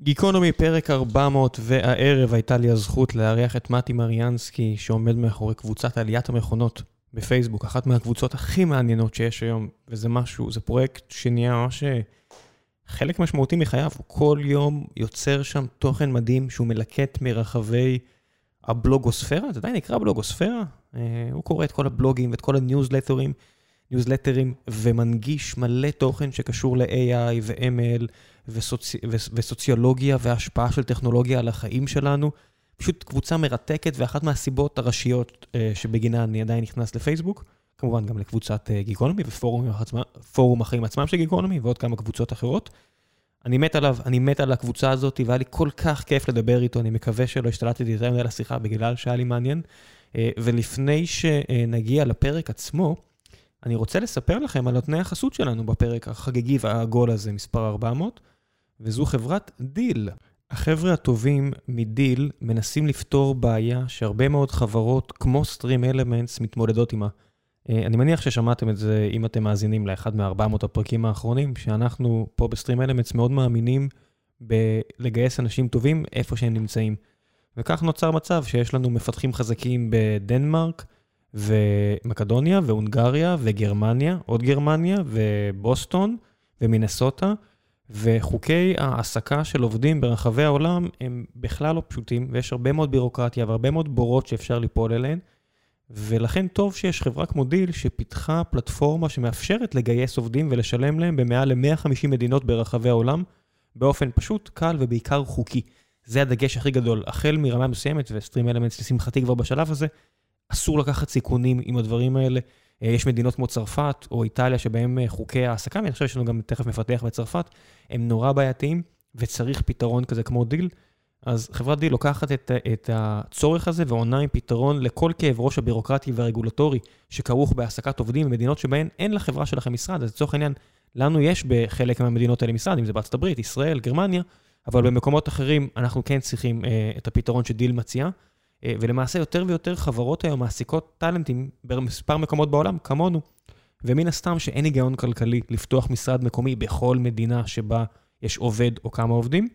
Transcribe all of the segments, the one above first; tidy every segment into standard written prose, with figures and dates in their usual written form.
גיקונומי פרק 400, והערב הייתה לי הזכות לארח את מתי מריאנסקי, שעומד מאחורי קבוצת עליית המכונות בפייסבוק, אחת מהקבוצות הכי מעניינות שיש היום, וזה משהו, זה פרויקט שנהיה ממש חלק משמעותי מחייו, הוא כל יום יוצר שם תוכן מדהים שהוא מלקט מרחבי הבלוגוספירה, זה עדיין נקרא בלוגוספירה, הוא קורא את כל הבלוגים ואת כל הניוזלטרים, ומנגיש מלא תוכן שקשור ל-AI ו-ML וסוציולוגיה וההשפעה של טכנולוגיה על החיים שלנו. פשוט קבוצה מרתקת, ואחת מהסיבות הראשיות שבגינה אני עדיין נכנס לפייסבוק, כמובן גם לקבוצת גיקונומי ופורום החיים עצמם של גיקונומי, ועוד כמה קבוצות אחרות. אני מת עליו, אני מת על הקבוצה הזאת, והיה לי כל כך כיף לדבר איתו, אני מקווה שלא השתלטתי יותר מדי לשיחה, בגלל שהיה לי מעניין. ולפני שנגיע לפרק עצמו, אני רוצה לספר לכם על התנאי החסות שלנו בפרק החגיגי והעגול הזה, מספר 400, וזו חברת דיל. החבר'ה הטובים מדיל מנסים לפתור בעיה שהרבה מאוד חברות כמו Stream Elements מתמודדות עימה. אני מניח ששמעתם את זה אם אתם מאזינים לאחד מה-400 הפרקים האחרונים, שאנחנו פה ב-Stream Elements מאוד מאמינים בלגייס אנשים טובים איפה שהם נמצאים. וכך נוצר מצב שיש לנו מפתחים חזקים בדנמרק, ומקדוניה, והונגריה, וגרמניה, עוד גרמניה, ובוסטון, ומינסוטה, וחוקי העסקה של עובדים ברחבי העולם הם בכלל לא פשוטים, ויש הרבה מאוד בירוקרטיה, והרבה מאוד בורות שאפשר ליפול אליהן, ולכן טוב שיש חברה כמו דיל, שפיתחה פלטפורמה שמאפשרת לגייס עובדים ולשלם להם במעל ל-150 מדינות ברחבי העולם, באופן פשוט, קל ובעיקר חוקי. זה הדגש הכי גדול, החל מרמה מסוימת, וסטרים אלמנטס לשמחתי כבר בשלב הזה, אסור לקחת סיכונים עם הדברים האלה. יש מדינות כמו צרפת או איטליה שבהם חוקי העסקה, ואני חושב שיש לנו גם תכף מפתח בצרפת, הם נורא בעייתיים, וצריך פתרון כזה כמו דיל. אז חברת דיל לוקחת את הצורך הזה, ועונה עם פתרון לכל כאב ראש הבירוקרטי והרגולטורי, שכרוך בהעסקת עובדים במדינות שבהן אין לחברה שלכם משרד. אז לצורך העניין, לנו יש בחלק מהמדינות האלה משרד, אם זה בארצות הברית, ישראל, גרמניה, אבל במקומות אחרים אנחנו כן צריכים את הפתרון שדיל מציעה. ולמעשה יותר ויותר חברות היום מעסיקות טלנטים במספר מקומות בעולם, כמונו. ומן הסתם שאין היגיון כלכלי לפתוח משרד מקומי בכל מדינה שבה יש עובד או כמה עובדים,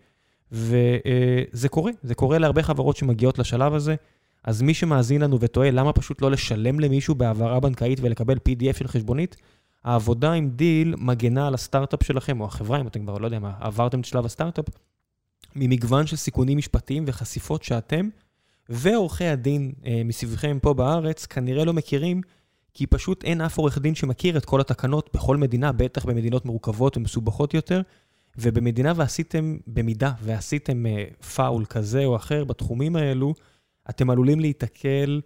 וזה קורה. זה קורה להרבה חברות שמגיעות לשלב הזה, אז מי שמאזין לנו וטועה, למה פשוט לא לשלם למישהו בהעברה בנקאית ולקבל PDF של חשבונית? העבודה עם דיל מגנה על הסטארט-אפ שלכם, או החברה, אם אתם כבר לא יודע מה, עברתם את שלב הסטארט-אפ, ממגוון של סיכונים משפטיים וחשיפות שאתם, ועורכי הדין מסביבכם פה בארץ כנראה לא מכירים, כי פשוט אין אף עורך דין שמכיר את כל התקנות בכל מדינה, בטח במדינות מורכבות ומסובכות יותר, ובמדינה ועשיתם פאול כזה או אחר בתחומים האלו, אתם עלולים להתקל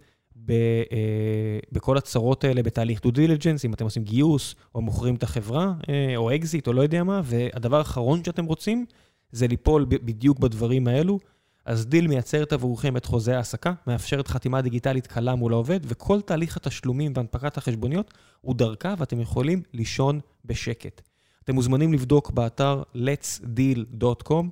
בכל הצרות האלה בתהליך due diligence, אם אתם עושים גיוס, או מוכרים את החברה, או אקזיט, או לא יודע מה, והדבר האחרון שאתם רוצים, זה ליפול בדיוק בדברים האלו. אז דיל מייצרת עבורכם את חוזה העסקה, מאפשרת חתימה דיגיטלית קלה מול העובד, וכל תהליך התשלומים והנפקת החשבוניות הוא דרכה, ואתם יכולים לישון בשקט. אתם מוזמנים לבדוק באתר letsdeal.com,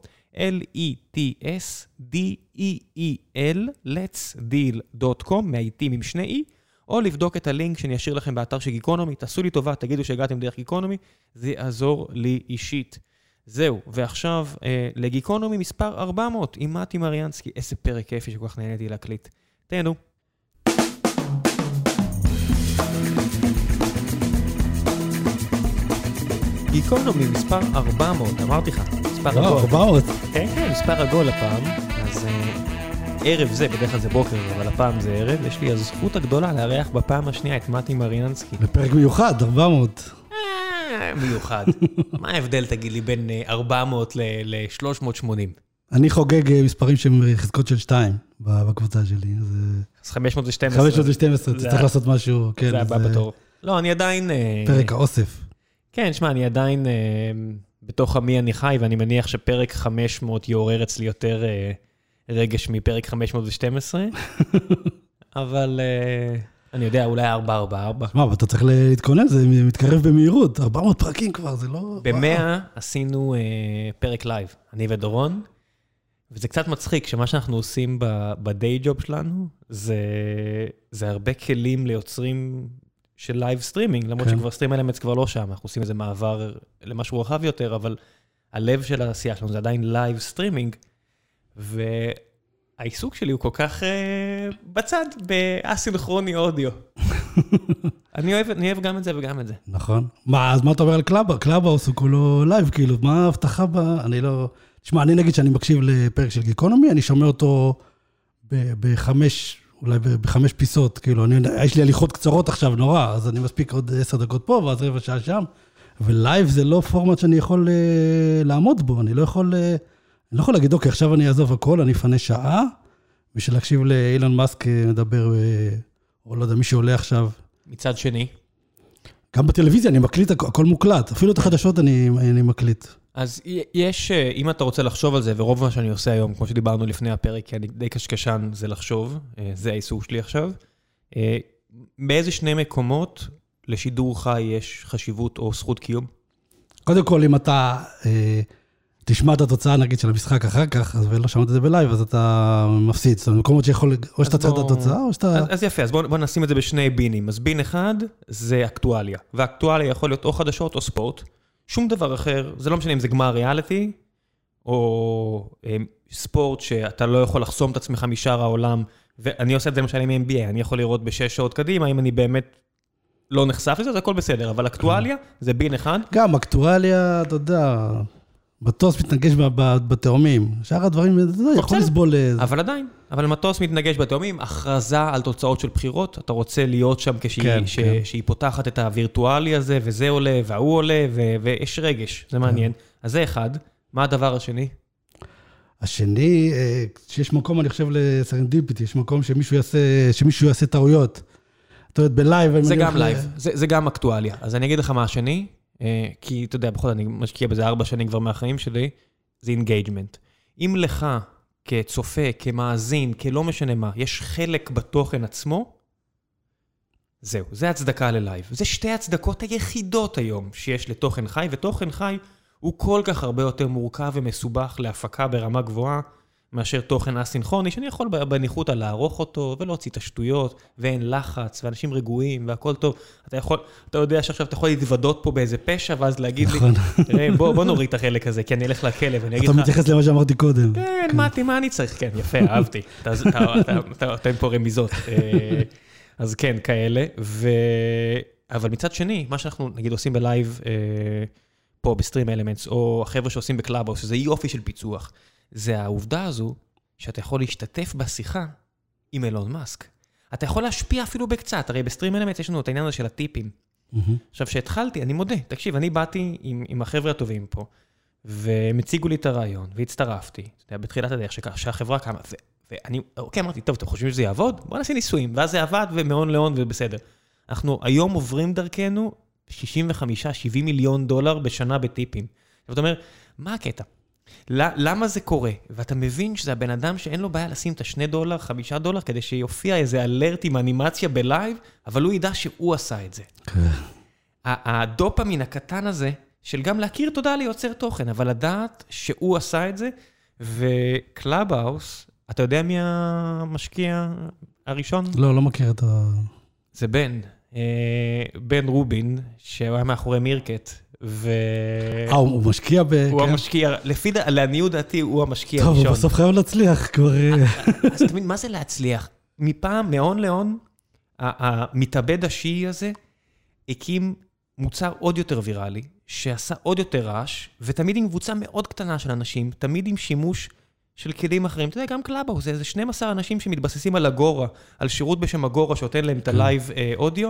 L-E-T-S-D-E-E-L, letsdeal.com, מהעיתים עם שני E, או לבדוק את הלינק שאני אשאיר לכם באתר של גיקונומי. תעשו לי טובה, תגידו שהגעתם דרך גיקונומי, זה יעזור לי אישית. זהו, ועכשיו לגיקונומי מספר 400 עם מתי מריאנסקי. איזה פרק כיפי שכל כך נהניתי להקליט. תהנו. גיקונומי מספר 400, אמרתי לך, מספר עגול. 400? כן, כן, מספר עגול הפעם. אז ערב זה, בדרך כלל זה בוקר, אבל הפעם זה ערב. יש לי הזכות הגדולה לארח בפעם השנייה את מתי מריאנסקי. בפרק מיוחד, 400. מיוחד. מה ההבדל, תגיד לי, בין 400 ל-380? אני חוגג מספרים שהם חזקות של 2 בקבוצה שלי. אז 512. 512, צריך לעשות משהו. זה הבא בתור. לא, אני עדיין... פרק האוסף. כן, שמע, אני עדיין בתוך עמי אני חי, ואני מניח שפרק 500 יעורר אצלי יותר רגש מפרק 512. אבל... אני יודע, אולי 444. מה, אבל אתה צריך להתכונן, זה מתקרב במהירות. 400 פרקים כבר, זה לא... ב-100 עשינו פרק לייב, אני ודורון, וזה קצת מצחיק, שמה שאנחנו עושים בדיי ג'וב שלנו, זה הרבה כלים ליוצרים של לייב סטרימינג, למרות שכבר סטרים אלמנטס כבר לא שם, אנחנו עושים איזה מעבר למשהו רחב יותר, אבל הלב של העשייה שלנו זה עדיין לייב סטרימינג, והעיסוק שלי הוא כל כך בצד, באסינכרוני אודיו. אני אוהב גם את זה וגם את זה. נכון. אז מה אתה אומר על קלאבה? קלאבהאוס הוא כולו לייב, כאילו, מה ההבטחה בה? אני לא... תשמע, אני נגיד שאני מקשיב לפרק של גיקונומי, אני שומע אותו אולי בחמש פיסות, כאילו, יש לי הליכות קצרות עכשיו נורא, אז אני מספיק עוד 10 דקות פה, ואז רבע שעה שם, ולייב זה לא פורמט שאני יכול לעמוד בו, אני לא יכול להגיד, אוקיי, עכשיו אני אעזוב הכל, אני אפנה שעה, בשביל להקשיב לאילון מאסק מדבר, או לא יודע, מי שעולה עכשיו. מצד שני. גם בטלוויזיה אני מקליט, הכל מוקלט, אפילו את החדשות אני מקליט. אז יש, אם אתה רוצה לחשוב על זה, ורוב מה שאני עושה היום, כמו שדיברנו לפני הפרק, כי אני די קשקשן, זה לחשוב, זה העיסוק שלי עכשיו. באיזה שני מקומות לשידור חי יש חשיבות או זכות קיום? קודם כל, אם אתה תשמע את התוצאה, נגיד, של המשחק אחר כך, ולא שמעת את זה בלייב, אז אתה מפסיד. זאת אומרת, מקומות שיכול, או שאתה צריך את התוצאה, או שאתה... אז יפה, אז בוא נשים את זה בשני בינים. אז בין אחד זה אקטואליה, ואקטואליה יכול להיות או חדשות או ספורט. שום דבר אחר, זה לא משנה אם זה גמר ריאליטי, או ספורט שאתה לא יכול לחסום את עצמך משאר העולם, ואני עושה את זה למשל עם NBA, אני יכול לראות ב6 שעות קדימה, אם אני באמת לא נחשף לזה, זה הכל בסדר, אבל אקטואליה זה בין אחד. גם אקטואליה, אתה יודע, מטוס מתנגש בתאומים, שאר הדברים, אתה יודע, יכול לסבול... אבל עדיין, אבל מטוס מתנגש בתאומים, הכרזה על תוצאות של בחירות, אתה רוצה להיות שם כשהיא פותחת את הווירטואלי הזה, וזה עולה, והוא עולה, ויש רגש, זה מעניין. אז זה אחד, מה הדבר השני? השני, שיש מקום, אני חושב, לסרנדיפיטי, יש מקום שמישהו יעשה טעויות. אתה יודעת, בלייב... זה גם לייב, זה גם אקטואליה. אז אני אגיד לך מה השני, כי אתה יודע, בכל זאת אני משקיע בזה 4 שנים כבר מהחיים שלי, זה אינגייג'מנט. אם לך, כצופה, כמאזין, כלא משנה מה, יש חלק בתוכן עצמו, זהו, זה הצדקה ללייב. זה שתי הצדקות היחידות היום שיש לתוכן חי, ותוכן חי הוא כל כך הרבה יותר מורכב ומסובך להפקה ברמה גבוהה, מאשר תוכן אסינכרוני, שאני יכול בניחותא לערוך אותו, ולהוציא את השטויות, ואין לחץ, ואנשים רגועים, והכל טוב. אתה יודע שעכשיו אתה יכול להתוודות פה באיזה פשע, ואז להגיד לי, בוא נוריד את החלק הזה, כי אני אלך לכלא, ואני אגיד לך... אתה מתייחס למה שאמרתי קודם. כן, מה אני צריך? כן, יפה, אהבתי. אתה נותן פה רמיזות. אז כן, כאלה. אבל מצד שני, מה שאנחנו, נגיד, עושים בלייב, פה בסטרים אלמנטס, או החבר'ה שעושים בקלאבהאוס, שזה יופי של פיצוח. זה העובדה הזו שאתה יכול להשתתף בשיחה עם אילון מאסק. אתה יכול להשפיע אפילו בקצת, הרי בסטרים אלמנטס יש לנו את העניין הזה של הטיפים. עכשיו, שהתחלתי, אני מודה, תקשיב, אני באתי עם החבר'ה הטובים פה, והם הציגו לי את הרעיון, והצטרפתי, בתחילת הדרך שהחברה קמה, ואני, אוקיי, אמרתי, טוב, אתם חושבים שזה יעבוד? בוא נעשה ניסויים, ואז זה עבד, ומאון לאון, ובסדר. אנחנו היום עוברים דרכנו $65-70 מיליון בשנה בטיפים. זאת אומרת, מה הקטע? למה זה קורה? ואתה מבין שזה הבן אדם שאין לו בעיה לשים את $2, $5, כדי שיופיע איזה אלרט עם אנימציה בלייב, אבל הוא ידע שהוא עשה את זה. הדופמין הקטן הזה, של גם להכיר תודה ליוצר תוכן, אבל לדעת שהוא עשה את זה, וקלאבהאוס, אתה יודע מי המשקיע הראשון? לא מכיר את ה... זה בן רובין, שהוא היה מאחורי מירקט, הוא משקיע הוא המשקיע, לעניות דעתי הוא המשקיע הראשון. הראשון. טוב, בסוף חייב להצליח כבר. אז תמיד, מה זה להצליח? מפעם, מאון לאון, המתאבד השיעי הזה, הקים מוצר עוד יותר ויראלי, שעשה עוד יותר רעש, ותמיד עם קבוצה מאוד קטנה של אנשים, תמיד עם שימוש של כלים אחרים. אתה יודע, גם קלאבהאוס, זה 12 אנשים שמתבססים על אגורה, על שירות בשם אגורה, שנותן להם את הלייב אודיו,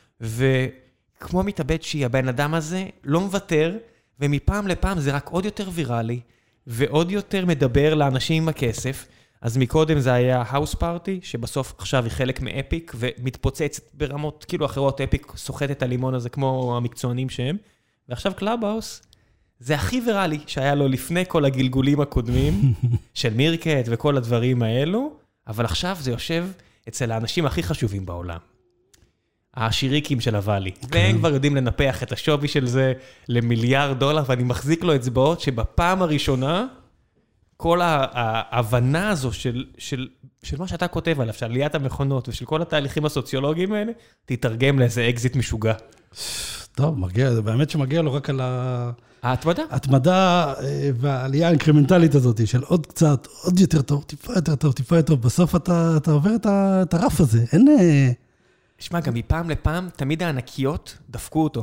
וכמו מתאבד שיעי, הבן אדם הזה לא מוותר, ומפעם לפעם זה רק עוד יותר ויראלי, ועוד יותר מדבר לאנשים עם הכסף. אז מקודם זה היה האוס פארטי, שבסוף עכשיו היא חלק מאפיק, ומתפוצץ ברמות כאילו אחרות, אפיק סוחט את הלימון הזה כמו המקצוענים שהם, ועכשיו קלאבהאוס, זה הכי ויראלי שהיה לו לפני כל הגלגולים הקודמים, של מירקט וכל הדברים האלו, אבל עכשיו זה יושב אצל האנשים הכי חשובים בעולם. השיריקים של הוואלי. והם כבר יודעים לנפח את השווי של זה ל$1,000,000,000, ואני מחזיק לו אצבעות שבפעם הראשונה, כל ההבנה הזו של מה שאתה כותב עליו, של עליית המכונות ושל כל התהליכים הסוציולוגיים האלה, תתרגם לאיזה אקזיט משוגע. טוב, מגיע, זה באמת שמגיע לו רק על ההתמדה. התמדה והעלייה האינקרמנטלית הזאת של עוד קצת, עוד יותר טוב, טיפה יותר טוב, טיפה יותר טוב, בסוף אתה עובר את הרף הזה, אין... שמע, גם מפעם לפעם, תמיד הענקיות דפקו אותו.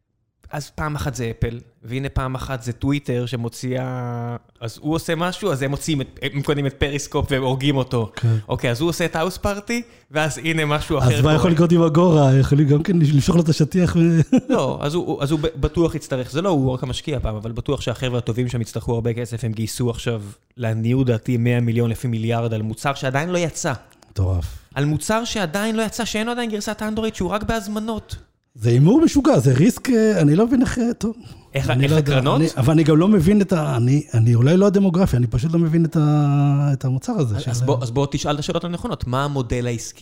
אז פעם אחת זה אפל, והנה פעם אחת זה טוויטר שמוציאה... אז הוא עושה משהו, אז הם מוציאים, הם קונים את פריסקופ והם הורגים אותו. אוקיי, אז הוא עושה את האוס פארטי, ואז הנה משהו אחר. אז מה יכול לקרות עם אגורה? יכול גם כן לשלוח לו את השטיח לא, אז הוא בטוח יצטרך, זה לא, הוא רק המשקיע פעם, אבל בטוח שהחבר'ה הטובים שם יצטרכו הרבה כסף, הם גייסו עכשיו, לעניות דעתי, 100 מיליון לפי מיליארד על מוצר שעדיין לא יצא. מטורף. על מוצר שעדיין לא יצא, שאין עדיין גרסת אנדרואיד, שהוא רק בהזמנות. זה אימור משוגע, זה ריסק, אני לא מבין איך, טוב. איך הקרנות? אבל אני גם לא מבין אני אולי לא הדמוגרפיה, אני פשוט לא מבין את המוצר הזה. אז בוא תשאל את השאלות הנכונות, מה המודל העסקי?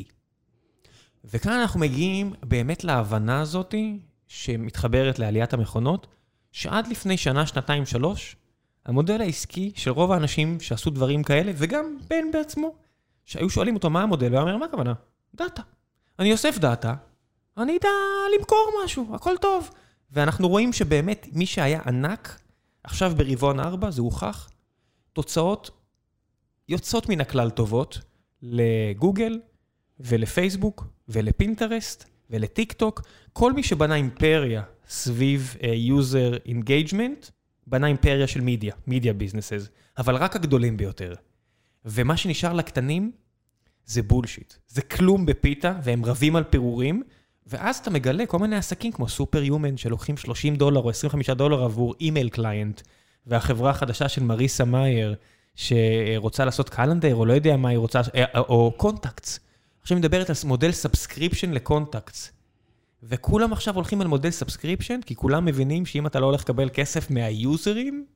וכאן אנחנו מגיעים באמת להבנה הזאת, שמתחברת לעליית המכונות, שעד לפני שנה, שנתיים, 3, המודל העסקי של רוב האנשים שעשו דברים כאלה, וגם בן בעצמו, שהיו שואלים אותו מה המודל, והוא אומר, מה הכוונה? דאטה. אני אוסף דאטה, אני אדע למכור משהו, הכל טוב. ואנחנו רואים שבאמת מי שהיה ענק, עכשיו ברבעון 4, זה הוכח, תוצאות יוצאות מן הכלל טובות לגוגל ולפייסבוק ולפינטרסט ולטיק טוק. כל מי שבנה אימפריה סביב user engagement, בנה אימפריה של media businesses, אבל רק הגדולים ביותר. ומה שנשאר לקטנים זה בולשיט. זה כלום בפיתה, והם רבים על פירורים, ואז אתה מגלה כל מיני עסקים כמו סופר יומן, שלוקחים $30 או $25 עבור אימייל קליינט, והחברה החדשה של מריסה מאייר, שרוצה לעשות קלנדר, או לא יודע מה היא רוצה, או קונטקטס. עכשיו מדברת על מודל סאבסקריפשן לקונטקטס. וכולם עכשיו הולכים על מודל סאבסקריפשן, כי כולם מבינים שאם אתה לא הולך לקבל כסף מהיוזרים,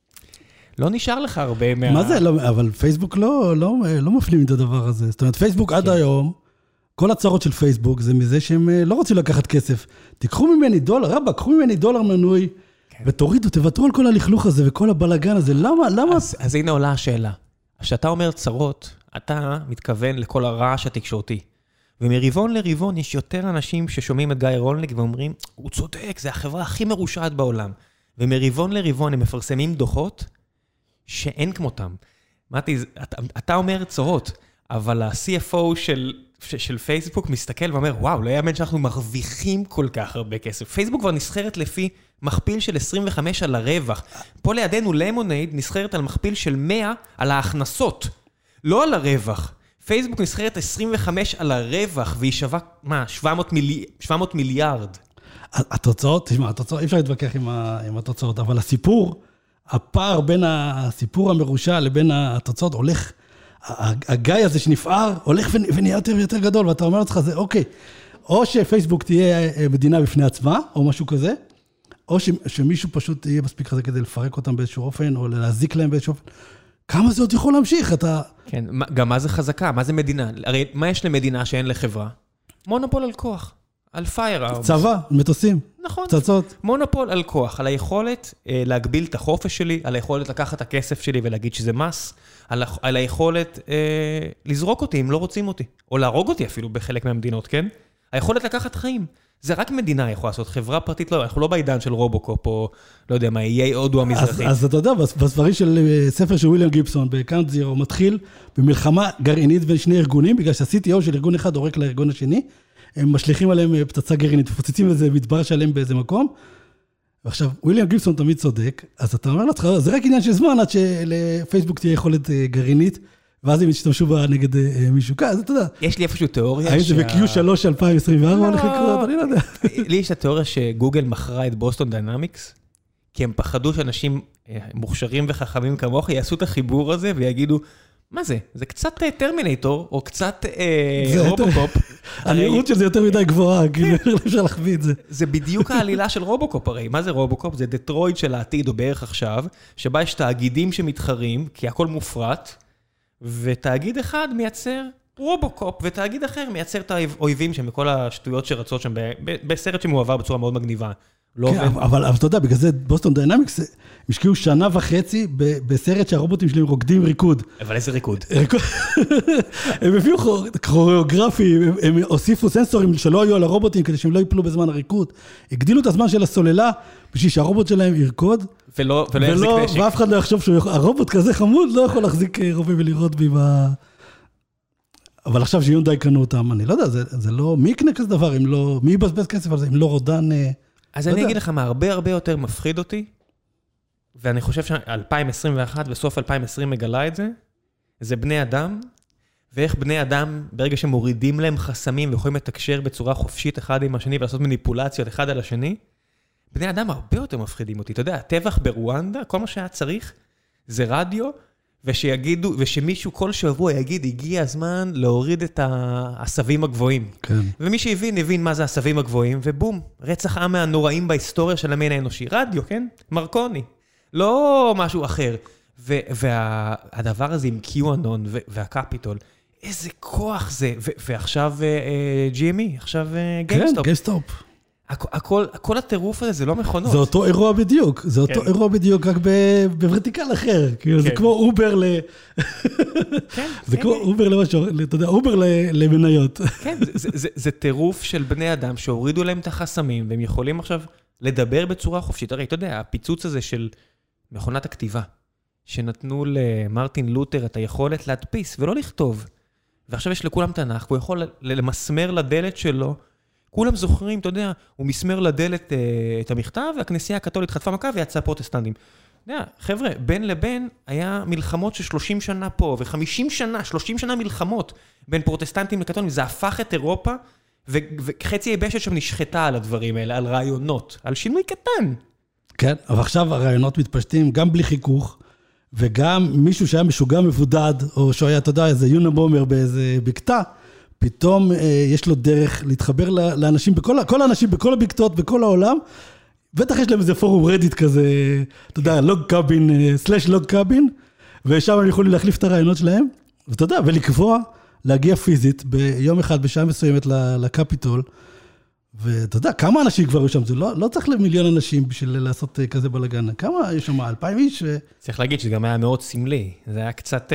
לא נשאר לך הרבה מה... מה זה? אבל פייסבוק לא מפנים את הדבר הזה. זאת אומרת, פייסבוק עד היום, כל הצרות של פייסבוק זה מזה שהם לא רוצים לקחת כסף. תיקחו ממני $1, רבא, קחו ממני $1 מנוי, ותורידו, תוותרו על כל הלכלוך הזה וכל הבלגן הזה. למה? אז הנה עולה השאלה. כשאתה אומר צרות, אתה מתכוון לכל הרעש התקשורתי. ומרבעון לרבעון יש יותר אנשים ששומעים את גיא רולניק ואומרים, הוא צודק, זה החברה הכי מרושעת בעולם. ומרבעון לרבעון הם מפרסמים דוחות שאין כמותם. מתי, אתה אומר צרות, אבל ה-CFO של פייסבוק מסתכל ואומר, וואו, לא יאמן שאנחנו מרוויחים כל כך הרבה כסף. פייסבוק כבר נסחרת לפי מכפיל של 25 על הרווח. פה לידינו למונייד נסחרת על מכפיל של 100 על ההכנסות, לא על הרווח. פייסבוק נסחרת 25 על הרווח, והיא שווה, 700 מיליארד. התוצאות, תשמע, אי אפשר להתווכח עם התוצאות, אבל הפער בין הסיפור המרושע לבין התוצאות הולך, הגיא הזה שנפער, הולך ונהיה יותר ויותר גדול, ואתה אומר לך, זה אוקיי, או שפייסבוק תהיה מדינה בפני עצמה, או משהו כזה, או שמישהו פשוט יהיה מספיק כזה כדי לפרק אותם באיזשהו אופן, או להזיק להם באיזשהו אופן. כמה זה עוד יכול להמשיך? כן, גם מה זה חזקה? מה זה מדינה? הרי מה יש למדינה שאין לחברה? מונופול על כוח, על פייר. צבא, מטוסים, נכון. פצצות. מונופול על כוח, על היכולת להגביל את החופש שלי, על היכולת לקחת את הכסף שלי ולהגיד שזה מס, על היכולת לזרוק אותי אם לא רוצים אותי, או להרוג אותי אפילו בחלק מהמדינות, כן? היכולת לקחת חיים. זה רק מדינה יכולה לעשות, חברה פרטית לא, אנחנו לא בעידן של רובוקופ, או לא יודע מה, איי הודו המזרחית. אז אתה יודע, בספרים של ספר של וויליאם גיבסון, בקאונט זירו, מתחיל במלחמה גרעינית בין שני ארגונים, בגלל שה-CTO של ארגון אחד עורק לארגון השני, הם משליכים עליהם פצצה גרעינית, פוצצים איזה מדבר שלם באיזה מקום, ועכשיו, וויליאם גיבסון תמיד צודק, אז אתה אומר לך, זה רק עניין של זמן, עד שלפייסבוק תהיה יכולת גרעינית, ואז הם ישתמשו בה נגד מישהו, אז אתה יודע. יש לי איפשהו תיאוריה האם זה ב-Q3 2024 הולך לקרות? אני לא יודע. לי יש את התיאוריה שגוגל מכרה את בוסטון דיינמיקס, כי הם פחדו שאנשים מוכשרים וחכמים כמוך יעשו את החיבור הזה ויגידו, מה זה? זה קצת טרמינטור, או קצת רובוקופ. הנראות של זה יותר מדי גבוהה, כאילו אפשר להחביא את זה. זה בדיוק העלילה של רובוקופ הרי. מה זה רובוקופ? זה דטרויט של העתיד, או בערך עכשיו, שבה יש תאגידים שמתחרים, כי הכל מופרט, ותאגיד אחד מייצר רובוקופ, ותאגיד אחר מייצר את האויבים שם, מכל השטויות שרצות שם, בסרט שמועבר בצורה מאוד מגניבה. לא כן, עובד. אבל אתה יודע, בגלל זה בוסטון דיינמיקס, הם השקיעו 1.5 שנה בסרט שהרובוטים שלהם רוקדים ריקוד. אבל איזה ריקוד? הם הביאו כוריאוגרפי, הם הוסיפו סנסורים שלא היו על הרובוטים, כדי שהם לא ייפלו בזמן הריקוד. הגדילו את הזמן של הסוללה, בשביל שהרובוט שלהם ירקוד. ולא יחזיק נשק. ואף אחד לא יחשוב שהרובוט כזה חמוד, לא יכול להחזיק רובה ולראות בי אבל עכשיו שיונדאי קנו אותם, אני לא יודע, זה לא, מי יקנה כזה דבר, מי יבזבז כסף על זה, אם לא רודן... אז אני אגיד לך מה, הרבה יותר מפחיד אותי, ואני חושב ש2021 וסוף 2020 מגלה את זה, זה בני אדם, ואיך בני אדם, ברגע שמורידים להם חסמים, ויכולים לתקשר בצורה חופשית אחד עם השני, ולעשות מניפולציות אחד על השני, בני אדם הרבה יותר מפחידים אותי. אתה יודע, הטבח ברואנדה, כל מה שהיה צריך, זה רדיו, ושמישהו כל שבוע יגיד, הגיע הזמן להוריד את העשבים הגבוהים. כן. ומי שהבין מה זה העשבים הגבוהים, ובום, רצח עם מהנוראים בהיסטוריה של המין האנושי. רדיו, כן? מרקוני. לא משהו אחר. והדבר הזה עם קיואנון והקפיטול, איזה כוח זה. ועכשיו GME, עכשיו גיימסטופ. כן, גיימסטופ. כל הטירוף הזה, זה לא מכונות. זה אותו אירוע בדיוק, זה אותו אירוע בדיוק, רק בוורטיקל אחר. זה כמו אובר זה כמו אובר למשהו, אתה יודע, אובר למניות. כן, זה טירוף של בני אדם שהורידו להם את החסמים, והם יכולים עכשיו לדבר בצורה חופשית. הרי, אתה יודע, הפיצוץ הזה של מכונת הכתיבה, שנתנו למרטין לותר את היכולת להדפיס ולא לכתוב, ועכשיו יש לכולם תנ"ך, והוא יכול למסמר לדלת שלו, כולם זוכרים, אתה יודע, הוא מסמר לדלת את המכתב, והכנסייה הקתולית חטפה מכה ויצאה פרוטסטנטים. אתה יודע, חבר'ה, בין לבין היה מלחמות של 30 שנה פה, ו50 שנה, 30 שנה מלחמות בין פרוטסטנטים לקתולים, זה הפך את אירופה, וחצי היבשת שם נשחטה על הדברים האלה, על רעיונות, על שינוי קטן. כן, אבל עכשיו הרעיונות מתפשטים גם בלי חיכוך, וגם מישהו שהיה משוגע מבודד, או שהיה, אתה יודע, איזה יונבומר באיזה בקתה, פתאום יש לו דרך להתחבר לאנשים, כל האנשים בכל הבקתות, בכל העולם, בטח יש להם איזה פורום רדיט כזה, אתה יודע, לוג קאבין, סלש לוג קאבין, ושם הם יכולים להחליף את הרעיונות שלהם, ואתה יודע, ולקבוע, להגיע פיזית, ביום אחד, בשעה מסוימת לקפיטול, ואתה יודע, כמה אנשים כבר היו שם, זה לא צריך למיליון אנשים בשביל לעשות כזה בלגן, כמה יש שם, 2,000 איש? צריך להגיד שזה גם היה מאוד סמלי, זה היה קצת,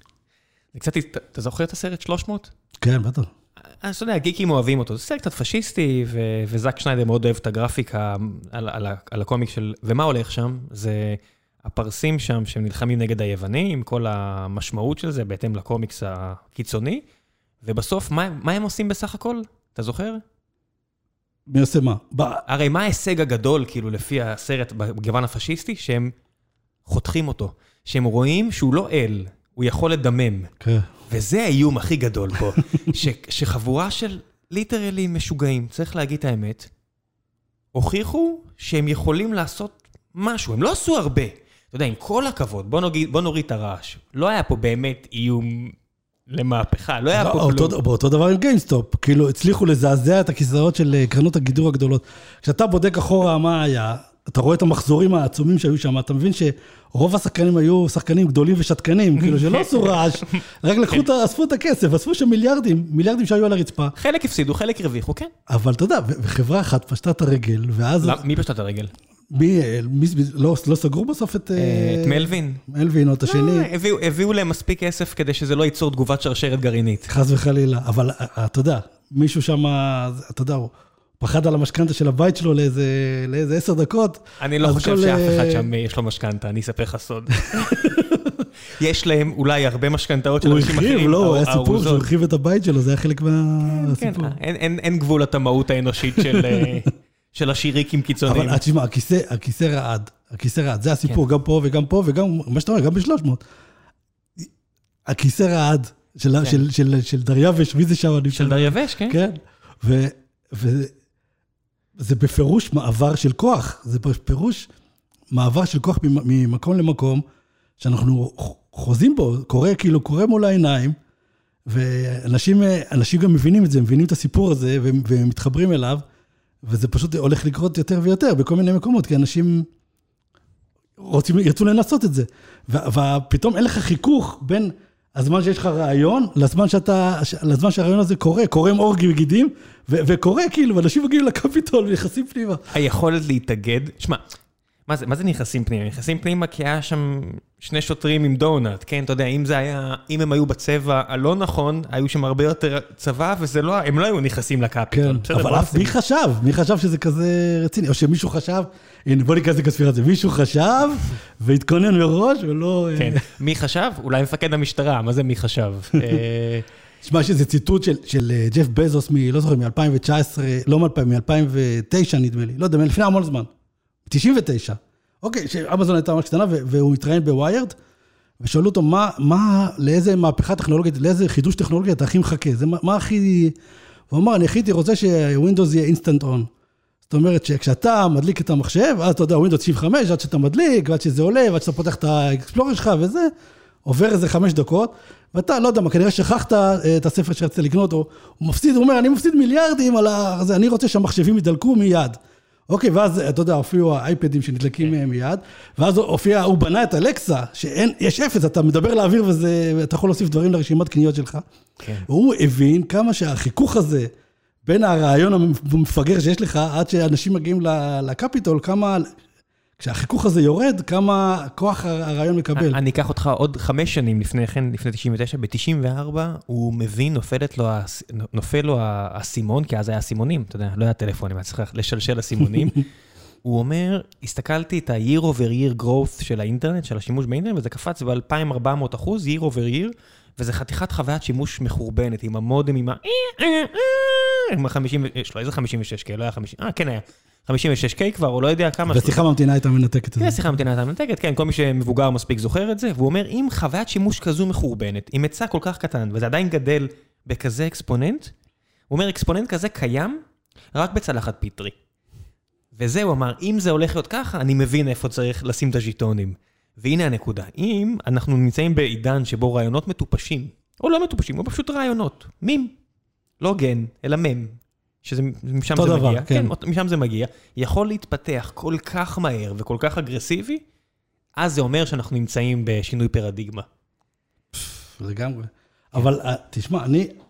אתה זוכר את הסרט 300? כן, בטח. אז אתה יודע, הגיקים אוהבים אותו, זה סרט קצת פשיסטי, וזק שניידר מאוד אוהב את הגרפיקה על הקומיק של, ומה הולך שם? זה הפרסים שם שהם נלחמים נגד היוונים, כל המשמעות של זה בהתאם לקומיקס הקיצוני, ובסוף, מה הם עושים בסך הכל? אתה זוכר? מי עושה מה? הרי מה ההישג הגדול, כאילו, לפי הסרט בגוון הפשיסטי, שהם חותכים אותו, שהם רואים שהוא לא אל, הוא יכול לדמם. כן. וזה האיום הכי גדול פה, שחבורה של ליטרלי משוגעים, צריך להגיד את האמת, הוכיחו שהם יכולים לעשות משהו, הם לא עשו הרבה. אתה יודע, עם כל הכבוד, בוא נוריד את הרעש. לא היה פה באמת איום למהפכה, לא היה פה כלום. באותו דבר עם גיימסטופ, כאילו הצליחו לזעזע את הכיסאות של קרנות הגידור הגדולות. כשאתה בודק אחורה מה היה, אתה רואה את המחזורים העצומים שהיו שם, אתה מבין שרוב השחקנים היו שחקנים גדולים ושתקנים, כאילו שלא עשו רעש, רק אספו את הכסף, אספו שם מיליארדים שהיו על הרצפה. חלק הפסידו, חלק הרוויחו, כן. אבל אתה יודע, וחברה אחת פשטה את הרגל, ואז... מי פשטה את הרגל? לא סגרו בסוף את מלווין? מלווין או את השני. הביאו להם מספיק כסף כדי שזה לא ייצור תגובת שרשרת גרעינית. חס וחלילה, אבל אתה יודע, מישהו שם, אתה יודע, הוא פחד על המשכנתה של הבית שלו לאיזה 10 דקות. אני לא חושב שאף אחד שם יש לו משכנתה, אני אספר לך סוד. יש להם אולי הרבה משכנתאות של אנשים אחרים. הוא הרחיב, לא, היה סיפור שהוא הרחיב את הבית שלו, זה היה חלק מהסיפור. אין גבול לתמאות האנושית של השיריקים קיצוניים. אבל תשמע, הכיסא רעד, זה הסיפור גם פה וגם פה, וגם, מה שאתה אומר, גם ב-300. הכיסא רעד של דריווש, מי זה שם? של דריווש, כן. כן, וזה בפירוש מעבר של כוח, זה בפירוש מעבר של כוח ממקום למקום, שאנחנו חוזים בו, קורה מול העיניים, ואנשים גם מבינים את זה, מבינים את הסיפור הזה, ומתחברים אליו, וזה פשוט הולך לקרות יותר ויותר, בכל מיני מקומות, כי אנשים ירצו לנסות את זה, ופתאום אין לך חיכוך בין הזמן שיש לך רעיון, לזמן שהרעיון הזה קורה עם אור גידים, וקורה כאילו, אנשים מגיעים לקפיטול ונכנסים פנימה. היכולת להתאגד, שמע, מה זה נכנסים פנימה? נכנסים פנימה כי היה שם 2 שוטרים עם דונט, כן? אתה יודע, אם הם היו בצבע הלא נכון, היו שם הרבה יותר צבא, הם לא היו נכנסים לקפיטול. כן, אבל אף מי חשב שזה כזה רציני? או שמישהו חשב, הנה בוא ניכנס לכספיר הזה, מישהו חשב והתכונן מראש ולא... כן, מי חשב? אולי מפקד המשטרה, מה זה מי חשב? תשמע שזה ציטוט של ג'ף בזוס לא זוכר, מ-2019, לא מ-2009 נדמה לי, לא יודע, לפני המון זמן. 99. אוקיי, שאמזון הייתה ממש קטנה, והוא מתראיין בוויירד, ושאלו אותו, לאיזה מהפכה טכנולוגית, לאיזה חידוש טכנולוגי אתה הכי מחכה? מה הכי... הוא אמר, אני הכי רוצה שווינדוס יהיה אינסטנט און. זאת אומרת, שכשאתה מדליק את המחשב, אז אתה יודע, ווינדוס 95, עד שאתה מדליק, ועד שזה עולה, ועד שאתה פותח את האקספלורר שלך וזה, עובר איזה 5 דקות, ואתה, לא יודע מה, כנראה שכחת את הספר שרצית לקנות, הוא מפסיד, הוא אומר, אני מפסיד מיליארדים על זה, אני רוצה שהמחשבים ידלקו מיד. אוקיי, ואז, אתה יודע, הופיעו האייפדים שנדלקים מיד, ואז הוא בנה את אלקסה, שיש 0, אתה מדבר לאוויר ואתה יכול להוסיף דברים לרשימת קניות שלך. הוא הבין כמה שהחיכוך הזה, בין הרעיון המפגר שיש לך, עד שאנשים מגיעים לקפיטול, כשהחיכוך הזה יורד, כמה כוח הרעיון מקבל. אני אקח אותך עוד 5 שנים לפני כן, לפני 99, ב-94, הוא מבין, נופל לו הסימון, כי אז היה סימונים, אתה יודע, לא היה טלפונים, היה צריך לשלשל הסימונים. הוא אומר, הסתכלתי את ה-year over year growth של האינטרנט, של השימוש באינטרנט, וזה קפץ ב-2400%, year over year, וזה חתיכת חוויית שימוש מחורבנת, עם המודם, עם ה-50, לא, איזה 56K, לא היה 50, כן היה. 56K כבר, הוא לא יודע כמה... ושיחה ממתינה הייתה מנתקת. כן, שיחה ממתינה הייתה מנתקת, כן, כל מי שמבוגר מספיק זוכר את זה, והוא אומר, אם חוויית שימוש כזו מחורבנת, עם היצע כל כך קטן, וזה עדיין גדל בכזה אקספוננט, הוא אומר, אקספוננט כזה קיים רק בצלחת פיטרי. וזה, הוא אמר, אם זה הולך להיות ככה, אני מבין איפה צריך לשים את הז'יטונים. והנה הנקודה, אם אנחנו נמצאים בעידן שבו רעיונות מטופשים, או לא מטופשים, או פשוט רעיונות, מים, לא גן, אלא מם, שמשם זה מגיע, כן, משם זה מגיע, יכול להתפתח כל כך מהר וכל כך אגרסיבי, אז זה אומר שאנחנו נמצאים בשינוי פרדיגמה. לגמרי. אבל תשמע,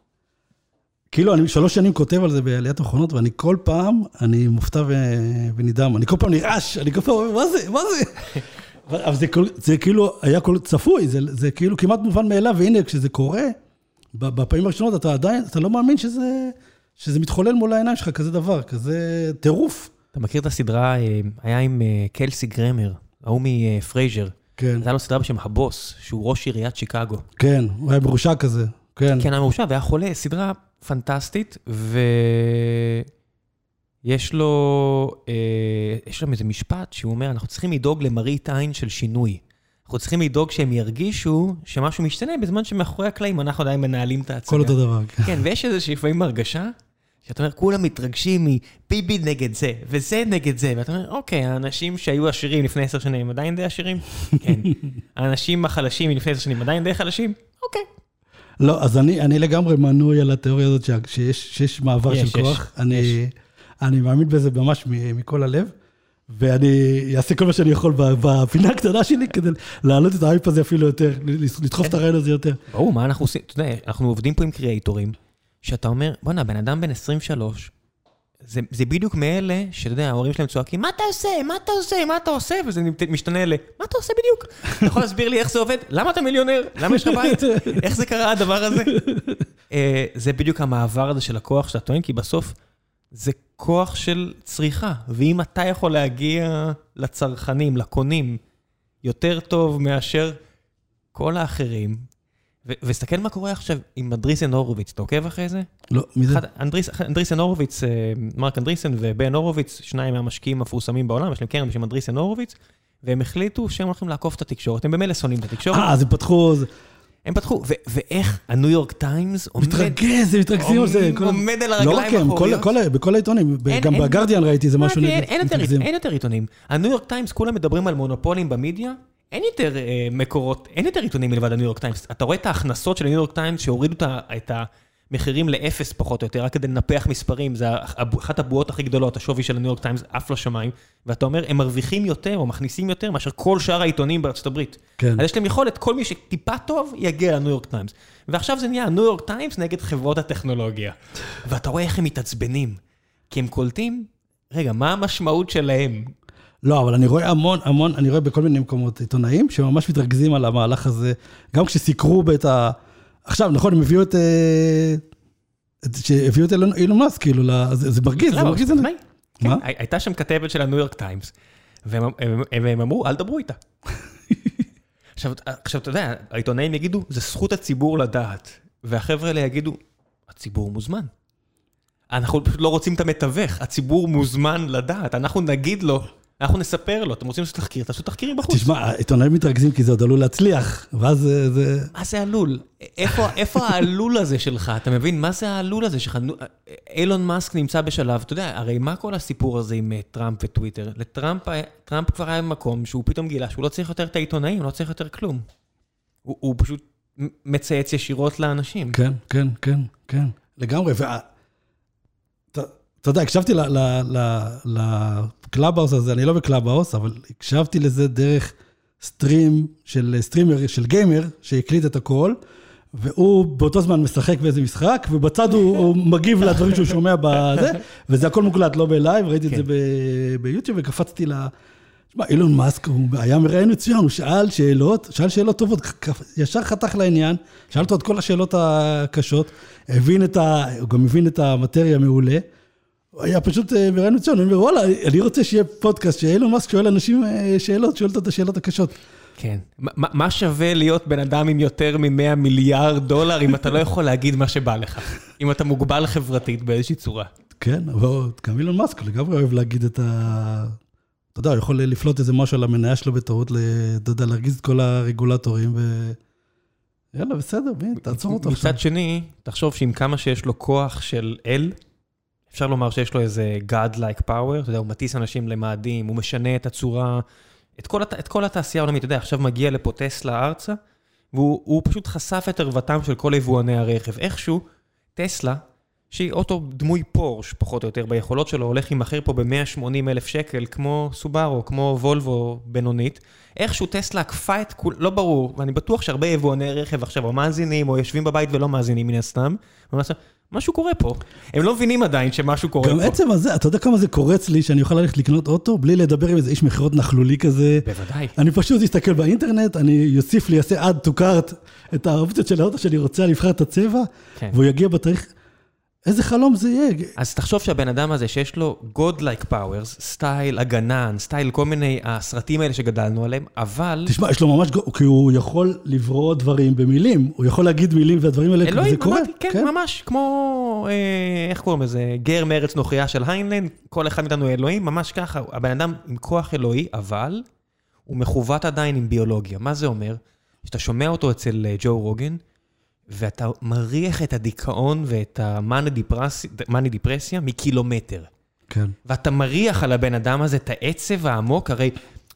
אני 3 שנים כותב על זה בעליית האחרונות, ואני כל פעם, אני מופתע ונדהם, אני כל פעם נרעש, אני כל פעם אומר, מה זה? אבל זה כאילו היה צפוי, זה כאילו כמעט מובן מאליו, והנה כשזה קורה, בפעמים הראשונות אתה לא מאמין שזה מתחולל מול העיניים שלך, כזה דבר, כזה טירוף. אתה מכיר את הסדרה, היה עם קלסי גרמר, ההוא מפרייזר. כן. הייתה לו סדרה בשם הבוס, שהוא ראש עיריית שיקגו. כן, הוא היה מרושע כזה. כן. כן, היה מרושע, והיה חולה, סדרה פנטסטית, ויש לו איזה משפט שהוא אומר, אנחנו צריכים לדאוג למראית עין של שינוי. אנחנו צריכים לדאוג שהם ירגישו שמשהו משתנה בזמן שמאחורי הקלעים אנחנו עדיין מנהלים את ההצגה. כל אותו דבר. כן, ויש איזה שלפעמים הרגשה, שאתה אומר, כולם מתרגשים מביבי נגד זה, וזה נגד זה, ואתה אומר, אוקיי, האנשים שהיו עשירים לפני 10 שנים עדיין די עשירים? כן. האנשים החלשים לפני 10 שנים עדיין די חלשים? אוקיי. לא, אז אני לגמרי מנוי על התיאוריה הזאת שיש מעבר של כוח. אני מאמין בזה ממש מכל הלב. ואני אעשה כל מה שאני יכול בפינה הקטנה שלי, כדי להעלות את האייפ הזה אפילו יותר, לדחוף את הרעיון הזה יותר. ברור, מה אנחנו עושים? אתה יודע, אנחנו עובדים פה עם קריאייטורים, שאתה אומר, בוא'נה, בן אדם בן 23, זה בדיוק מאלה, שאתה יודע, ההורים שלהם צועקים, מה אתה עושה? מה אתה עושה? מה אתה עושה? וזה משתנה מה אתה עושה בדיוק? אתה יכול להסביר לי איך זה עובד? למה אתה מיליונר? למה יש לך בית? איך זה קרה הדבר הזה? זה בדיוק המעבר הזה של הכוח שאתה טוען, כי בסוף זה כוח של צריכה, ואם אתה יכול להגיע לצרכנים, לקונים, יותר טוב מאשר כל האחרים, וסתכל מה קורה עכשיו עם אנדריסן הורוביץ, אתה עוקב אחרי זה? לא, מי זה? אנדריסן הורוביץ, מרק אנדריסן ובן הורוביץ, 2 מהמשקיעים המפורסמים בעולם, יש להם קרן בשם אנדריסן הורוביץ, והם החליטו שהם הולכים לעקוף את התקשורת, הם במילא שונאים את התקשורת. אז הם פתחו... הם פתחו, ואיך הניו יורק טיימס מתרגז, הם מתרגזים על זה. עומד על הרגליים האחוריות. בכל העיתונים, גם בגרדיאן ראיתי איזה משהו נגד. אין יותר עיתונים. הניו יורק טיימס, כולם מדברים על מונופולים במדיה, אין יותר מקורות, אין יותר עיתונים מלבד הניו יורק טיימס. אתה רואה את ההכנסות של הניו יורק טיימס שהורידו את מחירים לאפס פחות או יותר, רק כדי לנפח מספרים, זה אחת הבועות הכי גדולות, השווי של הניו יורק טיימס, אף לשמיים, ואתה אומר, הם מרוויחים יותר או מכניסים יותר מאשר כל שאר העיתונים בארצות הברית. כן. אז יש להם יכולת, כל מי שטיפה טוב יגיע לניו יורק טיימס. ועכשיו זה נהיה הניו יורק טיימס נגד חברות הטכנולוגיה. ואתה רואה איך הם מתעצבנים, כי הם קולטים, רגע, מה המשמעות שלהם? לא, אבל אני רואה המון, אני רואה בכל מיני מקומות עיתונאים, שממש מתרכזים על המהלך הזה, גם כשסיקרו עכשיו, נכון, הם הביאו את אילון מאסק, כאילו, זה מרגיז, זה מרגיז. מה? הייתה שם כתבת של הניו יורק טיימס, והם אמרו, אל דברו איתה. עכשיו, אתה יודע, העיתונאים יגידו, זה זכות הציבור לדעת, והחבר'ה האלה יגידו, הציבור מוזמן. אנחנו פשוט לא רוצים את המתווך, הציבור מוזמן לדעת, אנחנו נגיד לו, אנחנו נספר לו, אתם רוצים לעשות תחקיר, תעשו תחקיר בחוץ. תשמע, העיתונאים מתרכזים כי זה עוד עלול להצליח, ואז זה... מה זה עלול? איפה העלול הזה שלך? אתה מבין? מה זה העלול הזה שלך? אילון מאסק נמצא בשלב, אתה יודע, הרי מה כל הסיפור הזה עם טראמפ וטוויטר? לטראמפ כבר היה במקום שהוא פתאום גילה שהוא לא צריך יותר את העיתונאים, הוא לא צריך יותר כלום. הוא פשוט מצייץ ישירות לאנשים. כן, לגמרי. אתה יודע, הקשבתי לקלאבהאוס הזה, אני לא בקלאבהאוס, אבל הקשבתי לזה דרך סטרימר של גיימר, שהקליט את הכל, והוא באותו זמן משחק באיזה משחק, ובצד הוא מגיב לדברים שהוא שומע בזה, וזה הכל מוקלט, לא בלייב, ראיתי את זה ביוטיוב, וקפצתי תשמע, אילון מאסק, הוא היה מראיין מצוין, הוא שאל שאלות טובות, ישר חתך לעניין, שאל אותו את כל השאלות הקשות, הוא גם הבין את המטריה מעולה, הוא היה פשוט מראיין מצוין, הוא אומר, וואלה, אני רוצה שיהיה פודקאסט, שאילון מאסק שואל אנשים שאלות, שואל את השאלות הקשות. כן. מה שווה להיות בן אדם עם יותר מ$100 מיליארד, אם אתה לא יכול להגיד מה שבא לך? אם אתה מוגבל חברתית באיזושהי צורה. כן, אבל גם אילון מאסק לגמרי אוהב להגיד את אתה יודע, הוא יכול לפלוט איזה משהו על המניה שלו בטעות, אתה יודע, להרגיז את כל הרגולטורים, יאללה, בסדר, תעצור אותו עכשיו. מצד שני, תחשוב שעם כמה שיש לו כוח של אל, אפשר לומר שיש לו איזה God-like power, אתה יודע, הוא מטיס אנשים למאדים, הוא משנה את הצורה, את כל התעשייה העולמית, אתה יודע, עכשיו מגיע לפה טסלה ארצה, והוא פשוט חשף את ערוותם של כל יבואני הרכב. איכשהו, טסלה, שהיא אוטו דמוי פורש, פחות או יותר ביכולות שלו, הולך להימכר פה ב$180,000 שקל, כמו סובארו, כמו וולבו בינונית. איכשהו טסלה עקפה את כול, לא ברור, ואני בטוח שהרבה יבואני רכב עכשיו, או מאזינים, או יושבים בבית ולא מאזינים מן הסתם, משהו קורה פה. הם לא מבינים עדיין שמשהו קורה פה. גם עצם הזה, אתה יודע כמה זה קורץ לי, שאני אוכל ללכת לקנות אוטו, בלי לדבר עם איזה איש מחירות נחלולי כזה. בוודאי. אני פשוט אסתכל באינטרנט, אני יוסיף לי, אעשה עד to cart את האופציות של האוטו שאני רוצה, לבחר את הצבע, והוא יגיע בתאריך. איזה חלום זה יהיה? אז תחשוב שהבן אדם הזה שיש לו God-like powers, סטייל הגנן, סטייל כל מיני הסרטים האלה שגדלנו עליהם, אבל... תשמע, יש לו ממש, כי הוא יכול לברוא דברים במילים, הוא יכול להגיד מילים והדברים האלה, אלוהים, אמרתי, כן, ממש, כמו, איך קוראים לזה, גר מארץ נוכריה של היינלנד, כל אחד מאיתנו אלוהים, ממש ככה, הבן אדם עם כוח אלוהי, אבל הוא מכוות עדיין עם ביולוגיה. מה זה אומר? שאתה שומע אותו אצל ג'ו רוגן, ואתה מריח את הדיכאון ואת המאני דיפרסיה מקילומטר. כן. ואתה מריח על הבן אדם הזה את העצב העמוק, הרי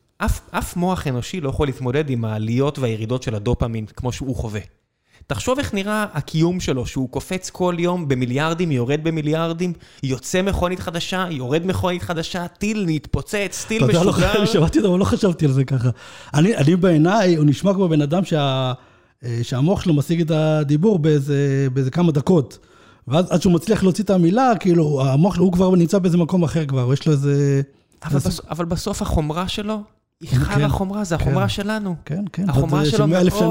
אף מוח אנושי לא יכול להתמודד עם העליות והירידות של הדופמין כמו שהוא חווה. תחשוב איך נראה הקיום שלו, שהוא קופץ כל יום במיליארדים, יורד במיליארדים, יוצא מכונית חדשה, יורד מכונית חדשה, טיל מתפוצץ, טיל משוגר. אני שמעתי אותו, אבל לא חשבתי על זה ככה. אני בעיניי, הוא נשמע כמו בן אדם שהמוח שלו משיג את הדיבור באיזה כמה דקות. ואז עד שהוא מצליח להוציא את המילה, כאילו, המוח שלו הוא כבר נמצא באיזה מקום אחר כבר, יש לו איזה... אבל בסוף החומרה שלו, היא חר החומרה, זה החומרה שלנו. כן, כן. החומרה שלו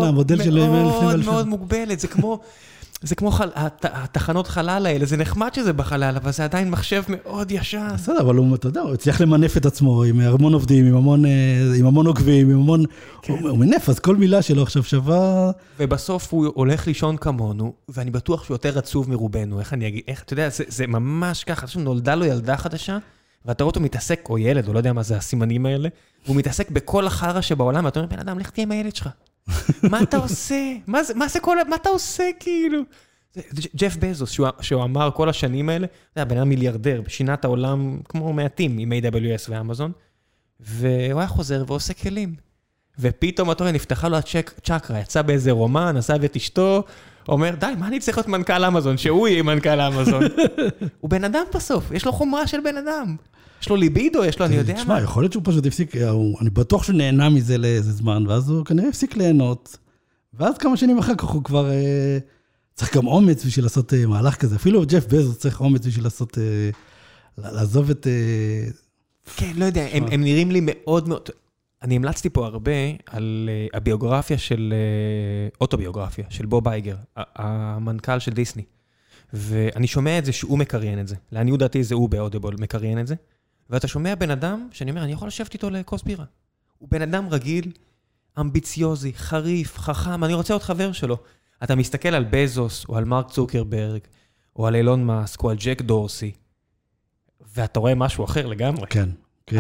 מאוד מאוד מוגבלת, זה כמו התחנות חלל האלה, זה נחמד שזה בחלל, אבל זה עדיין מחשב מאוד ישן. בסדר, אבל אתה יודע, הוא הצליח למנף את עצמו עם המון עובדים, עם המון עוקבים, הוא מנף, אז כל מילה שלו עכשיו שווה... ובסוף הוא הולך לישון כמונו, ואני בטוח שהוא יותר עצוב מרובנו, איך אני אגיד, אתה יודע, זה ממש ככה, נולדה לו ילדה חדשה, ואתה רואה אותו מתעסק, או ילד, או לא יודע מה זה הסימנים האלה, והוא מתעסק בכל החרא שבעולם, ואתה אומר, בן אדם, לך תהיה עם הילד שלך. מה אתה עושה? מה אתה עושה כאילו? ג'ף בזוס, שהוא אמר כל השנים האלה, זה היה בן אדם מיליארדר, שינת העולם כמו מעטים עם AWS ואמזון, והוא היה חוזר ועושה כלים. ופתאום נפתחה לו הצ'קרה, יצא באיזה רומן, עשה ואת אשתו, אומר, די, מה אני צריך להיות מנכ"ל אמזון? שהוא יהיה מנכ"ל אמזון. הוא בן אדם בסוף, יש לו חומרה של בן אדם. יש לו ליבידו, יש לו, אני יודע מה. תשמע, יכול להיות שהוא פשוט הפסיק, אני בטוח שהוא נהנה מזה לאיזה זמן, ואז הוא כנראה הפסיק ליהנות, ואז כמה שנים אחר כך הוא כבר צריך גם אומץ בשביל לעשות מהלך כזה. אפילו ג'ף בזוס צריך אומץ בשביל לעשות, לעזוב את... כן, לא יודע, הם נראים לי מאוד מאוד... אני המלצתי פה הרבה על הביוגרפיה של, אוטוביוגרפיה של בוב אייגר, המנכ"ל של דיסני. ואני שומע את זה שהוא מקריין את זה. לעניות דעתי זה הוא באודיבול מקריין את זה. ואתה שומע בן אדם שאני אומר, אני יכול לשבת איתו לכוס בירה. הוא בן אדם רגיל, אמביציוזי, חריף, חכם, אני רוצה להיות חבר שלו. אתה מסתכל על בזוס, או על מרק צוקרברג, או על אילון מאסק, או על ג'ק דורסי, ואתה רואה משהו אחר לגמרי. כן, כן.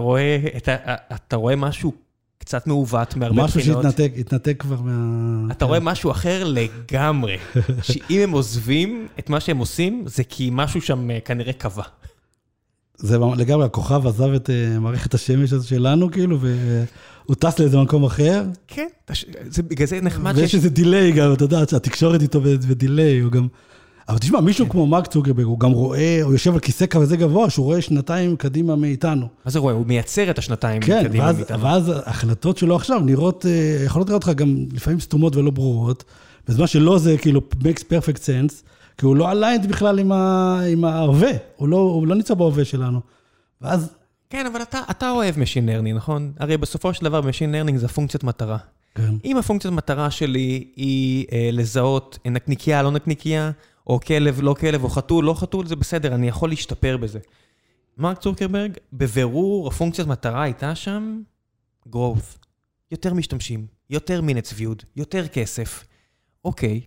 אתה רואה משהו קצת מעוות מהרבה בחינות. משהו שהתנתק כבר מה... אתה רואה משהו אחר לגמרי. שאם הם עוזבים את מה שהם עושים, זה כי משהו שם כנראה קבע. זה לגמרי, הכוכב עזב את מערכת השמש הזאת שלנו, כאילו, והוא טס לאיזה מקום אחר. כן, בגלל זה נחמד ויש איזה דיליי גם, אתה יודע, שהתקשורת איתו בדיליי, הוא גם... אבל תשמע, מישהו כמו מרק צוקרברג, הוא גם רואה, הוא יושב על כיסא כזה גבוה, שהוא רואה שנתיים קדימה מאיתנו. מה זה רואה? הוא מייצר את השנתיים קדימה מאיתנו. כן, ואז ההחלטות שלו עכשיו נראות, יכולות לראות לך גם לפעמים סתומות ולא ברורות, בזמן שלא זה כאילו makes perfect sense, כי הוא לא aligned בכלל עם ההרווה, הוא לא נמצא בהרווה שלנו. ואז... כן, אבל אתה אוהב Machine Learning, נכון? הרי בסופו של דבר Machine Learning זה פונקציית מטרה. כן. אם הפונקציית מטרה שלי היא לזהות נקניקיה, לא נקניקיה, או כלב, לא כלב, או חתול, לא חתול, זה בסדר, אני יכול להשתפר בזה. מרק צוקרברג, בבירור, הפונקציית מטרה הייתה שם, growth. יותר משתמשים, יותר minutes viewed, יותר כסף. אוקיי.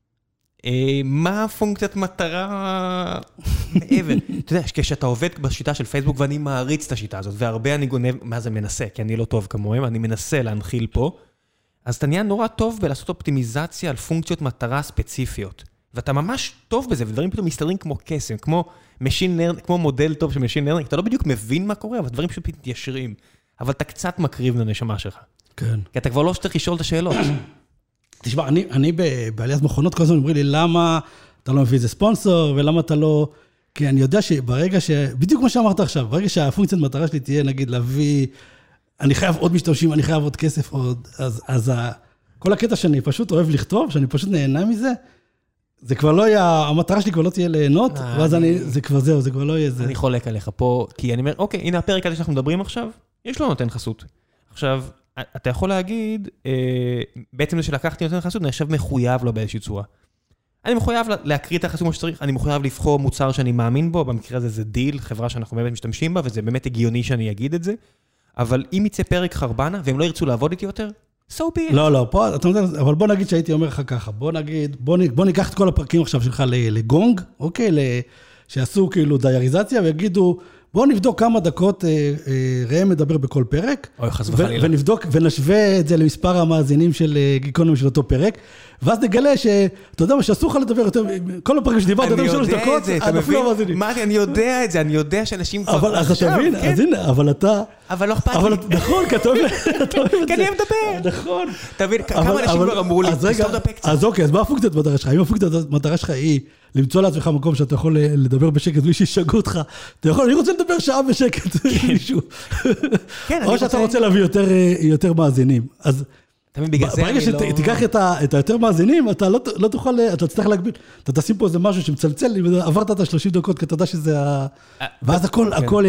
מה הפונקציית מטרה מעבר? אתה יודע, כשאתה עובד בשיטה של פייסבוק, ואני מעריץ את השיטה הזאת, והרבה אני גונב, מה זה מנסה? כי אני לא טוב כמוהם, אני מנסה להנחיל פה. אז אתה נהיה נורא טוב בלעשות אופטימיזציה על פונקציות מטרה ספציפיות. ואתה ממש טוב בזה, ודברים פתאום מסתדרים כמו קסם, כמו מודל טוב של Machine Learning, אתה לא בדיוק מבין מה קורה, אבל דברים פשוט מתיישרים. אבל אתה קצת מקריב לנשמה שלך. כן. כי אתה כבר לא צריך לשאול את השאלות. תשמע, אני בעליית מכונות כל הזמן אומרים לי, למה אתה לא מביא איזה ספונסור, ולמה אתה לא... כי אני יודע שברגע בדיוק כמו שאמרת עכשיו, ברגע שהפונקציית מטרה שלי תהיה, נגיד, להביא... אני חייב עוד משתמשים, אני חייב עוד כסף עוד, אז כל הקטע שאני פשוט אוהב לכתוב, שאני פשוט נהנה מזה, זה כבר לא יהיה, המטרה שלי כבר לא תהיה ליהנות, ואז זה כבר זהו, זה כבר לא יהיה זה. אני חולק עליך פה, כי אני אומר, אוקיי, הנה הפרק הזה שאנחנו מדברים עכשיו, יש לו נותן חסות. עכשיו, אתה יכול להגיד, בעצם זה שלקחתי נותן חסות, אני עכשיו מחויב לו באיזושהי צורה. אני מחויב להקריא את החסות כמו שצריך, אני מחויב לבחור מוצר שאני מאמין בו, במקרה הזה זה דיל, חברה שאנחנו באמת משתמשים בה, וזה באמת הגיוני שאני אגיד את זה. אבל אם יצא פרק חרבנה, והם לא ירצו לעבוד איתי יותר, so be it. לא, פה, אתה יודע, אבל בוא נגיד שהייתי אומר לך ככה, בוא ניקח את כל הפרקים עכשיו שלך לגונג, אוקיי, שיעשו כאילו דייריזציה, ויגידו, בוא נבדוק כמה דקות ראם מדבר בכל פרק, ונבדוק ונשווה את זה למספר המאזינים של גיקונומי של אותו פרק, ואז נגלה שאתה יודע מה, שאסור לך לדבר יותר, כל הפרקים שדיברת, יותר מ3 דקות, אפילו המאזינים. מתי, אני יודע את זה, אני יודע שאנשים... אבל אז אתה מבין, אז הנה, אבל אתה... אבל לא אכפת לי. נכון, כי אתה אוהב את זה. כי אני מדבר. נכון. תבין, כמה אנשים כבר אמרו לי, תסתור דפק קצת. אז אוקיי, אז מה הפונקציית מטרה שלך? אם הפונקציית מטרה שלך היא למצוא לעצמך מקום שאתה יכול לדבר בשקט בלי שישגעו אותך, אתה יכול, אני רוצה לדבר שעה בשקט עם מישהו. או שאתה רוצה להביא יותר מאזינים. אז ברגע שתיקח את היותר מאזינים, אתה לא תוכל, אתה תצטרך להגביל. אתה תשים פה איזה משהו שמצלצל, עברת את ה-30 דקות, כי אתה יודע שזה ואז הכל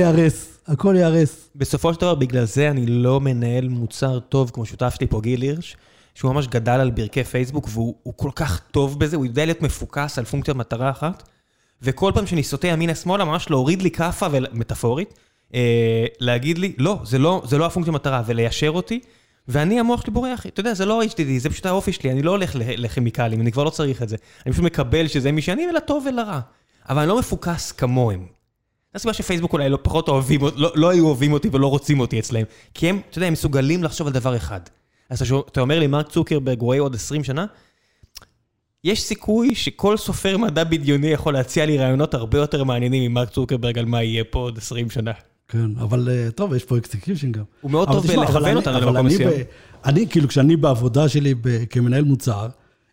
יערס. בסופו של דבר, בגלל זה אני לא מנהל מוצר טוב, כמו שותף שלי פה גיל הירש, שהוא ממש גדל על ברכי פייסבוק, והוא כל כך טוב בזה, הוא יודע להיות מפוקס על פונקציית מטרה אחת, וכל פעם שאני סוטה ימינה שמאלה, ממש להוריד לי כאפה, מטאפורית, להגיד לי, לא, זה לא הפונקציית מטרה, וליישר אותי, ואני המוח שלי בורח, אתה יודע, זה לא HDD, זה פשוט האופי שלי, אני לא הולך לכימיקלים, אני כבר לא צריך את זה. אני פשוט מקבל שזה מי שאני, ולטוב ולרע. אבל אני לא מפוקס כמוהם. זו הסיבה שפייסבוק אולי לא היו אוהבים אותי ולא רוצים אותי אצלהם. כי הם, אתה יודע, הם מסוגלים לחשוב על דבר אחד. אז אתה אומר לי, מרק צוקרברג רואה עוד 20 שנה, יש סיכוי שכל סופר מדע בדיוני יכול להציע לי רעיונות הרבה יותר מעניינים ממרק צוקרברג על מה יהיה פה עוד 20 שנה. כן, אבל טוב, יש פה אקסקיושן גם. הוא מאוד טוב בלכוון אותנו למקום מסוים. אני, כאילו, כשאני בעבודה שלי כמנהל מוצר,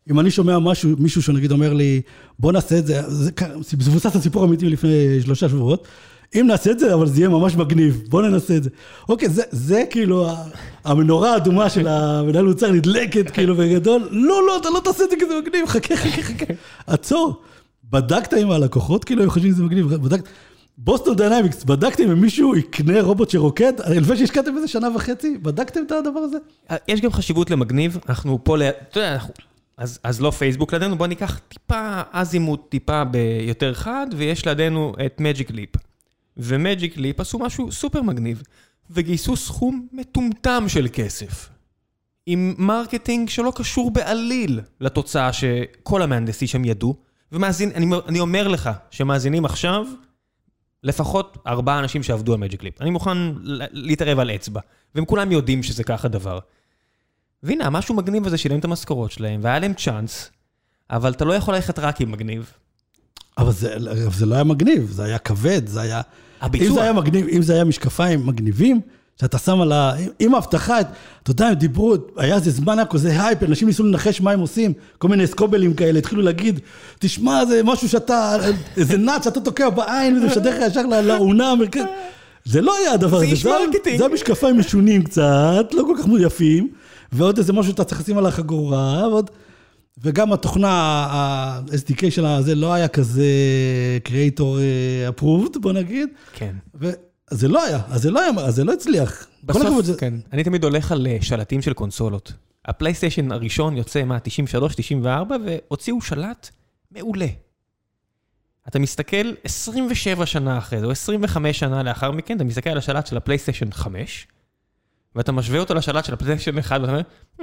אם אני שומע מישהו שנגיד אומר לי, בוא נעשה את זה, זה מבוסס על סיפור אמיתי לפני 3 שבועות, אם נעשה את זה, אבל זה יהיה ממש מגניב, בוא ננסה את זה. אוקיי, זה כאילו המנורה האדומה של המנהל מוצר נדלקת כאילו בגדול, לא, אתה לא תעשה את זה כזה מגניב, חכה. עצור, בדקת עם הלקוחות, כאילו הם חושבים שזה מגניב, בוסטון דיינמיקס, בדקתם אם מישהו יקנה רובוט שרוקד, לפני שהשקעתם בזה 1.5 שנה, בדקתם את הדבר הזה? יש גם חשיבות למגניב, אנחנו פה, אתה יודע, אז לא פייסבוק לידינו, בוא ניקח טיפה אזימוט, טיפה ביותר חד, ויש לידינו את מג'יק ליפ. ומג'יק ליפ עשו משהו סופר מגניב, וגייסו סכום מטומטם של כסף. עם מרקטינג שלא קשור בעליל לתוצאה שכל המהנדסים שם ידעו, אני אומר לך שמאזינים עכשיו, לפחות 4 אנשים שעבדו על מג'יק ליפ. אני מוכן להתערב על אצבע, והם כולם יודעים שזה ככה דבר. והנה, משהו מגניב הזה שילם את המשכורות שלהם, והיה להם צ'אנס, אבל אתה לא יכול ללכת רק עם מגניב. אבל זה לא היה מגניב, זה היה כבד, זה היה... הביצוע. אם זה היה מגניב, אם זה היה משקפיים מגניבים, שאתה שם על עם ההבטחה, אתה יודע, הם דיברו, היה איזה זמן, היה כזה הייפ, אנשים ניסו לנחש מה הם עושים, כל מיני סקובלים כאלה, התחילו להגיד, תשמע, זה משהו שאתה, איזה נאט שאתה תוקע בעין, וזה משדך ישר לעונה המרכזית. זה לא היה הדבר הזה, זה המשקפיים משונים קצת, לא כל כך יפים, ועוד איזה משהו שאתה צריך לשים על החגורה, וגם התוכנה, ה-SDK שלה, זה לא היה כזה Creator Approved, בוא נגיד. כן. זה לא היה, זה לא הצליח. בסוף, כן. אני תמיד הולך על שלטים של קונסולות. הפלייסטיישן הראשון יוצא 93, 94, והוציאו שלט מעולה. אתה מסתכל 27 שנה אחרי זה, או 25 שנה לאחר מכן, אתה מסתכל על השלט של הפלייסטיישן 5, ואתה משווה אותו לשלט של הפלייסטיישן 1, ואתה אומר,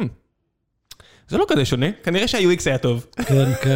זה לא כזה שונה, כנראה שה-UX היה טוב. כן.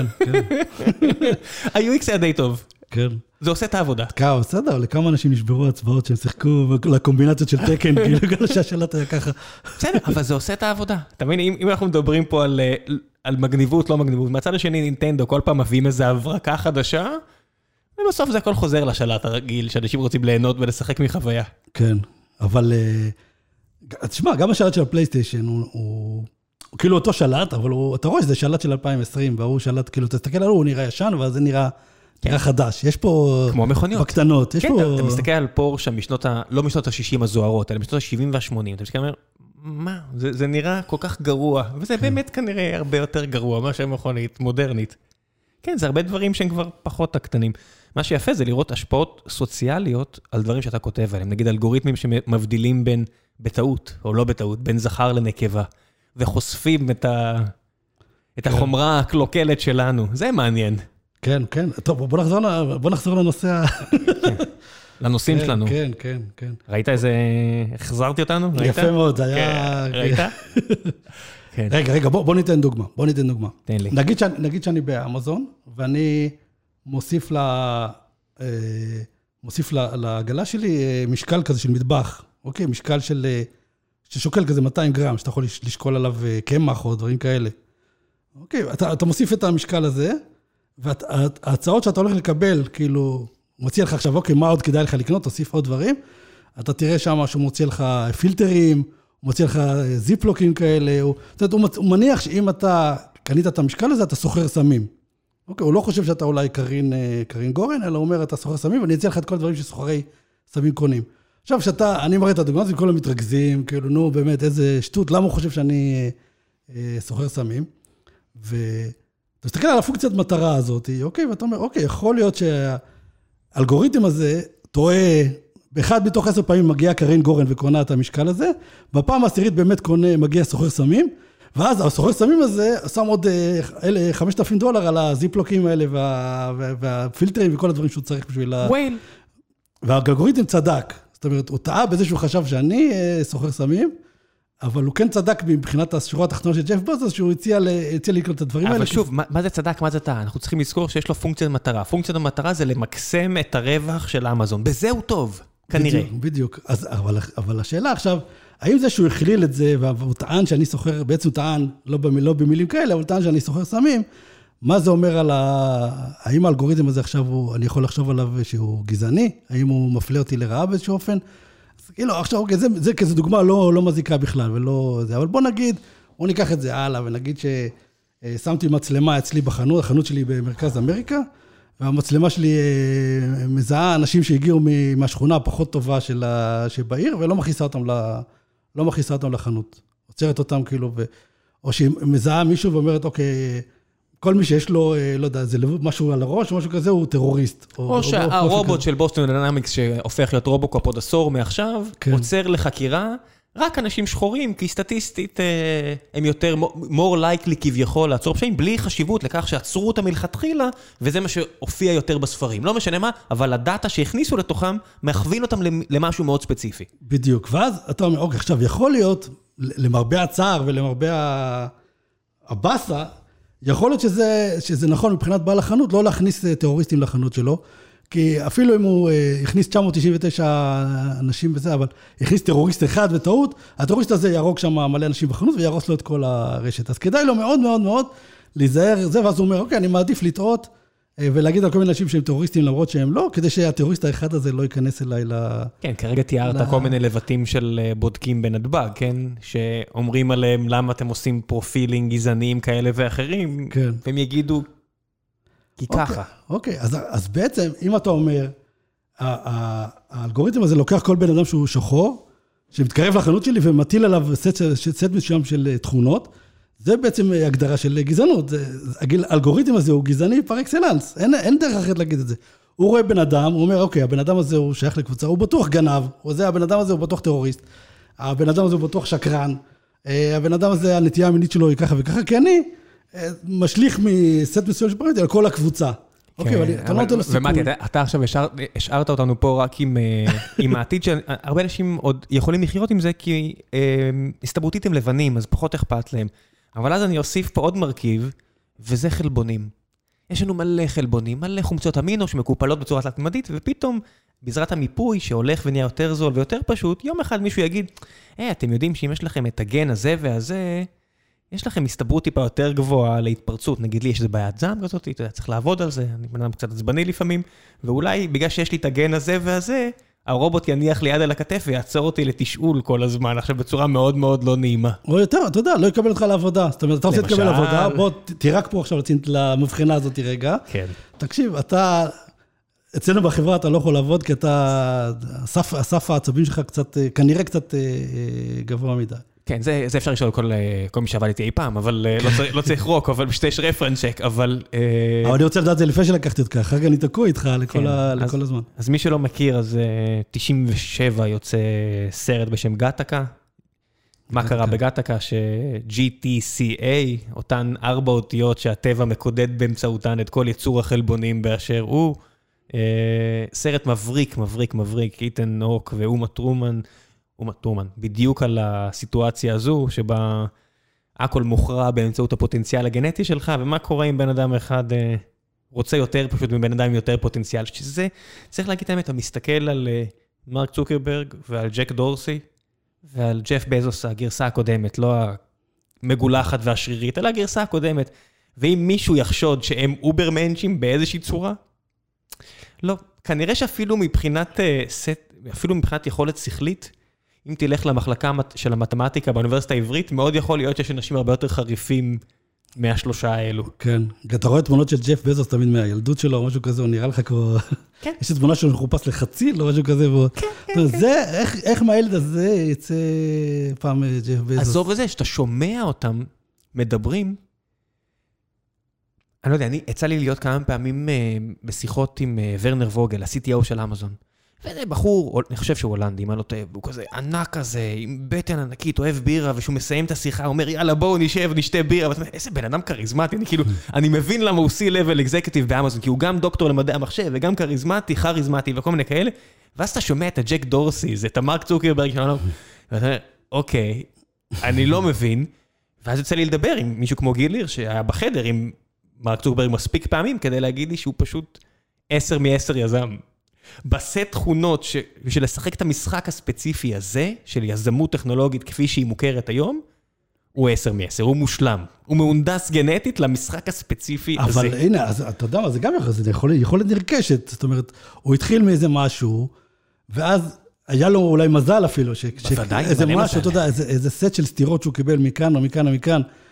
ה-UX היה די טוב. כן. זה עושה את העבודה. בסדר, לכמה אנשים נשברו הצבעות שהם שיחקו לקומבינציות של טקן, כאילו כל שהשאלת היה ככה. בסדר, אבל זה עושה את העבודה. אתה מבין, אם אנחנו מדברים פה על מגניבות, לא מגניבות, מהצד השני נינטנדו, כל פעם מביאים איזו הברקה חדשה, ובסוף זה הכל חוזר לשלט הרגיל, שאנשים רוצים ליהנות ולשחק מחוויה. כן, אבל, תשמע, גם השלט של הפלייסטיישן הוא כאילו אותו שלט, אבל אתה רואה שזה שלט של 2020, והוא שלט, כאילו, תסתכל עליו, הוא נראה ישן, ואז זה נראה חדש. יש פה... כמו מכוניות. בקטנות. כן, אתה מסתכל על פורשה לא משנות ה-60 הזוהרות, אלא משנות ה-70 וה-80. אתה מסתכל ואומר, מה? זה נראה כל כך גרוע, וזה באמת כנראה הרבה יותר גרוע, מה שהם מכונית מודרנית. כן, זה הרבה דברים שהם כבר פחות הקטנים. מה שיפה זה לראות השפעות סוציאליות על דברים שאתה כותב עליהם. נגיד אלגוריתמים שמבדילים בין בטעות, או לא בטעות, בין זכר לנקבה, וחושפים את החומרה הקלוקלת שלנו. זה מעניין. כן. טוב, בוא נחזור לנושא לנושאים שלנו. כן. ראית איזה... החזרתי אותנו? יפה מאוד, זה היה... ראית? רגע, בוא ניתן דוגמה. תן לי. נגיד שאני באמזון, ואני מוסיף לעגלה שלי משקל כזה של מטבח. אוקיי, משקל ששוקל כזה 200 גרם, שאתה יכול לשקול עליו קמח או דברים כאלה. אוקיי, אתה מוסיף את המשקל הזה, וההצעות שאתה הולך לקבל, כאילו, מוציא לך עכשיו, אוקיי, מה עוד כדאי לך לקנות, תוסיף עוד דברים, אתה תראה שם שהוא מוציא לך פילטרים, הוא מוציא לך זיפלוקים כאלה, הוא מניח שאם אתה קנית את המשקל הזה, אתה סוחר סמים. אוקיי, הוא לא חושב שאתה אולי קרין גורן, אלא הוא אומר, אתה סוחר סמים, ואני אציע לך את כל הדברים שסוחרי סמים קונים. עכשיו, אני מראה את הדוגמה הזאת, כל המתרכזים, כאילו, נו, באמת, איזה שטות, למה הוא חושב שאני סוחר סמים? אתה מסתכל על הפונקציית מטרה הזאת, אוקיי, ואתה אומר, אוקיי, יכול להיות שהאלגוריתם הזה טועה, באחד מתוך 10 פעמים מגיע קרין גורן וקונה את המשקל הזה, בפעם העשירית באמת מגיע סוחר סמים, ואז הסוחר סמים הזה שם עוד $5,000 על הזיפלוקים האלה, והפילטרים וכל הדברים שהוא צריך בשביל... ווייל. והאלגוריתם צדק, זאת אומרת, הוא טעה בזה שהוא חשב שאני סוחר סמים, אבל הוא כן צדק מבחינת השורה התחתונה של ג'ף בוזוס, שהוא הציע לקנות את הדברים האלה. אבל שוב, מה זה צדק, מה זה טעה? אנחנו צריכים לזכור שיש לו פונקציית מטרה. פונקציית המטרה זה למקסם את הרווח של אמזון. בזה הוא טוב, כנראה. בדיוק. אבל השאלה עכשיו, האם זה שהוא הכליל את זה, והוא טען שאני סוחר, בעצם טען, לא במילים כאלה, אבל טען שאני סוחר סמים, מה זה אומר על האם האלגוריתם הזה עכשיו, אני יכול לחשוב עליו שהוא גזעני? האם הוא מפלה אותי לרעה באיזשהו אופן? כאילו, עכשיו, זה כזה דוגמה לא מזיקה בכלל, ולא זה. אבל בוא נגיד, בוא ניקח את זה הלאה, ונגיד שמתי מצלמה אצלי בחנות, החנות שלי במרכז אמריקה, והמצלמה שלי מזהה אנשים שהגיעו מהשכונה הפחות טובה שבעיר, ולא מכניסה אותם לחנות. עוצרת אותם כאילו, או שהיא מזהה מישהו ואומרת, אוקיי, כל מי שיש לו, לא יודע, זה משהו על הראש, או משהו כזה, הוא טרוריסט. או שהרובוט של בוסטון דינמיקס, שהופך להיות רובוקופ עוד עשור מעכשיו, עוצר לחקירה, רק אנשים שחורים, כי סטטיסטית הם יותר, more likely כביכול לעצור פשעים, בלי חשיבות לכך שעצרו אותם מלכתחילה, וזה מה שהופיע יותר בספרים. לא משנה מה, אבל הדאטה שהכניסו לתוכם, מכווין אותם למשהו מאוד ספציפי. בדיוק, ואז אתה אומר, אוקיי, עכשיו יכול להיות, למרבה הצער ולמרבה הבאסה, יכול להיות שזה נכון מבחינת בעל החנות, לא להכניס טרוריסטים לחנות שלו, כי אפילו אם הוא הכניס 999 אנשים וזה, אבל הכניס טרוריסט אחד בטעות, הטרוריסט הזה ירוג שם מלא אנשים בחנות, וירוס לו את כל הרשת. אז כדאי לו מאוד מאוד מאוד להיזהר זה, ואז הוא אומר, אוקיי, אני מעדיף לטעות, ולהגיד על כל מיני אנשים שהם טרוריסטים, למרות שהם לא, כדי שהטרוריסט האחד הזה לא ייכנס אליי כן, כרגע תיארת כל מיני לבטים של בודקים בנתב"ג, כן? שאומרים עליהם למה אתם עושים פרופילינג גזעניים כאלה ואחרים, והם יגידו, כי ככה. אוקיי, אז בעצם, אם אתה אומר, האלגוריתם הזה לוקח כל בן אדם שהוא שחור, שמתקרב לחנות שלי ומטיל עליו סט מסוים של תכונות, זה בעצם הגדרה של גזענות. האלגוריתם הזה הוא גזעני פר אקסלנס, אין דרך אחרת להגיד את זה. הוא רואה בן אדם, הוא אומר, אוקיי, הבן אדם הזה הוא שייך לקבוצה, הוא בטוח גנב, הבן אדם הזה הוא בטוח טרוריסט, הבן אדם הזה הוא בטוח שקרן, הבן אדם הזה, הנטייה המינית שלו היא ככה וככה, כי אני משליך מסט מסוים של פרמטרים על כל הקבוצה. אוקיי, אבל אתה לא נותן לו סיכון. ומתי, אתה עכשיו השארת אותנו פה רק עם העתיד שהרבה אנשים עוד יכולים לחיות עם זה, כי הסתברותית הם לבנים, אז פחות אכפת להם. אבל אז אני אוסיף פה עוד מרכיב, וזה חלבונים. יש לנו מלא חלבונים, מלא חומצות אמינו שמקופלות בצורה תלת-ממדית, ופתאום בעזרת המיפוי שהולך ונהיה יותר זול ויותר פשוט, יום אחד מישהו יגיד, אתם יודעים שאם יש לכם את הגן הזה והזה, יש לכם הסתברות טיפה יותר גבוהה להתפרצות, נגיד לי יש איזה בעיית זעם כזאת, אתה צריך לעבוד על זה, אני בנאדם קצת עצבני לפעמים, ואולי בגלל שיש לי את הגן הזה והזה, הרובוט יניח לי יד על הכתף ויעצור אותי לתשאול כל הזמן, עכשיו בצורה מאוד מאוד לא נעימה. או יותר, אתה יודע, לא יקבל אותך לעבודה, זאת אומרת, אתה רוצה לקבל עבודה, בוא תירק פה עכשיו למבחינה הזאת רגע. כן. תקשיב, אתה, אצלנו בחברה אתה לא יכול לעבוד, כי אתה, הסף העצבים שלך קצת, כנראה קצת גבוה מדי. כן, זה אפשר לשאול כל מי שעבד איתי אי פעם, אבל לא צריך רוק, אבל יש רפרנס צ'ק, אבל... אבל אני רוצה לדעת זה לפני שלקחתי אותך, אחר כך אני תקוע איתך לכל הזמן. אז מי שלא מכיר, אז 97 יוצא סרט בשם גטקה. מה קרה בגטקה? ש-GTCA, אותן 4 אותיות שהטבע מקודד באמצעותן את כל יצור החלבונים באשר הוא, סרט מבריק, איתן הוק ואומה טרומן, בדיוק על הסיטואציה הזו, שבה הכל מוכרע באמצעות הפוטנציאל הגנטי שלך, ומה קורה אם בן אדם אחד רוצה יותר פשוט מבן אדם עם יותר פוטנציאל, שזה, צריך להגיד האמת, אתה מסתכל על מרק צוקרברג ועל ג'ק דורסי, ועל ג'ף בזוס, הגרסה הקודמת, לא המגולחת והשרירית, אלא הגרסה הקודמת, ואם מישהו יחשוד שהם אוברמנצ'ים באיזושהי צורה, לא, כנראה שאפילו מבחינת יכולת שכלית, אם תלך למחלקה של המתמטיקה באוניברסיטה העברית, מאוד יכול להיות שיש אנשים הרבה יותר חריפים מהשלושה האלו. כן, אתה רואה תמונות של ג'ף בזוס תמיד מהילדות שלו, או משהו כזה, הוא נראה לך כמו... כן. יש תמונה שלו מחופש לחציל, או משהו כזה, כן. זה, איך מהילד הזה יצא פעם ג'ף בזוס? עזוב את זה, שאתה שומע אותם מדברים, אני לא יודע, יצא לי להיות כמה פעמים בשיחות עם ורנר ווגל, ה-CTO של אמזון. וזה בחור, אני חושב שהוא הולנדי, מה לא טועה, הוא כזה ענק כזה, עם בטן ענקית, אוהב בירה, ושהוא מסיים את השיחה, הוא אומר, יאללה, בואו נשב, נשתה בירה, ואתה אומר, איזה בן אדם כריזמטי, אני מבין למה הוא C-Level Executive באמזון, כי הוא גם דוקטור למדעי המחשב, וגם כריזמטי, וכל מיני כאלה, ואז אתה שומע את הג'ק דורסי, זה את המרק צוקרברג שלנו, ואתה אומר, אוקיי, אני לא מבין, ואז יוצא לי לדבר עם מישהו כמו גיל ליר, שהיה בחדר עם מרק צוקרברג מספיק פעמים, כדי להגיד לי שהוא פשוט 10 מ-10 יזם. בסט תכונות של לשחק את המשחק הספציפי הזה, של יזמות טכנולוגית כפי שהיא מוכרת היום, הוא 10 מ-10, הוא מושלם. הוא מהונדס גנטית למשחק הספציפי הזה. אבל הנה, אז אתה יודע מה, זה גם יכולת נרכשת. זאת אומרת, הוא התחיל מאיזה משהו, ואז היה לו אולי מזל אפילו, בוודאי, איזה משהו, אתה יודע, איזה סט של סתירות שהוא קיבל מכאן או מכאן או מכאן,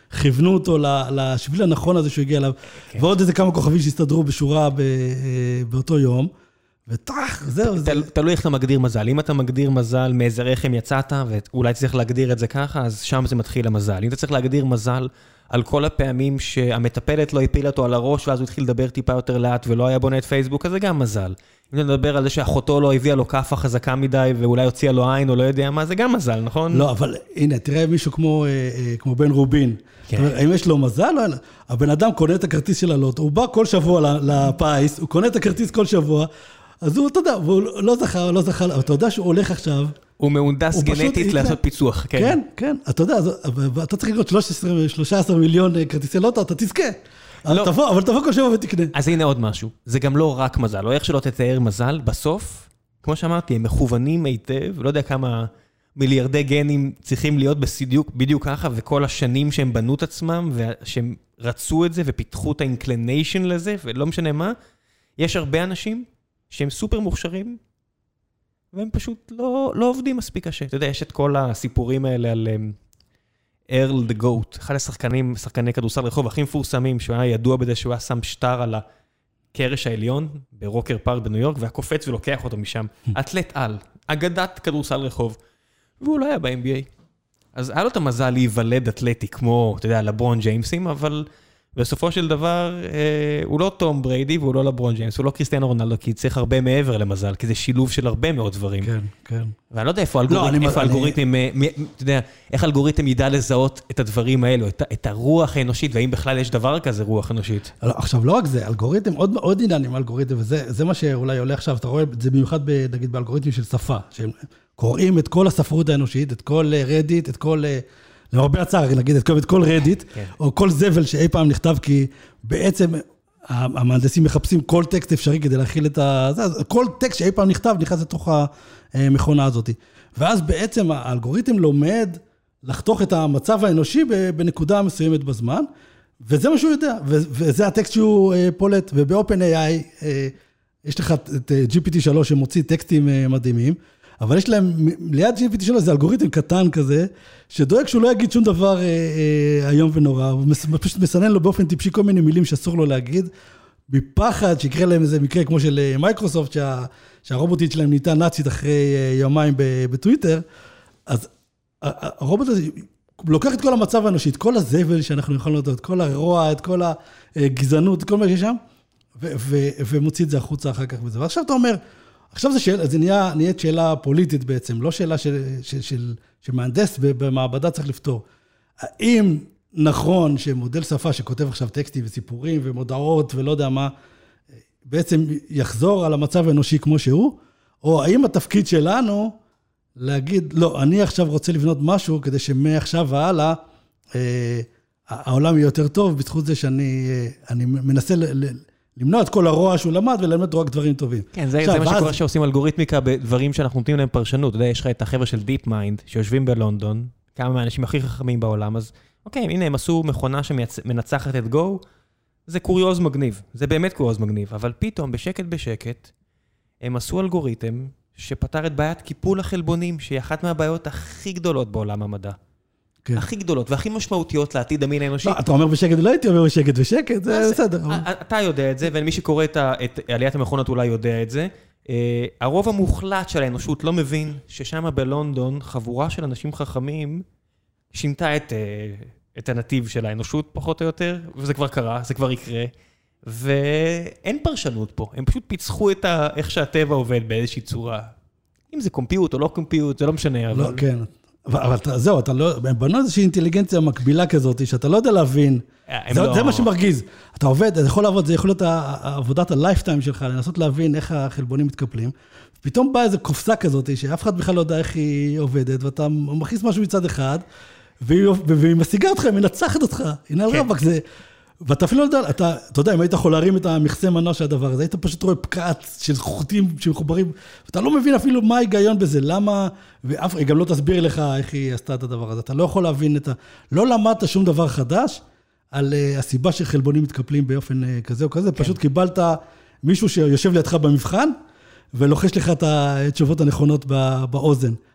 כיוונו אותו לשביל הנכון הזה שהוא הגיע אליו, ועוד איזה כמה כוכבים שהסתדרו בשורה באותו יום, וטח, זהו. תלוי איך אתה מגדיר מזל. אם אתה מגדיר מזל מאיזה רחם יצאת, ואולי צריך להגדיר את זה ככה, אז שם זה מתחיל המזל. אם אתה צריך להגדיר מזל על כל הפעמים שהמטפלת לא הפילה אותו על הראש, ואז הוא התחיל לדבר טיפה יותר לאט, ולא היה בונה את פייסבוק, אז זה גם מזל. אם אתה מדבר על זה שאחותו לא הביאה לו כפה חזקה מדי, ואולי הוציאה לו עין, או לא יודע מה, זה גם מזל, נכון? לא, אבל הנה, תראה מישהו כמו בן רובין. אם יש לו מזל, הבן אדם קונה את הכרטיס של הלוטו, הוא בא כל שבוע לפייס, הוא קונה את הכרטיס כל שבוע, אז הוא, אתה יודע, הוא לא זכר, אבל אתה יודע שהוא הולך עכשיו. הוא מהונדס גנטית לעשות פיצוח, כן. כן, כן, אתה יודע, אתה צריך לקנות 13 מיליון כרטיסי לוטו, אתה תזכה. אבל תבוא כל שבוע ותקנה. אז הנה עוד משהו, זה גם לא רק מזל, לא איך שלא תתאר מזל, בסוף, כמו שאמרתי, הם מכוונים היטב, לא יודע כמה מיליארדי גנים צריכים להיות בדיוק ככה, וכל השנים שהם בנו את עצמם, ושהם רצו את זה, ופיתחו את האינקלניישן לזה, ולא משנה מה, יש הרבה אנשים שהם סופר מוכשרים, והם פשוט לא עובדים מספיק קשה. אתה יודע, יש את כל הסיפורים האלה על ארל דה גוט, אחד שחקני כדורסל רחוב הכי מפורסמים, שהוא היה ידוע בזה שהוא היה שם שטר על הקרש העליון, ברוקר פארק בניו יורק, והקופץ ולוקח אותו משם. אתלט על, אגדת כדורסל רחוב, והוא לא היה ב-NBA. אז היה לו את המזל להיוולד אתלטי, כמו, אתה יודע, לברון ג'יימסים, אבל בסופו של דבר, הוא לא תום בריידי, והוא לא לברון ג'יימס, הוא לא קריסטיאנו רונלדו, כי צריך הרבה מעבר למזל, כי זה שילוב של הרבה מאוד דברים. כן, כן. ואני לא יודע איפה האלגוריתם, אתה יודע, איך האלגוריתם ידע לזהות את הדברים האלו, את הרוח האנושית, והאם בכלל יש דבר כזה רוח אנושית. עכשיו, לא רק זה, אלגוריתם, עוד עניין עם אלגוריתם, וזה מה שאולי עולה עכשיו, אתה רואה, זה במיוחד, נגיד, באלגוריתמים של שפה, שהם קוראים את כל הספרות האנושית, את כל רדיט, את כל למרבה הצער, נגיד, את כל רדיט, או כל זבל שאי פעם נכתב, כי בעצם המהנדסים מחפשים כל טקסט אפשרי כדי להכיל את כל טקסט שאי פעם נכתב, נכנס לתוך המכונה הזאת. ואז בעצם האלגוריתם לומד לחתוך את המצב האנושי בנקודה מסוימת בזמן, וזה מה שהוא יודע, וזה הטקסט שהוא פולט, וב-OpenAI יש לך את GPT-3 שמוציא טקסטים מדהימים, אבל יש להם, ליד GPT-3 זה אלגוריתם קטן כזה, שדואג שהוא לא יגיד שום דבר היום ונורא, הוא פשוט מסנן לו באופן טיפשי כל מיני מילים שאסור לו להגיד, בפחד שיקרה להם איזה מקרה כמו של מייקרוסופט, שהרובוטית שלהם נהייתה נאצית אחרי יומיים בטוויטר, אז הרובוט הזה לוקח את כל המצב האנושי, את כל הזבל שאנחנו יכולים לדעת, את כל הרוע, את כל הגזענות, את כל מה שיש שם, ומוציא את זה החוצה אחר כך בזה. ועכשיו אתה אומר, עכשיו זה נהיית שאלה פוליטית בעצם, לא שאלה שמהנדס במעבדה צריך לפתור. האם נכון שמודל שפה שכותב עכשיו טקסטים וסיפורים ומודעות ולא יודע מה, בעצם יחזור על המצב האנושי כמו שהוא, או האם התפקיד שלנו להגיד, לא, אני עכשיו רוצה לבנות משהו כדי שמעכשיו והלאה, העולם יהיה יותר טוב, בזכות זה שאני מנסה למנוע את כל הרוע שהוא למד, ולמד רק דברים טובים. כן, זה מה שקורה שעושים אלגוריתמיקה בדברים שאנחנו נותנים להם פרשנות. אתה יודע, יש לך את החבר'ה של דיפ מיינד, שיושבים בלונדון, כמה מהאנשים הכי חכמים בעולם, אז אוקיי, הנה, הם עשו מכונה שמנצחת את גו, זה קוריוז מגניב, זה באמת קוריוז מגניב, אבל פתאום, בשקט, הם עשו אלגוריתם שפתר את בעיית קיפול החלבונים, שהיא אחת מהבעיות הכי גדולות בעולם המדע. הכי גדולות והכי משמעותיות לעתיד המין האנושי. אתה אומר בשקט, לא הייתי אומר בשקט, זה בסדר. אתה יודע את זה, ומי שקורא את עליית המכונות אולי יודע את זה. הרוב המוחלט של האנושות לא מבין ששם בלונדון חבורה של אנשים חכמים שינתה את הנתיב של האנושות פחות או יותר, וזה כבר קרה, זה כבר יקרה, ואין פרשנות פה. הם פשוט פיצחו איך שהטבע עובד באיזושהי צורה. אם זה קומפיוט או לא קומפיוט, זה לא משנה. לא, כן. אבל זהו, אתה לא, בנו איזושהי אינטליגנציה מקבילה כזאת, שאתה לא יודע להבין, זה מה שמרגיז. אתה עובד, אתה יכול לעבוד, זה יכול להיות עבודת הלייפטיים שלך, לנסות להבין איך החלבונים מתקפלים, פתאום באה איזו קופסה כזאת, שאף אחד בכלל לא יודע איך היא עובדת, ואתה מכניס משהו מצד אחד, והיא משיגה אותך, היא מנצחת אותך, הנה על רבק, זה... ואתה אפילו לא יודע, אתה יודע, אם היית יכול להרים את המכסה מנוע של הדבר הזה, היית פשוט רואה פקעת של חוטים שמחוברים, ואתה לא מבין אפילו מה ההיגיון בזה, למה, היא גם לא תסביר לך איך היא עשתה את הדבר הזה, אתה לא יכול להבין לא למדת שום דבר חדש, על הסיבה שחלבונים מתקפלים באופן כזה או כזה, פשוט קיבלת מישהו שיושב לידך במבחן, ולוחש לך את התשובות הנכונות באוזן.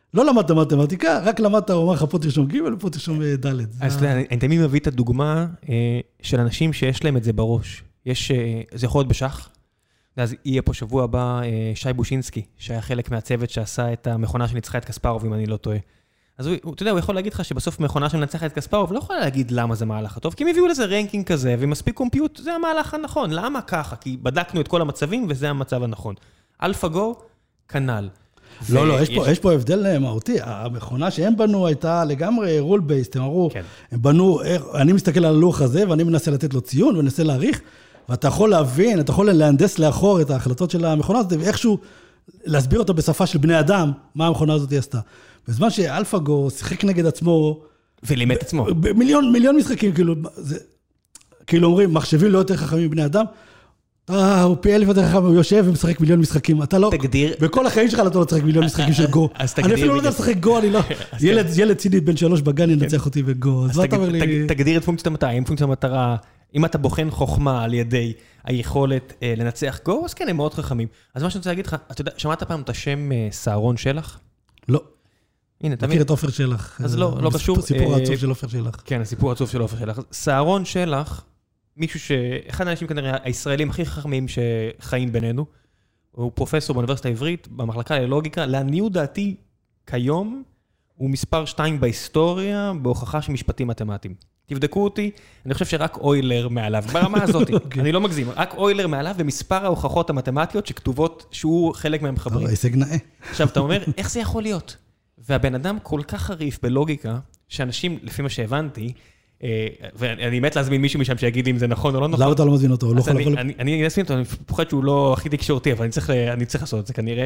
לא למדת מתמטיקה, רק למדת, הוא אמר לך, פה תרשום ג' ופה תרשום ד'. אז אני תמיד מביא את הדוגמה של אנשים שיש להם את זה בראש. זה יכול להיות בשח. אז יהיה פה שבוע הבא שי בושינסקי, שהיה חלק מהצוות שעשה את המכונה שניצחה את קספרוב, אם אני לא טועה. אז אתה יודע, הוא יכול להגיד לך שבסוף מכונה שמנצחה את קספרוב, לא יכול להגיד למה זה מהלך הטוב, כי הם הביאו לזה רנקינג כזה, ומספיק קומפיוט, זה המהלך הנכון. למה ככה? כי בדקנו את כל המצבים, וזה המצב הנכון. אלפא-גו, כנ"ל. לא, יש פה הבדל מהותי. המכונה שהם בנו הייתה לגמרי רול בייסט, הם אמרו, הם בנו, אני מסתכל על הלוח הזה, ואני מנסה לתת לו ציון, ומנסה להעריך, ואתה יכול להבין, אתה יכול להנדס לאחור את ההחלטות של המכונה הזאת, ואיכשהו להסביר אותו בשפה של בני אדם, מה המכונה הזאת עשתה. בזמן שאלפא-גו שיחק נגד עצמו, ולימד עצמו. מיליון משחקים, כאילו אומרים, מחשבים לא יותר חכמים מבני אדם, הוא פי 1000 יותר חכם, הוא יושב ומשחק מיליון משחקים, אתה לא, בכל החיים שלך אתה לא תשחק מיליון משחקים של גו, אני אפילו לא יודע לשחק גו, אני לא, ילד ציני בן 3 בגן ינצח אותי בגו, אז מה אתה אומר לי? תגדיר את פונקציית המטרה, אם פונקציית המטרה, אם אתה בוחן חוכמה על ידי היכולת לנצח גו, אז כן, הם מאוד חכמים. אז מה שאני רוצה להגיד לך, אתה יודע, שמעת פעם את השם סהרון שלח? לא. הנה, תמיד. מכיר את עופר שלח. אז לא קשור. הסיפור העצוב של עופר שלח. כן, הסיפור העצוב של עופר שלח. סהרון שלח, מישהו אחד האנשים כנראה הישראלים הכי חכמים שחיים בינינו, הוא פרופסור באוניברסיטה העברית, במחלקה ללוגיקה, לעניות דעתי כיום, הוא מספר 2 בהיסטוריה, בהוכחה של משפטים מתמטיים. תבדקו אותי, אני חושב שרק אוילר מעליו, ברמה הזאת, אני לא מגזים, רק אוילר מעליו, ומספר ההוכחות המתמטיות שכתובות שהוא חלק מהם מחברים. הישג נאה. עכשיו, אתה אומר, איך זה יכול להיות? והבן אדם כל כך חריף בלוגיקה, שאנשים, לפי מה שהבנתי, ואני מת להזמין מישהו משם שיגיד לי אם זה נכון או לא נכון. למה אתה לא מזמין אותו? אני אזמין אותו, אני פוחד שהוא לא הכי תקשורתי, אבל אני צריך לעשות את זה כנראה,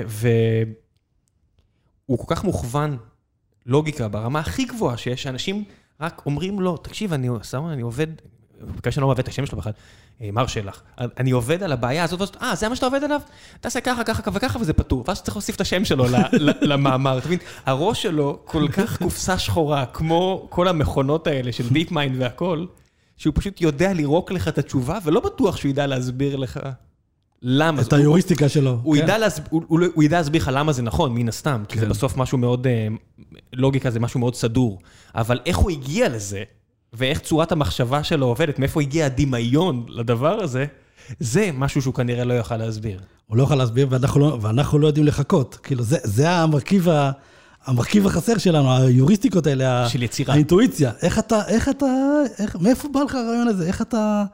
והוא כל כך מוכוון לוגיקה ברמה הכי גבוהה שיש, שאנשים רק אומרים לו, תקשיב, אני עובד, בגלל שאני לא עובד את השם שלו בכלל, מר שלח, אני עובד על הבעיה הזאת, זה מה שאתה עובד עליו? תעשה ככה, ככה וככה, וזה פתור, ואז צריך להוסיף את השם שלו למאמר, אתה מבין? הראש שלו כל כך קופסה שחורה, כמו כל המכונות האלה של דיפ מיינד והכל, שהוא פשוט יודע לירוק לך את התשובה, ולא בטוח שהוא ידע להסביר לך למה. את היוריסטיקה שלו. הוא ידע להסביר לך למה זה נכון, מן הסתם, כי זה בסוף משהו מאוד, לוגיקה זה משהו מאוד סדור, אבל איך הוא הגיע לזה, ואיך צורת המחשבה שלו עובדת, מאיפה הגיע הדמיון לדבר הזה, זה משהו שהוא כנראה לא יוכל להסביר. הוא לא יוכל להסביר, ואנחנו לא יודעים לחכות. כאילו, זה המרכיב החסר שלנו, היוריסטיקות האלה, של יצירה. האינטואיציה. מאיפה בא לך הרעיון הזה? איך אתה...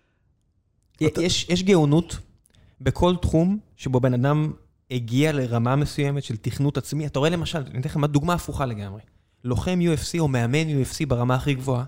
יש גאונות בכל תחום שבו בן אדם הגיע לרמה מסוימת של תכנות עצמי. אתה רואה למשל, אני אתן לכם דוגמה הפוכה לגמרי. לוחם UFC או מאמן UFC ברמה הכי גבוהה,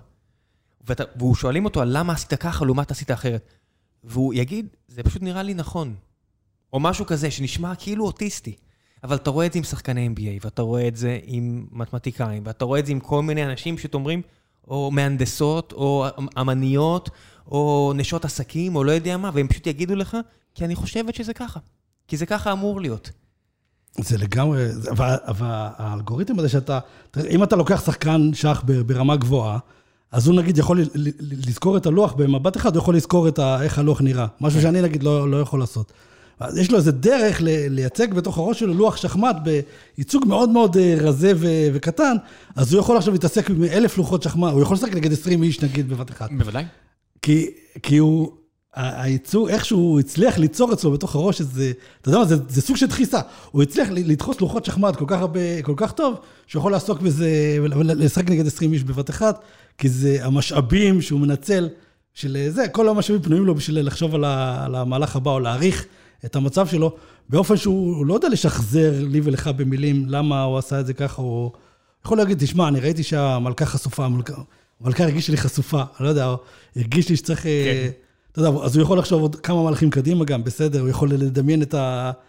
והוא שואלים אותו על למה עשית ככה, לעומת עשית אחרת. והוא יגיד, זה פשוט נראה לי נכון. או משהו כזה שנשמע כאילו אוטיסטי. אבל אתה רואה את זה עם שחקני NBA, ואתה רואה את זה עם מתמטיקאים, ואתה רואה את זה עם כל מיני אנשים שתאמרים, או מהנדסות, או אמניות, או נשות עסקים, או לא יודע מה, והם פשוט יגידו לך, כי אני חושבת שזה ככה. כי זה ככה אמור להיות. זה לגמרי, אבל האלגוריתם הזה שאתה, אם אתה לוקח שחקן שח ברמה גבוהה, אז הוא נגיד יכול לזכור את הלוח במבט אחד, הוא יכול לזכור איך הלוח נראה. משהו שאני נגיד לא יכול לעשות. אז יש לו איזה דרך לייצג בתוך הראש שלו לוח שחמט בייצוג מאוד מאוד רזה וקטן, אז הוא יכול עכשיו להתעסק עם 1,000 לוחות שחמט, הוא יכול לשחק נגד 20 איש נגיד בבת אחד. בוודאי. כי הוא, הייצוג, איכשהו הצליח ליצור אצלו בתוך הראש, אתה יודע מה, זה סוג של דחיסה. הוא הצליח לדחוס לוחות שחמט כל כך טוב, שהוא יכול לעסוק בזה, לשחק נגד 20 איש בבת אחד, כי זה המשאבים שהוא מנצל של זה, כל המשאבים פנויים לו בשביל לחשוב על המהלך הבא, או להעריך את המצב שלו, באופן שהוא לא יודע לשחזר לי ולך במילים, למה הוא עשה את זה ככה, או יכול להגיד, תשמע, אני ראיתי שהמלכה חשופה, המלכה הרגיש לי חשופה, אני לא יודע, הרגיש לי שצריך, אתה יודע, אז הוא יכול לחשוב עוד כמה מהלכים קדימה גם, בסדר, הוא יכול לדמיין את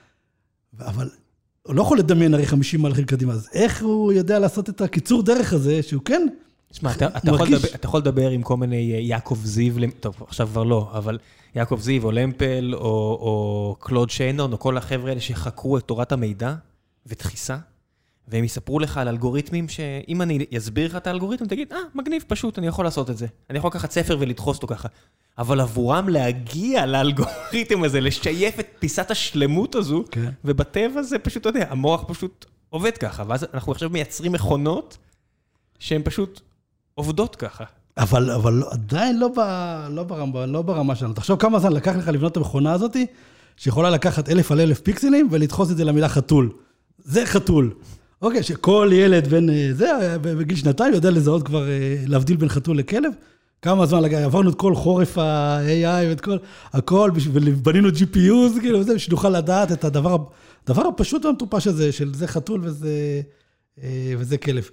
אבל הוא לא יכול לדמיין הרי 50 מהלכים קדימה, אז איך הוא יודע לעשות את הקיצור דרך הזה, שהוא כן תשמע, אתה יכול לדבר עם כל מיני יעקב זיו, טוב, עכשיו כבר לא, אבל יעקב זיו או למפל או קלוד שיינון או כל החבר'ה האלה שחקרו את תורת המידע ודחיסה, והם יספרו לך על אלגוריתמים שאם אני אסביר לך את האלגוריתם, תגיד, מגניב, פשוט, אני יכול לעשות את זה. אני יכול לקחת ספר ולדחוס אותו ככה. אבל עבורם להגיע לאלגוריתם הזה, לשייף את פיסת השלמות הזו, ובטבע זה פשוט, אתה יודע, המוח פשוט עובד ככה, ואז אנחנו עכשיו מייצרים מכונות שהן פשוט עובדות ככה. אבל עדיין לא ברמה שלנו. תחשוב כמה זמן לקח לך לבנות את המכונה הזאת, שיכולה לקחת 1000 על 1000 פיקסלים, ולדחוס את זה למילה חתול. זה חתול. אוקיי, שכל ילד בין זה, בגיל 2 יודע לזהות כבר, להבדיל בין חתול לכלב. כמה זמן עברנו את כל חורף ה-AI ואת כל, הכל, ובנינו GPUs, כאילו, זה, שנוכל לדעת את הדבר הפשוט והמטופש הזה, של זה חתול וזה כלב.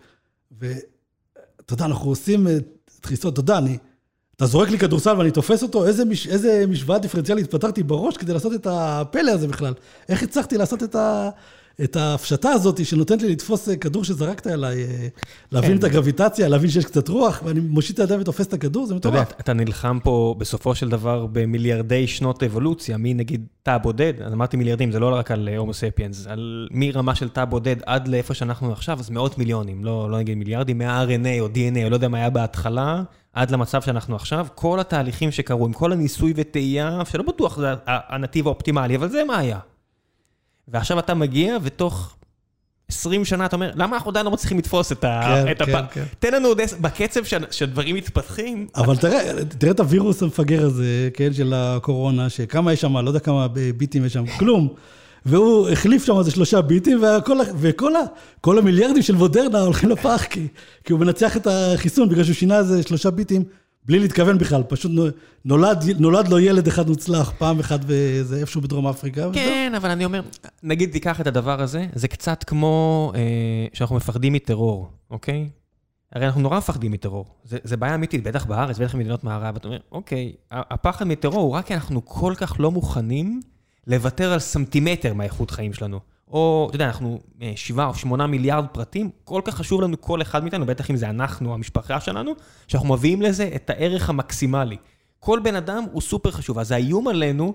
ואתה יודע, אנחנו עושים דחיסות, אתה יודע, אתה זורק לי כדורסל ואני תופס אותו, איזה משוואה דיפרנציאלית פתרתי בראש כדי לעשות את הפלא הזה בכלל. איך הצלחתי לעשות את ההפשטה הזאת שנותנת לי לתפוס כדור שזרקת אליי, להבין את הגרביטציה, להבין שיש קצת רוח, ואני מושיט את הידיים ותופס את הכדור, זה מטורף. אתה יודע, אתה נלחם פה בסופו של דבר במיליארדי שנות אבולוציה, נגיד תא בודד, אני אמרתי מיליארדים, זה לא רק על הומו ספיאנס, על מרמה של תא בודד עד לאיפה שאנחנו עכשיו, אז מאות מיליונים, לא נגיד מיליארדים, מה-RNA או DNA, או לא יודע מה היה בהתחלה, עד למצב שאנחנו עכשיו, כל התהליכים שקרו, עם כל הניסוי וטעייה, שלא בטוח זה הנתיב האופטימלי, אבל זה מה היה. ועכשיו אתה מגיע, ותוך 20 שנה אתה אומר, למה אנחנו עדיין לא מצליחים לתפוס את תן לנו עוד בקצב שהדברים מתפתחים. אבל תראה את הווירוס המפגר הזה, של הקורונה, שכמה יש שם, לא יודע כמה ביטים יש שם, כלום. והוא החליף שם איזה 3 ביטים, וכל המיליארדים של מודרנה הולכים לפח, כי הוא מנצח את החיסון, בגלל שהוא שינה איזה 3 ביטים, בלי להתכוון בכלל, פשוט נולד לו ילד אחד מוצלח, פעם אחד וזה איפשהו בדרום אפריקה. כן, אבל אני אומר, נגיד תיקח את הדבר הזה, זה קצת כמו שאנחנו מפחדים מטרור, אוקיי? הרי אנחנו נורא מפחדים מטרור, זה בעיה אמיתית, בטח בארץ, בטח במדינות מערב, אתה אומר, אוקיי, הפחד מטרור הוא רק כי אנחנו כל כך לא מוכנים לוותר על סנטימטר מהאיכות חיים שלנו. או, אתה יודע, אנחנו 7 או 8 מיליארד פרטים, כל כך חשוב לנו כל אחד מאיתנו, בטח אם זה אנחנו, המשפחה שלנו, שאנחנו מביאים לזה את הערך המקסימלי. כל בן אדם הוא סופר חשוב, אז האיום עלינו,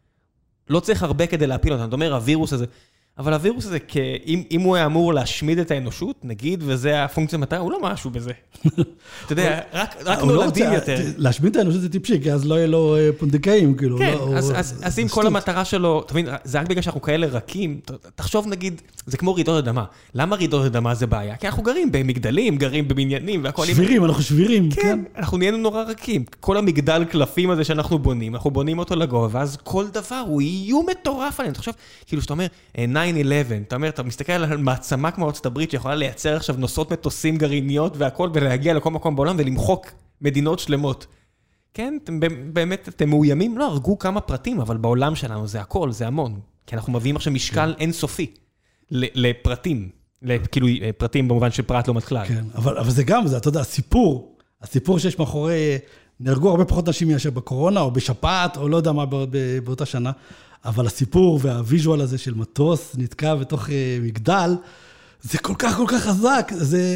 לא צריך הרבה כדי להפיל אותנו. אתה אומר, הווירוס הזה, אבל הווירוס הזה, אם הוא היה אמור להשמיד את האנושות, נגיד, וזה הפונקציה מטרה, הוא לא משהו בזה. אתה יודע, רק נולדים יותר. להשמיד את האנושות זה טיפשי, כי אז לא יהיה לו פונדקאים, כאילו. כן, אז אם כל המטרה שלו, תבין, זה רק בגלל שאנחנו כאלה רכים, תחשוב נגיד, זה כמו רעידות אדמה. למה רעידות אדמה זה בעיה? כי אנחנו גרים במגדלים, גרים בבניינים, והכל... שבירים, אנחנו שבירים, כן. אנחנו נהיינו נורא רכים. כל המגדל קלפים הזה שאנחנו בונים אותו לגובה, ואז כל דבר הוא איום מטורף עלינו. תחשוב, כאילו שאתה אומר, 9/11, אתה אומר, אתה מסתכל על מעצמה כמו ארצות הברית, שיכולה לייצר עכשיו נוסעות מטוסים גרעיניות והכל, ולהגיע לכל מקום בעולם ולמחוק מדינות שלמות. כן, באמת אתם מאוימים? לא, הרגו כמה פרטים, אבל בעולם שלנו זה הכל, זה המון. כי אנחנו מביאים עכשיו משקל אינסופי לפרטים. כאילו, פרטים במובן של פרט לעומת כלל. כן, אבל זה גם, אתה יודע, הסיפור שיש מאחורי, נהרגו הרבה פחות נשים מאשר בקורונה, או בשפעת, או לא יודע מה באותה שנה, אבל הסיפור והוויז'ואל הזה של מטוס נתקע בתוך מגדל, זה כל כך חזק,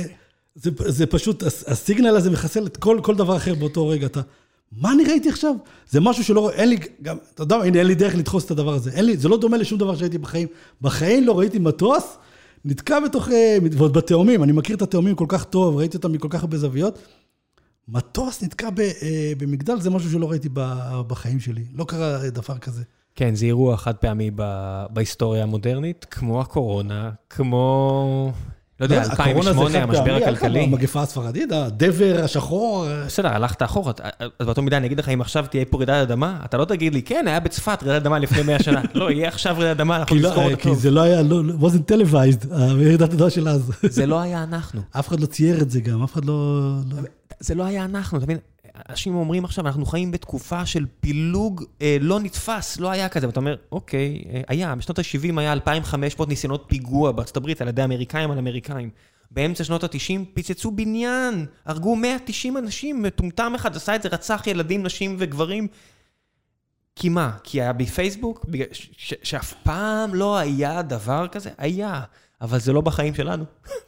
זה פשוט, הסיגנל הזה מחסל את כל דבר אחר באותו רגע. מה אני ראיתי עכשיו? זה משהו שלא, אין לי, גם, אתה יודע, אין לי דרך לדחוס את הדבר הזה. זה לא דומה לשום דבר שהייתי בחיים. בחיים לא ראיתי מטוס, נתקע בתוך, ועוד בתאומים, אני מכיר את התאומים כל כך טוב, ראיתי אותם מכל כך הרבה זוויות. מטוס נתקע במגדל, זה משהו שלא ראיתי בחיים שלי. לא קרה דבר כזה. כן, זה אירוע חד פעמי בהיסטוריה המודרנית, כמו הקורונה, כמו, לא יודע, 2008, המשבר הכלכלי. המגפה הספרדית, הדבר, השחור. בסדר, הלכת אחורה, אז באותו מידה אני אגיד לך, אם עכשיו תהיה פה רעידת אדמה, אתה לא תגיד לי, כן, היה בצפת רעידת אדמה לפני 100 שנה. לא, יהיה עכשיו רעידת אדמה, אנחנו נזכור אותה טוב. כי זה לא היה, wasn't televised, רעידת אדמה של אז. זה לא היה אנחנו. אף אחד לא צייר את זה גם, אף אחד לא... זה לא היה אנחנו, אתה מבין? אנשים אומרים עכשיו, אנחנו חיים בתקופה של פילוג לא נתפס, לא היה כזה, ואתה אומר, אוקיי, היה, בשנות ה-70 היה 2,500 ניסיונות פיגוע בארצות הברית על ידי אמריקאים על אמריקאים. באמצע שנות ה-90 פיצצו בניין, הרגו 190 אנשים, מטומטם אחד, עשה את זה, רצח ילדים, נשים וגברים. כי מה? כי היה בפייסבוק, שאף פעם לא היה דבר כזה? היה, אבל זה לא בחיים שלנו.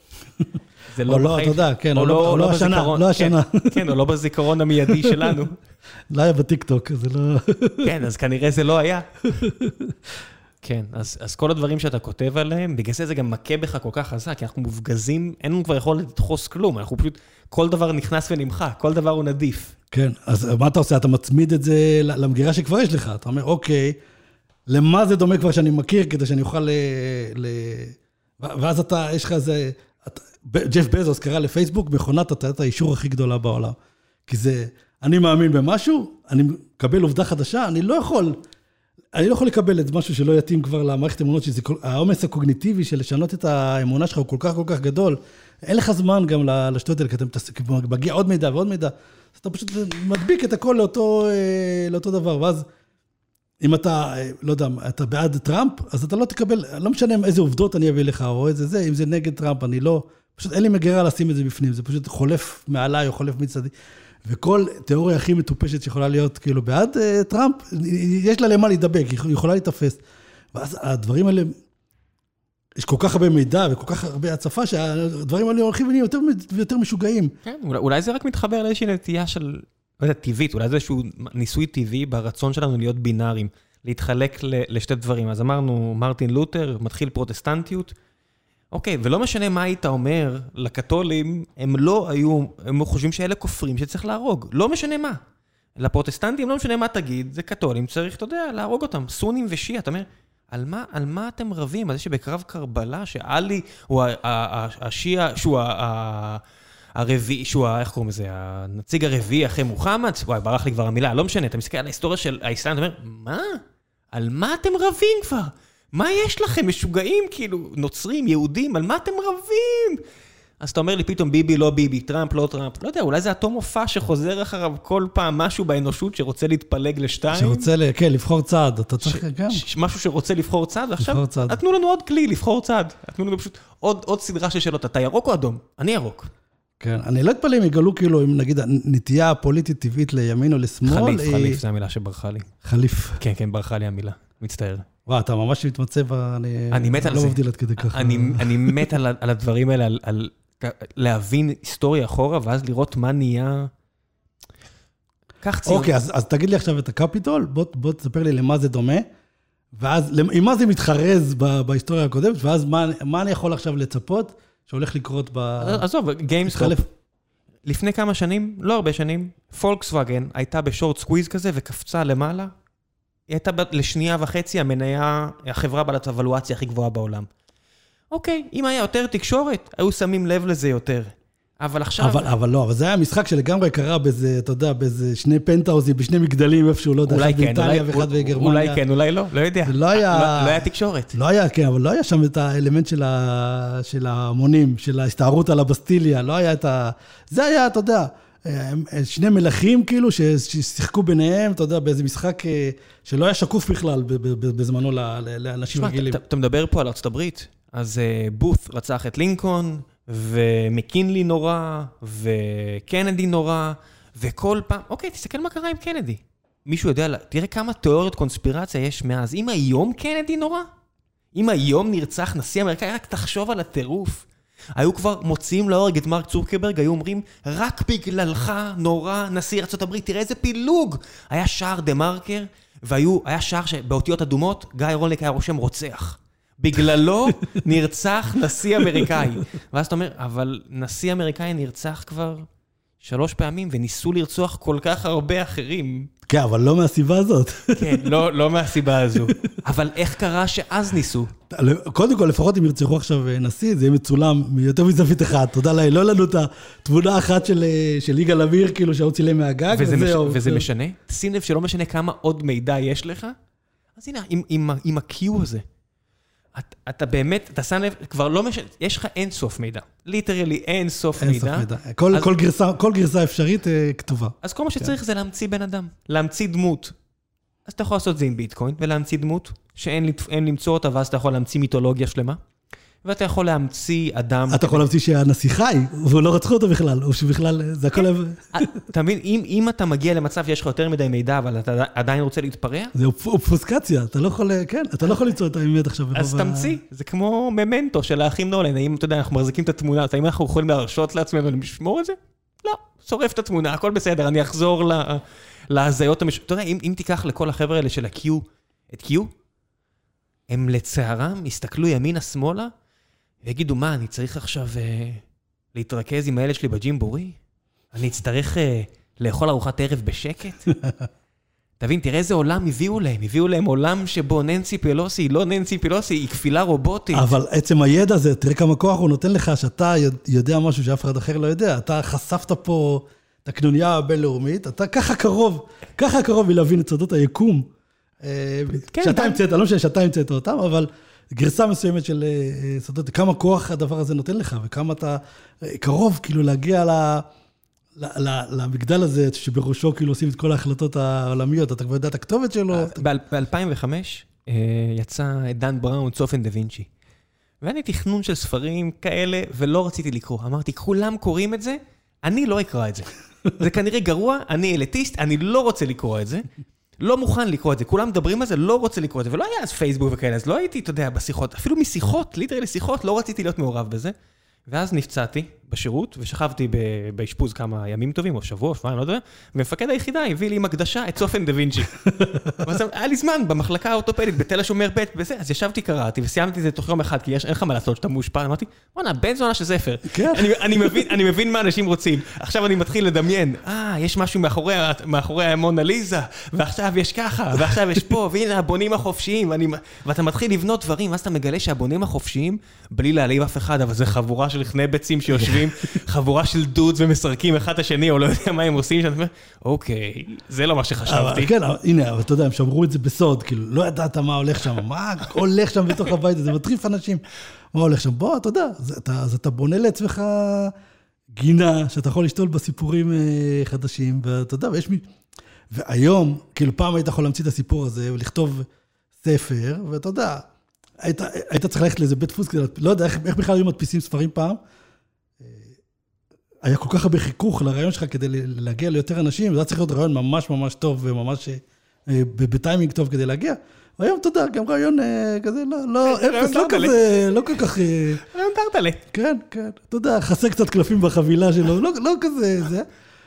או לא, אתה יודע, כן, או לא השנה. כן, או לא בזיכרון המיידי שלנו. לא היה בטיקטוק, זה לא... כן, אז כנראה זה לא היה. כן, אז כל הדברים שאתה כותב עליהם, בגלל זה גם מכה בך כל כך חזק, כי אנחנו מופגזים, אין לנו כבר יכול לדחוס כלום, אנחנו פשוט, כל דבר נכנס ונמחה, כל דבר הוא נדיף. כן, אז מה אתה עושה? אתה מצמיד את זה למגירה שכבר יש לך, אתה אומר, אוקיי, למה זה דומה כבר שאני מכיר, כדי שאני אוכל ואז יש לך איזה, ג'ף בזוס קרא לפייסבוק, מכונת האישור הכי גדולה בעולם. כי זה, אני מאמין במשהו, אני מקבל עובדה חדשה, אני לא יכול לקבל את משהו שלא יתאים כבר למערכת אמונות, שזה העומס הקוגניטיבי של לשנות את האמונה שלך הוא כל כך כל כך גדול, אין לך זמן גם לשטות האלה, כי אתה מגיע עוד מידע ועוד מידע, אז אתה פשוט מדביק את הכל לאותו דבר, ואז אם אתה, לא יודע, אתה בעד טראמפ, אז אתה לא תקבל, לא משנה איזה עובדות אני אביא לך, או איזה זה, אם זה נגד טראמפ, אני לא, פשוט אין לי מגירה לשים את זה בפנים, זה פשוט חולף מעליי או חולף מצדי. וכל תיאוריה הכי מטופשת שיכולה להיות כאילו בעד טראמפ, יש לה למה להידבק, היא יכולה להתאפס. ואז הדברים האלה, יש כל כך הרבה מידע וכל כך הרבה הצפה, שהדברים האלה הולכים ונהיים יותר ויותר משוגעים. כן, אולי זה רק מתחבר לאיזושהי נטייה של, לא יודע, טבעית, אולי זה איזשהו ניסוי טבעי ברצון שלנו להיות בינאריים, להתחלק לשתי דברים. אז אמרנו, מרטין לותר, מתחיל פרוטסטנטיות, אוקיי, ולא משנה מה היית אומר לקתולים, הם לא היו, הם חושבים שאלה כופרים שצריך להרוג, לא משנה מה. לפרוטסטנטים לא משנה מה תגיד, זה קתולים, צריך, אתה יודע, להרוג אותם, סונים ושיעה, אתה אומר, על מה אתם רבים? על זה שבקרב קרבלה, שאלי הוא השיעה, שהוא הרביעי, שהוא, איך קוראים לזה, הנציג הרביעי אחרי מוחמד, וואי, ברח לי כבר המילה, לא משנה, אתה מסתכל על ההיסטוריה של האסלאם, אתה אומר, מה? על מה אתם רבים כבר? מה יש לכם? משוגעים, כאילו, נוצרים, יהודים, על מה אתם רבים? אז אתה אומר לי פתאום ביבי לא ביבי, טראמפ לא טראמפ, לא יודע, אולי זה אותו מופע שחוזר אחריו כל פעם משהו באנושות שרוצה להתפלג לשתיים. שרוצה, כן, לבחור צעד, אתה צריך גם. משהו שרוצה לבחור צעד, ועכשיו נתנו לנו עוד כלי, לבחור צעד. נתנו לנו פשוט עוד סדרה של שאלות, אתה ירוק או אדום? אני ירוק. כן, אני לא אתפלא אם יגלו כאילו, אם נגיד, נטייה הפוליטית טבעית לימין או לשמאל. חליף, זו המילה שברחה לי. חליף. כן, כן, ברחה לי המילה, מצטער. וואו, אתה ממש מתמצא, אני מת על זה. לא מבדיל עד כדי ככה. אני מת על הדברים האלה, על להבין היסטוריה אחורה, ואז לראות מה נהיה. כך ציון. אוקיי, אז תגיד לי עכשיו את הקפיטול, בוא תספר לי למה זה דומה, ואז עם מה זה מתחרז בהיסטוריה הקודמת, ואז מה אני יכול עכשיו לצפות שהולך לקרות עזוב, גיימסטופ. לפני כמה שנים, לא הרבה שנים, פולקסווגן הייתה בשורט סקוויז כזה, וקפצה למעלה. היא הייתה לשנייה וחצי המניה, החברה בעלת הוולואציה הכי גבוהה בעולם. אוקיי, אם היה יותר תקשורת, היו שמים לב לזה יותר. אבל עכשיו... אבל לא, אבל זה היה משחק שלגמרי קרה באיזה, אתה יודע, באיזה שני פנטאוזים, בשני מגדלים איפשהו, לא יודע, אחד באיטליה ואחד בגרמניה. אולי כן, אולי לא, לא יודע. לא היה תקשורת. לא היה, כן, אבל לא היה שם את האלמנט של ההמונים, של ההסתערות על הבסטיליה, לא היה את ה... זה היה, אתה יודע, שני מלכים כאילו, ששיחקו ביניהם, אתה יודע, באיזה משחק שלא היה שקוף בכלל בזמנו לאנשים רגילים. אתה מדבר פה על ארצות הברית, אז בות' רצח את לינקולן, ומקינלי נורא, וקנדי נורא, וכל פעם, אוקיי, תסתכל מה קרה עם קנדי. מישהו יודע, תראה כמה תיאוריות קונספירציה יש מאז. אם היום קנדי נורא, אם היום נרצח נשיא אמריקאי, רק תחשוב על הטירוף. היו כבר מוציאים להורג את מרק צוקרברג, היו אומרים, רק בגללך נורא נשיא ארצות הברית, תראה איזה פילוג. היה שער דה מרקר, והיה שער שבאותיות אדומות, גיא רולניק היה רושם רוצח. בגללו נרצח נשיא אמריקאי. ואז אתה אומר, אבל נשיא אמריקאי נרצח כבר 3 פעמים, וניסו לרצוח כל כך הרבה אחרים. כן, אבל לא מהסיבה הזאת. כן, לא מהסיבה הזו. אבל איך קרה שאז ניסו? קודם כל, לפחות אם ירצחו עכשיו נשיא, זה יהיה מצולם מיותר מזווית אחת. תודה לה, לא לנו את התמונה אחת של יגאל עמיר, כאילו שהוא צילם מהגג. וזה משנה? שים לב שלא משנה כמה עוד מידע יש לך. אז הנה, עם ה-Q הזה. אתה באמת, אתה שם לב, כבר לא משנה, יש לך אין סוף מידע. ליטרלי אין סוף מידע. כל גרסה אפשרית כתובה. אז כל מה שצריך זה להמציא בן אדם, להמציא דמות. אז אתה יכול לעשות זה עם ביטקוין, ולהמציא דמות שאין למצוא אותה, ואז אתה יכול להמציא מיתולוגיה שלמה. ואתה יכול להמציא אדם... אתה יכול להמציא שהנשיא חי, והוא לא רצחו אותו בכלל, או שבכלל, זה הכל... אתה מבין, אם אתה מגיע למצב שיש לך יותר מדי מידע, אבל אתה עדיין רוצה להתפרע... זה אופוסקציה, אתה לא יכול, כן, אתה לא יכול למצוא את האמת עכשיו. אז תמציא, זה כמו ממנטו של האחים נולן, האם, אתה יודע, אנחנו מחזיקים את התמונה, האם אנחנו יכולים להרשות לעצמנו לשמור את זה? לא, שורף את התמונה, הכל בסדר, אני אחזור להזיות אתה יודע, אם תיקח לכל החבר'ה האלה של ה-Q, את Q, הם לצערם הסתכלו ימינה-שמאלה, ויגידו, מה, אני צריך עכשיו להתרכז עם הילד שלי בג'ימבורי? אני אצטרך לאכול ארוחת ערב בשקט? תבין, תראה איזה עולם הביאו להם עולם שבו ננסי פלוסי, היא לא ננסי פלוסי, היא כפילה רובוטית. אבל עצם הידע הזה, תראה כמה כוח הוא נותן לך, שאתה יודע משהו שאף אחד אחר לא יודע, אתה חשפת פה את הקנוניה הבינלאומית, אתה ככה קרוב מלהבין את סודות היקום, שאתה המצאת, אני לא משנה שאתה המצאת אותם, אבל גרסה מסוימת של סודות, כמה כוח הדבר הזה נותן לך, וכמה אתה קרוב כאילו להגיע למגדל הזה, שבראשו כאילו עושים את כל ההחלטות העולמיות, אתה כבר יודע את הכתובת שלו. ב-2005 יצא דן בראון, צופן דה וינצ'י. ואני תכנון של ספרים כאלה, ולא רציתי לקרוא. אמרתי, כולם קוראים את זה, אני לא אקרא את זה. זה כנראה גרוע, אני אלטיסט, אני לא רוצה לקרוא את זה. לא מוכן לקרוא את זה. כולם מדברים על זה, לא רוצה לקרוא את זה. ולא היה אז פייסבוק וכאלה, אז לא הייתי, אתה יודע, בשיחות. אפילו משיחות, ליטרלי שיחות, לא רציתי להיות מעורב בזה. ואז נפצעתי בשירות, ושכבתי באשפוז כמה ימים טובים, או שבוע, שבועיים, לא יודע, ומפקד היחידה הביא לי עם הקדשה את צופן דה וינצ'י. היה לי זמן במחלקה האורתופדית, בתל השומר ב' וזה, אז ישבתי, קראתי, וסיימתי את זה תוך יום אחד, כי אין לך מה לעשות שאתה מאושפע, אמרתי, וואנה, בן זונה של ספר. אני מבין מה אנשים רוצים. עכשיו אני מתחיל לדמיין, יש משהו מאחורי המונליזה, ועכשיו יש ככה, ועכשיו יש פה, והנה הבונים החופשיים, ואתה מתחיל לבנות דברים, ואז אתה מגלה שהבונים החופשיים, בלי להעליב אף אחד, אבל זה חבורה של חני ביצים שיושבים, חבורה של דודס ומסרקים אחד השני, או לא יודע מה הם עושים, שאתה אומר, אוקיי, זה לא מה שחשבתי. כן, הנה, אבל אתה יודע, הם שמרו את זה בסוד, כאילו, לא ידעת מה הולך שם, מה הולך שם בתוך הבית הזה, מטריף אנשים, מה הולך שם, בוא, אתה יודע, אז אתה בונה לעצמך גינה, שאתה יכול לשתול בסיפורים חדשים, ואתה יודע, והיום, כאילו, פעם היית יכול להמציא את הסיפור הזה, ולכתוב ספר, ואתה יודע, היית צריך ללכת לאיזה בית דפוס, לא יודע איך בכלל היו מדפיסים ספרים פעם, היה כל כך הרבה חיכוך לרעיון שלך כדי להגיע ליותר אנשים, זה היה צריך להיות רעיון ממש ממש טוב, וממש בטיימינג טוב כדי להגיע, והיום אתה יודע, גם רעיון כזה, לא כל כך... רעיון דרדלה. כן, כן, אתה יודע, חסה קצת קלפים בחבילה שלו, לא כזה, זה.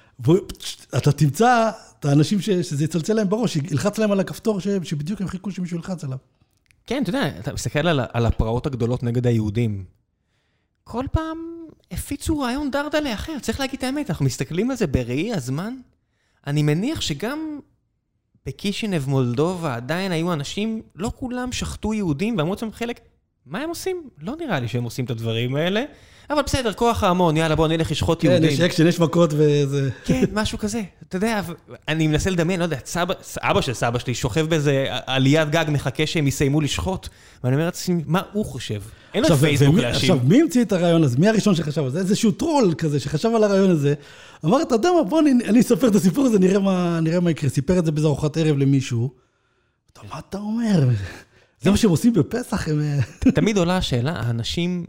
אתה תמצא את האנשים שזה יצלצל להם בראש, ילחץ להם על הכפתור שבדיוק הם חיכו שמישהו ילחץ עליו. כן, אתה יודע, אתה מסתכל על הפרעות הגדולות נגד היהודים. כל פעם הפיצו רעיון דרדלה אחר. צריך להגיד את האמת, אנחנו מסתכלים על זה בראי הזמן. אני מניח שגם בקישינב מולדובה עדיין היו אנשים, לא כולם שחטו יהודים, ואמרו לעצמם חלק, מה הם עושים? לא נראה לי שהם עושים את הדברים האלה. אבל בסדר, כוח ההמון, יאללה, בוא נלך לשחוט יהודים. כן, יש אקשן, יש מכות וזה... כן, משהו כזה. אתה יודע, אני מנסה לדמיין, לא יודע, אבא של סבא שלי שוכב באיזה עליית גג, מחכה שהם יסיימו לשחוט, ואני אומר לעצמי, מה הוא חושב? אין לו פייסבוק להשיב. עכשיו, מי המציא את הרעיון הזה? מי הראשון שחשב על זה? איזשהו טרול כזה שחשב על הרעיון הזה. אמר, אתה יודע מה, בוא אני אספר את הסיפור הזה, נראה מה יקרה. סיפר את זה באיזו ארוחת ערב למישהו. מה אתה אומר? זה מה שהם עושים בפסח. תמיד עולה השאלה, האנשים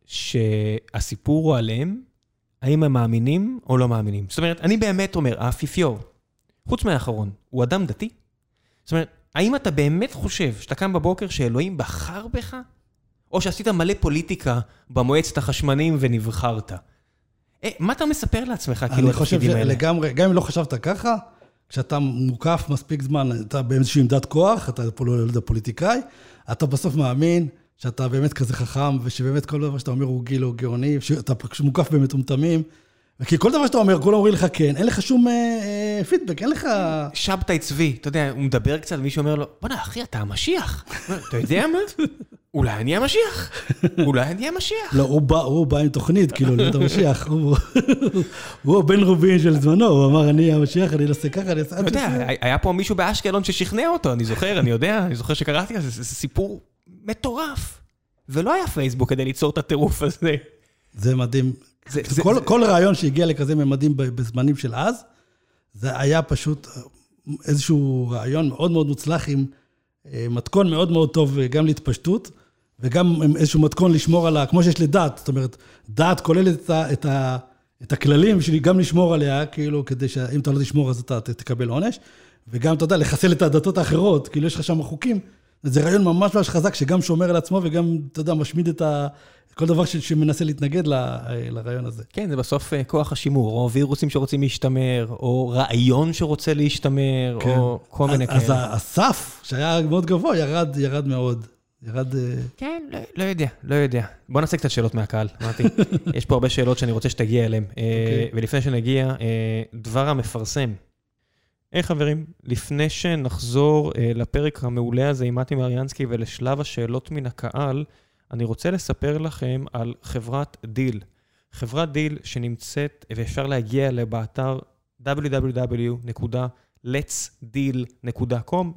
שהסיפור הוא עליהם, האם הם מאמינים או לא מאמינים. זאת אומרת, אני באמת אומר, האפיפיור, חוץ מהאחרון, הוא אדם דתי? זאת אומרת, האם אתה באמת חושב שאתה קם בבוקר שאלוהים בחר בך? או שעשית מלא פוליטיקה במועצת החשמנים ונבחרת? מה אתה מספר לעצמך? אני חושב שלגמרי, גם אם לא חשבת ככה, כשאתה מוקף מספיק זמן, אתה באיזושהי עמדת כוח, אתה לא יודע פוליטיקאי, אתה בסוף מאמין שאתה באמת כזה חכם, ושבאמת כל דבר שאתה אומר הוא גיל או גאוני, שאתה מוקף במטומטמים, וכי כל דבר שאתה אומר, כולם אומרים לך כן, אין לך שום פידבק, אין לך... שבתאי צבי, אתה יודע, הוא מדבר קצת, ומישהו אומר לו, בוא'נה, אחי, אתה המשיח. אתה יודע מה? אולי אני המשיח. אולי אני המשיח. לא, הוא בא עם תוכנית, כאילו, להיות המשיח. הוא הבן רובין של זמנו, הוא אמר, אני המשיח, אני אעשה ככה, אני אעשה... אתה יודע, היה פה מישהו באשקלון ששכנע אותו, אני זוכר, אני זוכר שקראתי, זה סיפור מטורף. ולא היה פייסבוק כדי ליצור את הטירוף הזה. זה מדהים. כל רעיון שהגיע לכזה ממדים בזמנים של אז, זה היה פשוט איזשהו רעיון מאוד מאוד מוצלח, עם מתכון מאוד מאוד טוב גם להתפשטות, וגם איזשהו מתכון לשמור על, כמו שיש לדעת, זאת אומרת, דעת כוללת את הכללים, בשביל גם לשמור עליה, כאילו, כדי שאם אתה לא תשמור, אז אתה תקבל עונש, וגם, אתה יודע, לחסל את הדתות האחרות, כאילו יש לך שם חוקים, זה רעיון ממש ממש חזק, שגם שומר על עצמו, וגם, אתה יודע, משמיד את כל דבר שמנסה להתנגד לרעיון הזה. כן, זה בסוף כוח השימור, או וירוסים שרוצים להשתמר, או רעיון שרוצה להשתמר, או כל מיני כאלה. אז הסף, שהיה מאוד גבוה, ירד מאוד. כן, לא יודע. בוא נעשה קצת שאלות מהקהל, אמרתי. יש פה הרבה שאלות שאני רוצה שתגיע אליהם. ולפני שנגיע, דבר המפרסם. חברים, לפני שנחזור לפרק המעולה הזה עם מתי מריאנסקי ולשלב השאלות מן הקהל, אני רוצה לספר לכם על חברת דיל. חברת דיל שנמצאת ואפשר להגיע אליה באתר www.letsdeal.com,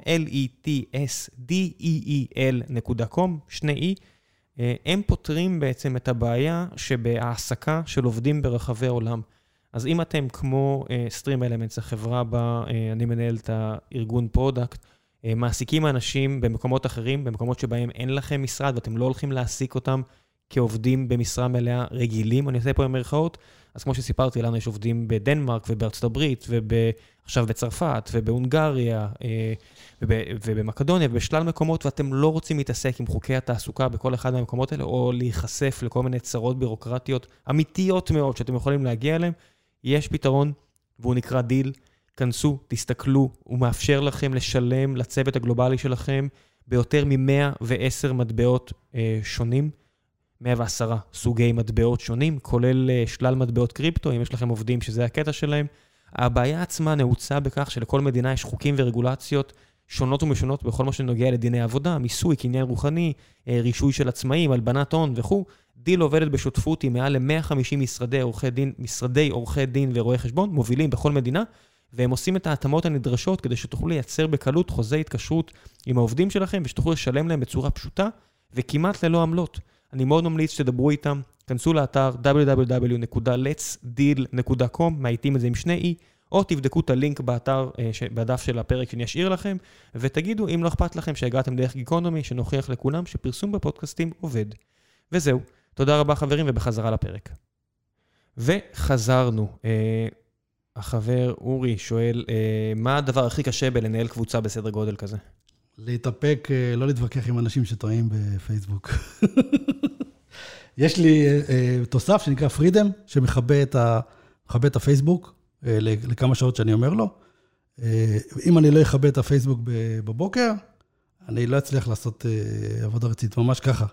letsdeal.com, 2 E. הם פותרים בעצם את הבעיה שבהעסקה של עובדים ברחבי העולם. אז אם אתם כמו Stream Elements, החברה בה אני מנהל את הארגון פרודקט, מעסיקים אנשים במקומות אחרים, במקומות שבהם אין לכם משרד, ואתם לא הולכים להעסיק אותם כעובדים במשרה מלאה רגילים, אני עושה פה במרכאות, אז כמו שסיפרתי, לנו יש עובדים בדנמרק ובארצות הברית, ועכשיו בצרפת ובהונגריה, ובמקדוניה, ובשלל מקומות, ואתם לא רוצים להתעסק עם חוקי התעסוקה בכל אחד מהמקומות האלה, או להיחשף לכל מיני צרות בירוקרטיות אמיתיות מאוד שאתם יכולים להגיע אליהם, יש פתרון, והוא נקרא דיל. כנסו, תסתכלו, הוא מאפשר לכם לשלם לצוות הגלובלי שלכם ביותר מ-110 מטבעות שונים, 110 סוגי מטבעות שונים, כולל שלל מטבעות קריפטו, אם יש לכם עובדים שזה הקטע שלהם. הבעיה עצמה נעוצה בכך שלכל מדינה יש חוקים ורגולציות שונות ומשונות בכל מה שנוגע לדיני עבודה, מיסוי, קניין רוחני, רישוי של עצמאים, הלבנת הון וכו'. דיל עובדת בשותפות עם מעל ל-150 משרדי עורכי דין ורואי חשבון, מובילים בכל מדינה, והם עושים את ההתאמות הנדרשות כדי שתוכלו לייצר בקלות חוזי התקשרות עם העובדים שלכם, ושתוכלו לשלם להם בצורה פשוטה וכמעט ללא עמלות. אני מאוד ממליץ שתדברו איתם, כנסו לאתר www.letsdeal.com, מעיטים את זה עם 2 E, או תבדקו את הלינק באתר, בדף של הפרק שאני אשאיר לכם, ותגידו אם לא אכפת לכם שהגעתם דרך גיקונומי, שנוכיח לכולם שפרסום בפודקאסטים עובד. וזהו, תודה רבה חברים, ובחזרה לפרק. וחזרנו. החבר אורי שואל, מה הדבר הכי קשה בלנהל קבוצה בסדר גודל כזה? להתאפק, לא להתווכח עם אנשים שטועים בפייסבוק. יש לי תוסף שנקרא פרידם, שמכבה את הפייסבוק לכמה שעות שאני אומר לו. אם אני לא אכבה את הפייסבוק בבוקר, אני לא אצליח לעשות עבודה רצינית, ממש ככה.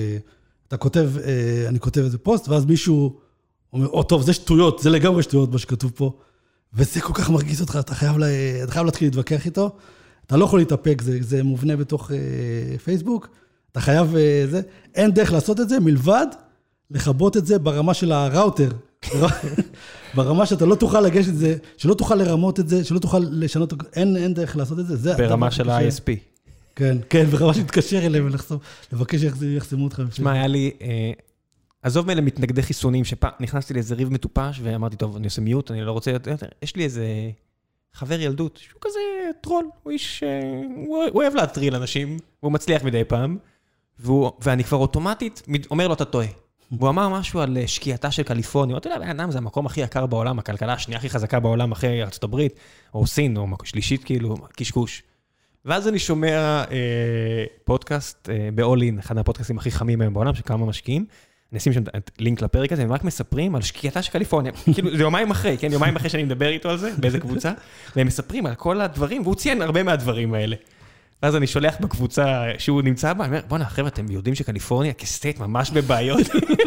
אני כותב איזה פוסט, ואז מישהו אומר, טוב, זה שטויות, זה לגמרי שטויות מה שכתוב פה, וזה כל כך מרגיז אותך, אתה חייב להתחיל להתווכח איתו, אתה לא יכול להתאפק, זה מובנה בתוך פייסבוק, אתה חייב, אין דרך לעשות את זה, מלבד לכבות את זה ברמה של הראוטר, ברמה שאתה לא תוכל לגשת את זה, שלא תוכל לרמות את זה, שלא תוכל לשנות, אין דרך לעשות את זה. ברמה של ה-ISP. כן, ברמה שתתקשר אליהם ולבקש שיחסמו אותך. תשמע, היה לי, עזוב מאלה מתנגדי חיסונים, שנכנסתי לאיזה ריב מטופש, ואמרתי, טוב, אני עושה מיוט, אני לא רוצה יותר, יש לי איזה חבר ילדות, שהוא כזה טרול, הוא אוהב להטריל אנשים, והוא מצליח מדי פעם, ואני כבר אוטומטית אומר לו, אתה טועה. והוא אמר משהו על שקיעתה של קליפורניה, אתה יודע, בן אדם זה המקום הכי יקר בעולם, הכלכלה השנייה הכי חזקה בעולם, אחרי ארצות הברית, או סין, או שלישית, כאילו, קשקוש. ואז אני שומע פודקאסט ב-All In, אחד מהפודקאסטים הכי חמים היום בעולם, שכמה משקיעים, אני אשים שם לינק לפרק הזה, הם רק מספרים על שקיעתה של קליפורניה, כאילו זה יומיים אחרי, כן, יומיים אחרי שאני מדבר איתו על זה, באיזה קבוצה, והם מספרים על כל הדברים, והוא ציין הרבה מהדברים האלה. ואז אני שולח בקבוצה שהוא נמצא בה, אני אומר, בוא'נה, חבר'ה, אתם יודעים שקליפורניה כסטייט ממש בבעיות.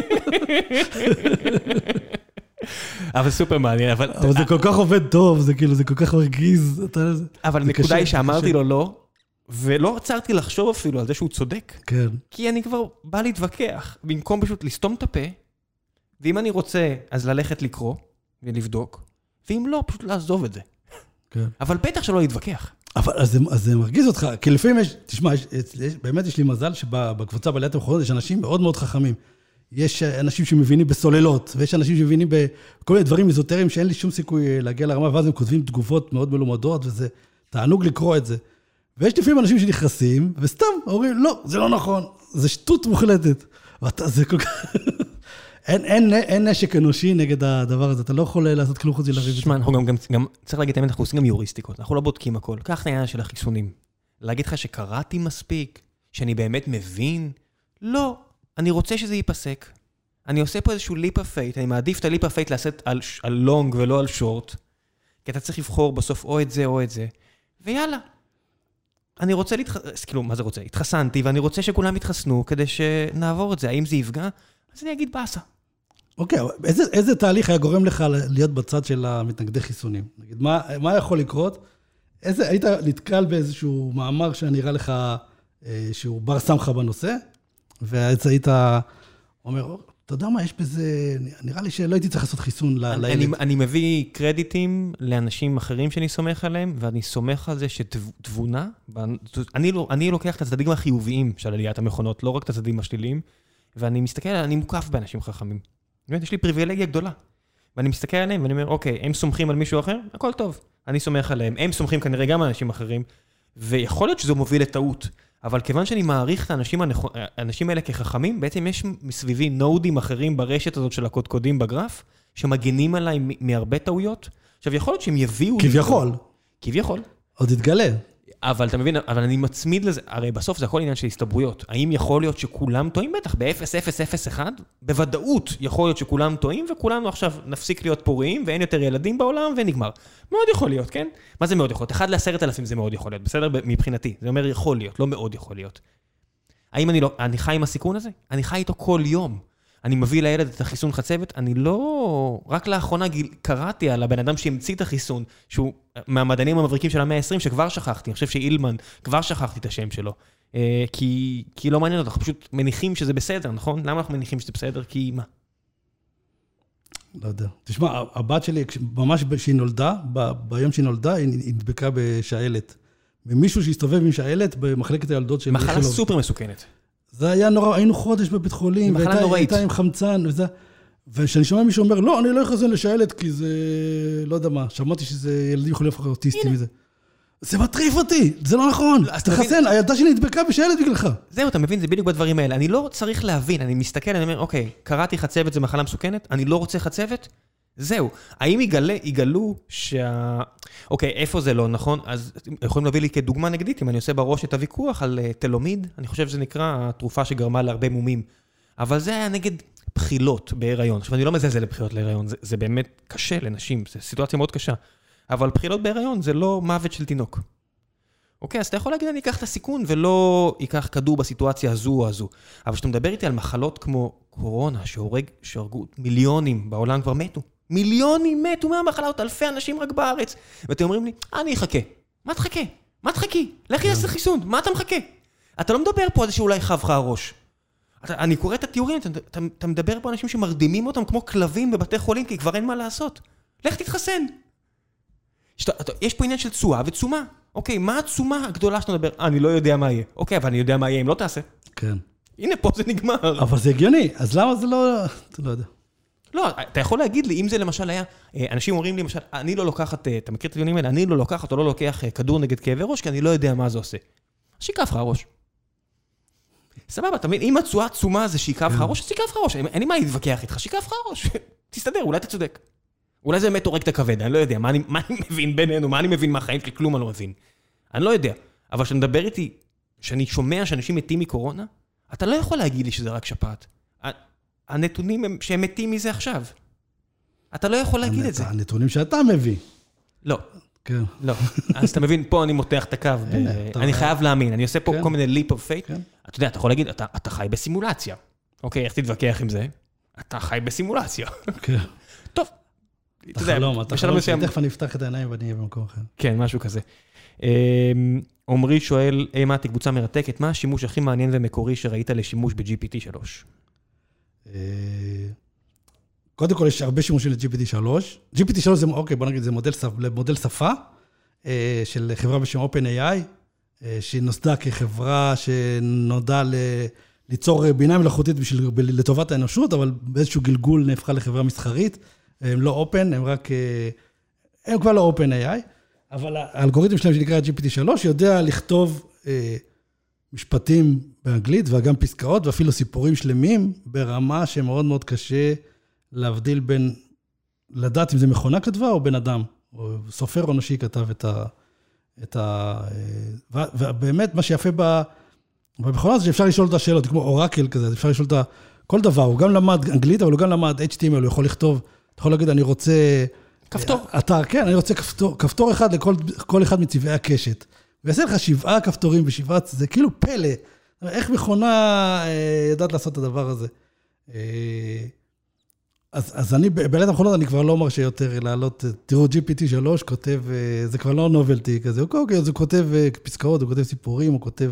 אבל סופר מעניין, אבל זה כל כך עובד טוב, זה כאילו, זה כל כך מרגיז. אבל הנקודה היא שאמרתי לו לא, ולא עצרתי לחשוב אפילו על זה שהוא צודק. כן. כי אני כבר בא להתווכח, במקום פשוט לסתום את הפה, ואם אני רוצה, אז ללכת לקרוא ולבדוק, ואם לא, פשוט לעזוב את זה. כן. אבל בטח שלא להתווכח. אבל אז זה מרגיז אותך, כי לפעמים תשמע, באמת יש לי מזל שבקבוצה בעליית המכונות יש אנשים מאוד מאוד חכמים. יש אנשים שמבינים בסוללות, ויש אנשים שמבינים בכל מיני דברים איזוטריים שאין לי שום סיכוי להגיע לרמה, ואז הם כותבים תגובות מאוד מלומדות, וזה תענוג לקרוא את זה. ויש לפעמים אנשים שנכנסים, וסתם אומרים, לא, זה לא נכון, זה שטות מוחלטת. זה כל כך... אין נשק אנושי נגד הדבר הזה, אתה לא יכול לעשות כלום חוץ לריב. שמע, אנחנו גם, צריך להגיד, אנחנו עושים גם יוריסטיקות, אנחנו לא בודקים הכל. קח את העניין של החיסונים. להגיד לך שקראתי מספיק, שאני באמת מבין, לא, אני רוצה שזה ייפסק. אני עושה פה איזשהו ליפ הפייט, אני מעדיף את הליפ הפייט לעשות על לונג ולא על שורט, כי אתה צריך לבחור בסוף או את זה או את זה, ויאללה. אני רוצה כאילו, מה זה רוצה? התחסנתי, ואני רוצה שכולם יתחסנו כדי שנעבור את זה. האם זה יפגע? אז אני אגיד באסה. אוקיי, איזה תהליך היה גורם לך להיות בצד של המתנגדי חיסונים? נגיד, מה יכול לקרות היית נתקל באיזשהו מאמר שנראה לך שהוא בר סמכה בנושא, ואז היית אומר, אתה יודע מה, יש בזה, נראה לי שלא הייתי צריך לעשות חיסון לילד. אני מביא קרדיטים לאנשים אחרים שאני סומך עליהם, ואני סומך על זה שתבונה, אני לוקח את הצדדים החיוביים של עליית המכונות, לא רק את הצדדים השליליים, ואני מסתכל, אני מוקף באנשים חכמים. באמת, יש לי פריבילגיה גדולה. ואני מסתכל עליהם ואני אומר, אוקיי, הם סומכים על מישהו אחר, הכל טוב. אני סומך עליהם, הם סומכים כנראה גם על אנשים אחרים, ויכול להיות שזה מוביל לטעות, אבל כיוון שאני מעריך את האנשים האלה כחכמים, בעצם יש מסביבי נודים אחרים ברשת הזאת של הקודקודים בגרף, שמגנים עליי מהרבה טעויות. עכשיו, יכול להיות שהם יביאו... כביכול. כביכול. עוד יתגלה. אבל אתה מבין, אבל אני מצמיד לזה, הרי בסוף זה הכל עניין של הסתברויות. האם יכול להיות שכולם טועים? בטח, ב-0,001, בוודאות יכול להיות שכולם טועים, וכולנו עכשיו נפסיק להיות פוריים, ואין יותר ילדים בעולם, ונגמר. מאוד יכול להיות, כן? מה זה מאוד יכול להיות? 1 ל10,000 זה מאוד יכול להיות, בסדר? מבחינתי. זה אומר יכול להיות, לא מאוד יכול להיות. האם אני חי עם הסיכון הזה? אני חי איתו כל יום. אני מביא לילד את החיסון חצבת, אני לא... רק לאחרונה קראתי על הבן אדם שהמציא את החיסון, שהוא מהמדענים המבריקים של המאה ה-20, שכבר שכחתי, אני חושב שאילמן, כבר שכחתי את השם שלו. כי לא מעניין אותך, פשוט מניחים שזה בסדר, נכון? למה אנחנו מניחים שזה בסדר? כי מה? לא יודע. תשמע, הבת שלי, ממש שהיא נולדה, ביום שהיא נולדה, היא נדבקה בשעלת. ומישהו שהסתובב עם שעלת במחלקת הילדות של... מחלה סופר מסוכנת. זה היה נורא, היינו חודש בבית חולים, והייתה עם חמצן, ושאני שומע מישהו אומר, לא, אני לא אחזן לשעלת, כי זה, לא יודע מה, שמעתי שזה ילדים יכולים להפוך אוטיסטים מזה. זה מטריף אותי, זה לא נכון, תחסן, הילדה שלי נדבקה בשעלת בגללך. זהו, אתה מבין, זה בדיוק בדברים האלה, אני לא צריך להבין, אני מסתכל, אני אומר, אוקיי, קראתי חצבת, זה מחלה מסוכנת, אני לא רוצה חצבת, זהו. האם יגלו אוקיי, איפה זה לא נכון? אז יכולים להביא לי כדוגמה נגדית, אם אני עושה בראש את הוויכוח על תלומיד, אני חושב שזה נקרא התרופה שגרמה להרבה מומים. אבל זה היה נגד בחילות בהיריון. עכשיו, אני לא מזלזל לבחילות להיריון, זה באמת קשה לנשים, זו סיטואציה מאוד קשה. אבל בחילות בהיריון זה לא מוות של תינוק. אוקיי, אז אתה יכול להגיד, אני אקח את הסיכון ולא אקח כדור בסיטואציה הזו או הזו. אבל כשאתה מדבר איתי על מחלות כמו קורונה, שהרגו מיליונים בעולם כבר מתו. מיליונים מתו מהמחלות, אלפי אנשים רק בארץ. ואתם אומרים לי, אני אחכה. מה תחכה? מה תחכי? לכי לעשות חיסון, מה אתה מחכה? אתה לא מדבר פה על זה שאולי חב לך הראש. אני קורא את התיאורים, אתה מדבר פה על אנשים שמרדימים אותם כמו כלבים בבתי חולים, כי כבר אין מה לעשות. לך תתחסן. יש פה עניין של תשואה ותשומה. אוקיי, מה התשומה הגדולה שאתה מדבר? אני לא יודע מה יהיה. אוקיי, אבל אני יודע מה יהיה אם לא תעשה. כן. הנה, פה זה נגמר. אבל זה הגיוני, אז למה זה לא... אתה לא יודע. לא, אתה יכול להגיד לי, אם זה למשל היה, אנשים אומרים לי, למשל, אני לא לוקחת, אתה מכיר את הדיונים האלה, אני לא לוקחת או לא לוקח כדור נגד כאבי ראש, כי אני לא יודע מה זה עושה. שיקף לך הראש. סבבה, אתה מבין, אם התשואה עצומה זה שיקף לך הראש, אז שיקף לך הראש. אין לי מה להתווכח איתך, שיקף לך הראש. תסתדר, אולי אתה צודק. אולי זה באמת הורג את הכבד, אני לא יודע, מה אני מבין בינינו, מה אני מבין מהחיים שלי, כלום אני לא מבין. אני לא יודע, אבל כשאני מדבר איתי, שאני שומע שאנשים מתים מקורונה, אתה לא יכול להגיד לי שזה רק שפעת. הנתונים הם שהם מתים מזה עכשיו. אתה לא יכול להגיד את זה. הנתונים שאתה מביא. לא. כן. לא. אז אתה מבין, פה אני מותח את הקו. אני חייב להאמין, אני עושה פה כל מיני leap of faith. אתה יודע, אתה יכול להגיד, אתה חי בסימולציה. אוקיי, איך תתווכח עם זה? אתה חי בסימולציה. כן. טוב. אתה חלום, תכף אני אפתח את העיניים ואני אהיה במקום אחר. כן, משהו כזה. עומרי שואל, מתי, קבוצה מרתקת, מה השימוש הכי מעניין ומקורי שראית לשימוש ב-GPT-3? קודם כל יש הרבה שימושים ל-GPT-3. GPT-3 זה, אוקיי, בוא נגיד, זה מודל שפה של חברה בשם OpenAI, שהיא נוסדה כחברה שנודעה ליצור בינה מלאכותית לטובת האנושות, אבל באיזשהו גלגול נהפכה לחברה מסחרית. הם לא Open, הם כבר לא OpenAI, אבל האלגוריתם שלהם שנקרא GPT-3 יודע לכתוב משפטים באנגלית, וגם פסקאות, ואפילו סיפורים שלמים, ברמה שמאוד מאוד קשה להבדיל בין, לדעת אם זה מכונה כתבה או בן אדם, או סופר אנושי כתב ובאמת מה שיפה במכונה זה שאפשר לשאול את השאלות, כמו אורקל כזה, אפשר לשאול את כל דבר, הוא גם למד אנגלית, אבל הוא גם למד HTML, הוא יכול לכתוב, אתה יכול להגיד, אני רוצה... כפתור. כן, אני רוצה כפתור אחד לכל אחד מצבעי הקשת. ויעשה לך 7 כפתורים ב7, זה כאילו פלא. איך מכונה ידעת לעשות את הדבר הזה? אז אני, בלית המכונות, אני כבר לא מרשה יותר לעלות, תראו, GPT-3 כותב, זה כבר לא נובלטי כזה, אוקיי, אז הוא כותב פסקאות, הוא כותב סיפורים, הוא כותב,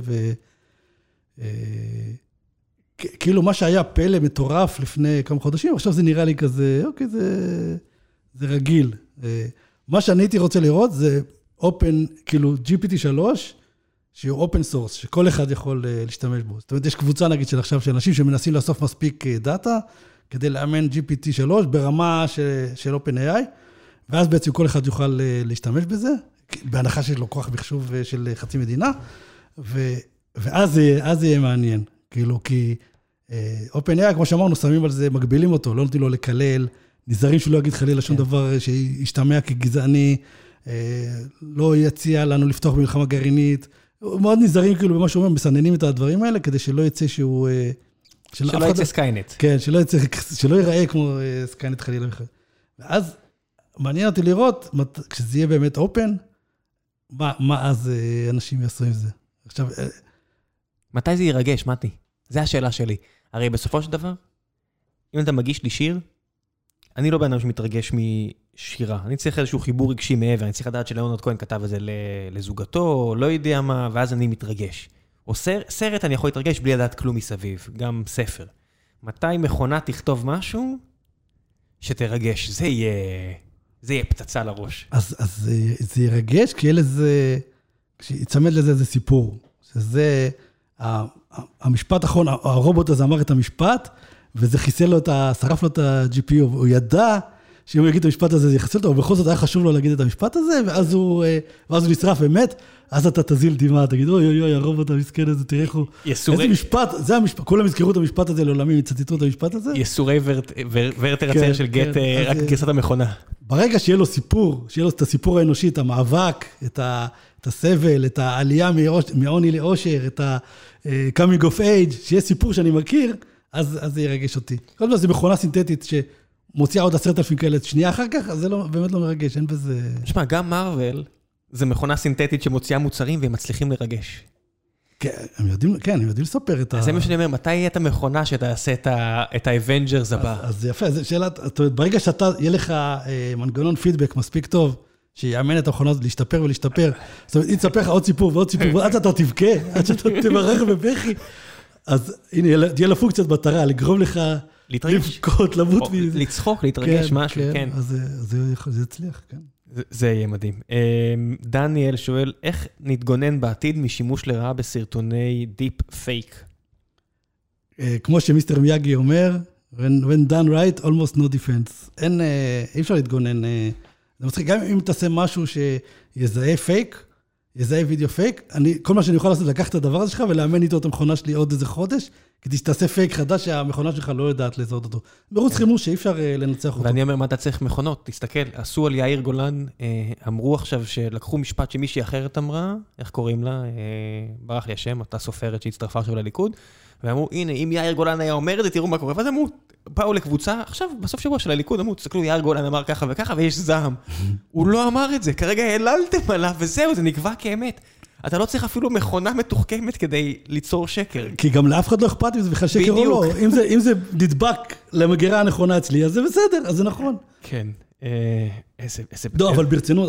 כאילו מה שהיה פלא מטורף לפני כמה חודשים, עכשיו זה נראה לי כזה, אוקיי, זה רגיל. מה שאני הייתי רוצה לראות זה open, כאילו GPT-3, שהוא open source, שכל אחד יכול להשתמש בו. זאת אומרת, יש קבוצה נגיד של עכשיו, של אנשים שמנסים לאסוף מספיק דאטה, כדי לאמן GPT-3 ברמה של OpenAI, ואז בעצם כל אחד יוכל להשתמש בזה, בהנחה שיש לו כוח מחשוב של חצי מדינה, ואז זה יהיה מעניין. כאילו, כי OpenAI, כמו שאמרנו, שמים על זה, מגבילים אותו, לא נותנים לו לקלל, נזהרים שלא יגיד חלילה שום דבר שישתמע כגזעני, לא יציע לנו לפתוח במלחמה גרעינית, מאוד נזהרים כאילו במה שהוא אומר, מסננים את הדברים האלה, כדי שלא יצא שהוא... שלא יצא סקיינט. כן, שלא ייראה כמו סקיינט חלילה. ואז מעניין אותי לראות, כשזה יהיה באמת אופן, מה אז אנשים יעשו עם זה. עכשיו... מתי זה ירגש, מתי? זו השאלה שלי. הרי בסופו של דבר, אם אתה מגיש לי שיר, אני לא בן אדם שמתרגש משירה. אני צריך איזשהו חיבור רגשי מעבר, אני צריך לדעת שלאונרד כהן כתב את זה לזוגתו, לא יודע מה, ואז אני מתרגש. או סרט אני יכול להתרגש בלי לדעת כלום מסביב, גם ספר. מתי מכונה תכתוב משהו שתרגש? זה יהיה פצצה לראש. אז זה ירגש, כי יהיה לזה, כשיצמד לזה איזה סיפור, שזה, המשפט האחרון, הרובוט הזה אמר את המשפט, וזה חיסל לו שרף לו את ה-GPU, הוא ידע שאם הוא יגיד את המשפט הזה, זה יחסל אותו, ובכל זאת היה חשוב לו להגיד את המשפט הזה, ואז הוא נשרף באמת, אז אתה תזיל דמעה, תגיד, אוי, הרובוט המסכן הזה, תראה איך הוא... איזה משפט, זה המשפט, כולם יזכרו את המשפט הזה לעולמים, יצטטו את המשפט הזה. יסורי ורטר הצייר של גט, רק גרסת המכונה. ברגע שיהיה לו סיפור, שיהיה לו את הסיפור האנושי, את המאבק, את הסבל, את העלייה מעוני לאושר, את ה-coming of age, שיהיה סיפור שאני מכיר, אז זה ירגש אותי. כל פעם זה מכונה סינתטית שמוציאה עוד 10,000 כאלה שנייה אחר כך, אז זה באמת לא מרגש, אין בזה... תשמע, גם מרוול זה מכונה סינתטית שמוציאה מוצרים והם מצליחים לרגש. כן, הם יודעים לספר את ה... אז זה מה שאני אומר, מתי יהיה את המכונה שתעשה את האבנג'רס הבא? אז זה יפה, זו שאלה, ברגע יהיה לך מנגנון פידבק מספיק טוב, שיאמן את המכונה הזאת להשתפר ולהשתפר, זאת אומרת, אם תספר לך עוד סיפור ועוד סיפור, עד שאתה תבכה, עד שאתה תמרח בבכי, אז הנה, תהיה לה פונקציית מטרה, לגרום לך לבכות, למות מזה. לצחוק, להתרגש, משהו, כן. אז זה יצליח, כן. זה יהיה מדהים. דניאל שואל, איך נתגונן בעתיד משימוש לרעה בסרטוני דיפ פייק? כמו שמיסטר מיאגי אומר, when done right, almost no defense. אי אפשר להתגונן. זה מצחיק, גם אם תעשה משהו שיזהה פייק, יזהה וידאו פייק, כל מה שאני יכול לעשות, לקחת את הדבר הזה שלך ולאמן איתו את המכונה שלי עוד איזה חודש, כדי שתעשה פייק חדש שהמכונה שלך לא יודעת לזהות אותו. מרוץ חימוש שאי אפשר לנצח אותו. ואני אומר, מה אתה צריך מכונות? תסתכל, עשו על יאיר גולן, אמרו עכשיו שלקחו משפט שמישהי אחרת אמרה, איך קוראים לה? ברח לי השם, אותה סופרת שהצטרפה עכשיו לליכוד, ואמרו, הנה, אם יאיר גולן היה אומר את זה, תראו מה קורה. ואז אמרו, באו לקבוצה, עכשיו, בסוף שבוע של הליכוד, אמרו, תסתכלו, יאיר גולן אמר ככה וככה, ויש זעם. הוא לא אמר את זה, כרגע העללתם עליו, וזהו, זה נקבע כאמת. אתה לא צריך אפילו מכונה מתוחכמת כדי ליצור שקר. כי גם לאף אחד לא אכפת אם זה בכלל שקר או לא. אם זה נדבק למגירה הנכונה אצלי, אז זה בסדר, אז זה נכון. כן. איזה... לא, אבל ברצינות,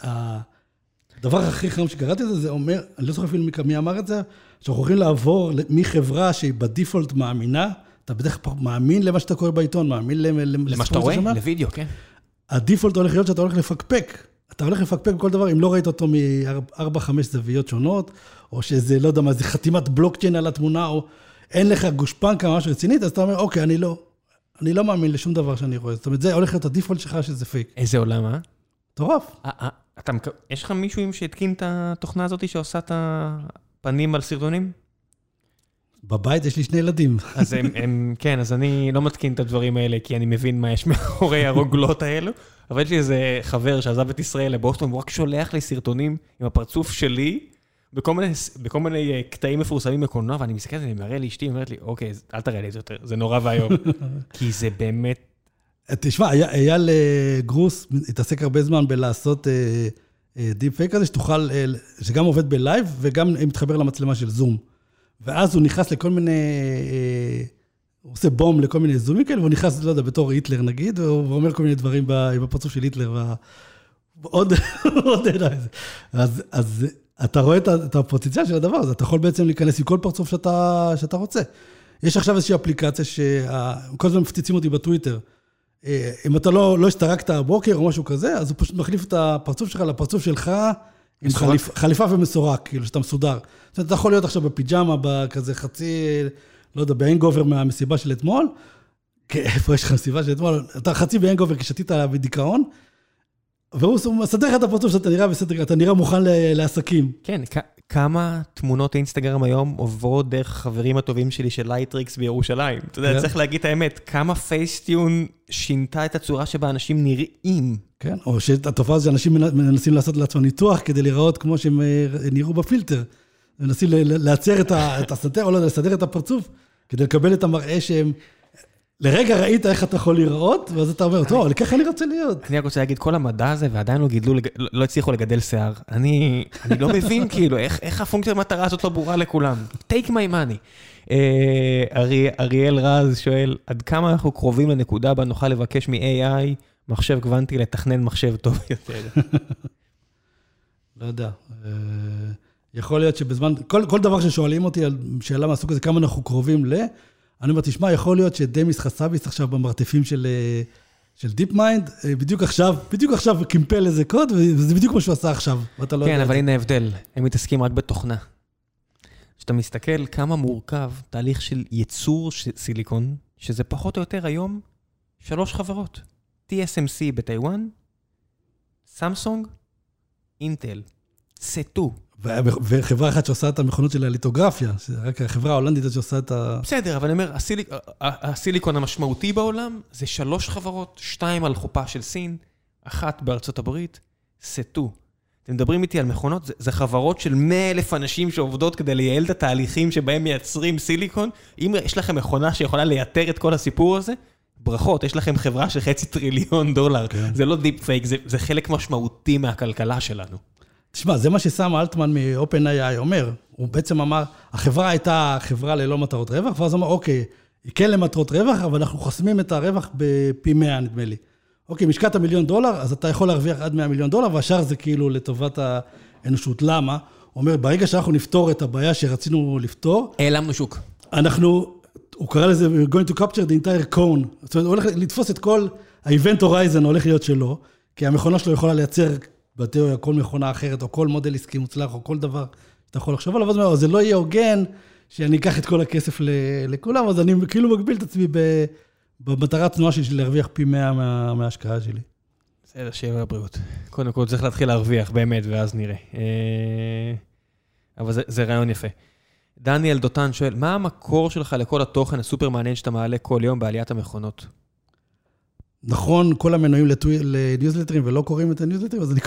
הדבר הכי חם שקראתי את זה, זה אומר, אני לא זוכר אפילו מי אמר את זה, שאנחנו יכולים לעבור מחברה שהיא בדיפולט מאמינה, אתה בדרך כלל מאמין למה שאתה קורא בעיתון, מאמין למה שאתה רואה, לוידאו, כן. הדיפולט הולך להיות שאתה הולך לפקפק. אתה הולך לפקפק בכל דבר, אם לא ראית אותו מ-4-5 זוויות שונות, או שזה, לא יודע מה, זה חתימת בלוקצ'יין על התמונה, או אין לך גושפנקה משהו רצינית, אז אתה אומר, אוקיי, אני לא מאמין לשום דבר שאני רואה. זאת אומרת, זה הולך להיות הדיפולט שלך שזה פייק. איזה עולם, טורף. יש לך מישהו שהתקין את התוכנה הזאת שעושה את הפנים על סרטונים? בבית יש לי 2 ילדים. אז כן, אז אני לא מתקין את הדברים האלה, כי אני מבין מה יש מאחורי הרוגלות האלו, אבל יש לי איזה חבר שעזב את ישראל לבוסטון, והוא רק שולח לי סרטונים עם הפרצוף שלי, בכל מיני קטעים מפורסמים בקולנוע, ואני מסתכלת, אני מראה לאשתי, היא אומרת לי, אוקיי, אל תראה לי את זה יותר, זה נורא והיום. כי זה באמת... תשמע, אייל גרוס התעסק הרבה זמן בלעשות דיפ פייק הזה, שגם עובד בלייב, וגם מתחבר למצלמה של זום. ואז הוא נכנס לכל מיני הוא עושה בום לכל מיני זומים כאלה, והוא נכנס, לא יודע, בתור היטלר נגיד, והוא אומר כל מיני דברים בפרצוף של היטלר, עוד אז אתה רואה את הפוטנציאל של הדבר הזה, אתה יכול בעצם להיכנס עם כל פרצוף שאתה רוצה. יש עכשיו איזושהי אפליקציה שכל הזמן מפציצים אותי בטוויטר, אם אתה לא השתרקת הבוקר או משהו כזה, אז הוא פשוט מחליף את הפרצוף שלך לפרצוף שלך, עם חליפה ומסורק, כאילו שאתה מסודר. זאת אומרת, אתה יכול להיות עכשיו בפיג'מה, בכזה חצי, לא יודע, באנגובר מהמסיבה של אתמול, איפה יש לך מסיבה של אתמול? אתה חצי באנגובר כששתית בדיכאון, והוא מסדר לך את הפרצוף שאתה נראה בסדר, אתה נראה מוכן לעסקים. כן, כמה תמונות אינסטגרם היום עוברות דרך החברים הטובים שלי של לייטריקס בירושלים. אתה יודע, צריך להגיד את האמת, כמה פייסטיון שינתה את הצורה שבה אנשים נראים. כן, או שהתופעה הזו שאנשים מנסים לעשות לעצמם ניתוח כדי לראות כמו שהם נראו בפילטר. מנסים להצר את הסנטר, או לא, לסדר את הפרצוף, כדי לקבל את המראה שהם... לרגע ראית איך אתה יכול לראות, ואז אתה אומר, טוב, לכך אני רוצה להיות. אני רק רוצה להגיד, כל המדע הזה, ועדיין לא הצליחו לגדל שיער. אני לא מבין, כאילו, איך הפונקציה המטרה הזאת לא ברורה לכולם. Take my money. אריאל רז שואל, עד כמה אנחנו קרובים לנקודה בה נוכל לבקש מ-AI, מחשב קוונטי לתכנן מחשב טוב יותר? לא יודע. יכול להיות שבזמן, כל דבר ששואלים אותי על שאלה מהסוג הזה, כמה אנחנו קרובים אני אומר, תשמע, יכול להיות שדמיס חסביס עכשיו במרתפים של דיפ מיינד, בדיוק עכשיו קימפל איזה קוד, וזה בדיוק מה שהוא עשה עכשיו. כן, אבל הנה ההבדל, הם מתעסקים רק בתוכנה. כשאתה מסתכל כמה מורכב תהליך של ייצור סיליקון, שזה פחות או יותר היום 3 חברות. TSMC בטיואן, סמסונג, אינטל, סטו. וחברה אחת שעושה את המכונות של הליטוגרפיה, רק החברה ההולנדית שעושה את בסדר, אבל אני אומר, הסיליקון המשמעותי בעולם, זה 3 חברות, 2 על חופה של סין, 1 בארצות הברית, סטו. אתם מדברים איתי על מכונות, זה חברות של 100,000 אנשים שעובדות כדי לייעל את התהליכים שבהם מייצרים סיליקון. אם יש לכם מכונה שיכולה לייתר את כל הסיפור הזה, ברכות, יש לכם חברה של $500 טריליון. זה לא דיפ פייק, זה חלק משמעותי מהכלכלה שלנו. תשמע, זה מה שסם אלטמן מ-OpenAI אומר. הוא בעצם אמר, החברה הייתה חברה ללא מטרות רווח, ואז אמר, אוקיי, היא כן למטרות רווח, אבל אנחנו חוסמים את הרווח בפי 100, נדמה לי. אוקיי, משקעת $1 מיליון, אז אתה יכול להרוויח עד $100 מיליון, והשאר זה כאילו לטובת האנושות. למה? הוא אומר, ברגע שאנחנו נפתור את הבעיה שרצינו לפתור, העלמנו שוק. הוא קרא לזה, we're going to capture the entire cone. זאת אומרת, הוא הולך לתפוס את כל ה-event horizon הולך להיות שלו, כי המכונה שלו יכולה לייצר בתיאוריה כל מכונה אחרת, או כל מודל עסקי מוצלח, או כל דבר שאתה יכול לחשוב עליו, אז זה לא יהיה הוגן שאני אקח את כל הכסף לכולם, אז אני כאילו מגביל את עצמי במטרה הצנועה שלי להרוויח פי 100 מההשקעה שלי. בסדר, שיהיה בבריאות. קודם כל צריך להתחיל להרוויח באמת, ואז נראה. אבל זה רעיון יפה. דניאל דותן שואל, מה המקור שלך לכל התוכן הסופר מעניין שאתה מעלה כל יום בעליית המכונות? נכון, כל המנויים לניוזלטרים ולא קוראים את הניוזלטרים, אז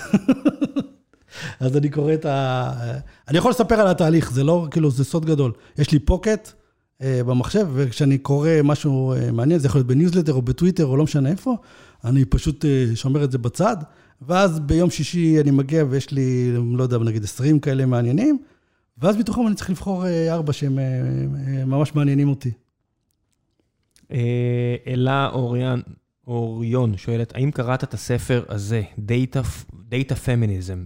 אני קורא את אני יכול לספר על התהליך, זה לא, כאילו, זה סוד גדול. יש לי פוקט במחשב, וכשאני קורא משהו מעניין, זה יכול להיות בניוזלטר או בטוויטר או לא משנה איפה, אני פשוט שומר את זה בצד, ואז ביום שישי אני מגיע ויש לי, לא יודע, נגיד 20 כאלה מעניינים, ואז בתוכם אני צריך לבחור 4 שהם ממש מעניינים אותי. אלה אוריון שואלת, האם קראת את הספר הזה, Data Feminism?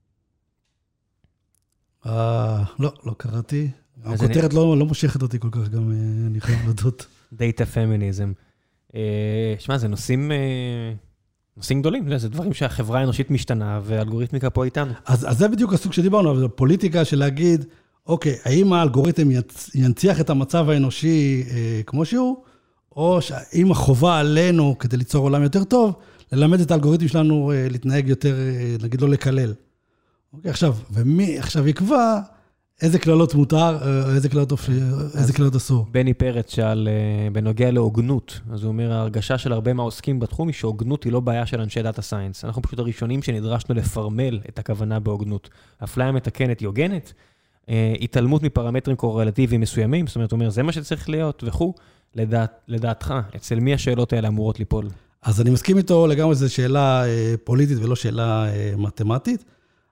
לא קראתי. הכותרת לא מושכת אותי כל כך, גם אני חייב להודות. Data Feminism. שמע, זה נושאים גדולים, זה דברים שהחברה האנושית משתנה, והאלגוריתמיקה פה איתנו. אז זה בדיוק הסוג שדיברנו, אבל הפוליטיקה של להגיד, אוקיי, האם האלגוריתם ינציח את המצב האנושי כמו שהוא, או האם החובה עלינו, כדי ליצור עולם יותר טוב, ללמד את האלגוריתם שלנו להתנהג יותר, נגיד לא לקלל. אוקיי, עכשיו, ומי עכשיו יקבע איזה כללות מותר, איזה כללות אסור. בני פרץ שאל בנוגע להוגנות, אז הוא אומר, ההרגשה של הרבה מהעוסקים בתחום היא שהוגנות היא לא בעיה של אנשי דאטה סיינס. אנחנו פשוט הראשונים שנדרשנו לפרמל את הכוונה בהוגנות. אפליה מתקנת היא הוגנת, התעלמות מפרמטרים קורלטיביים מסוימים, זאת אומרת, הוא אומר, זה מה שצריך להיות וכו', לדעתך, אצל מי השאלות האלה אמורות ליפול? אז אני מסכים איתו לגמרי, זו שאלה פוליטית ולא שאלה מתמטית.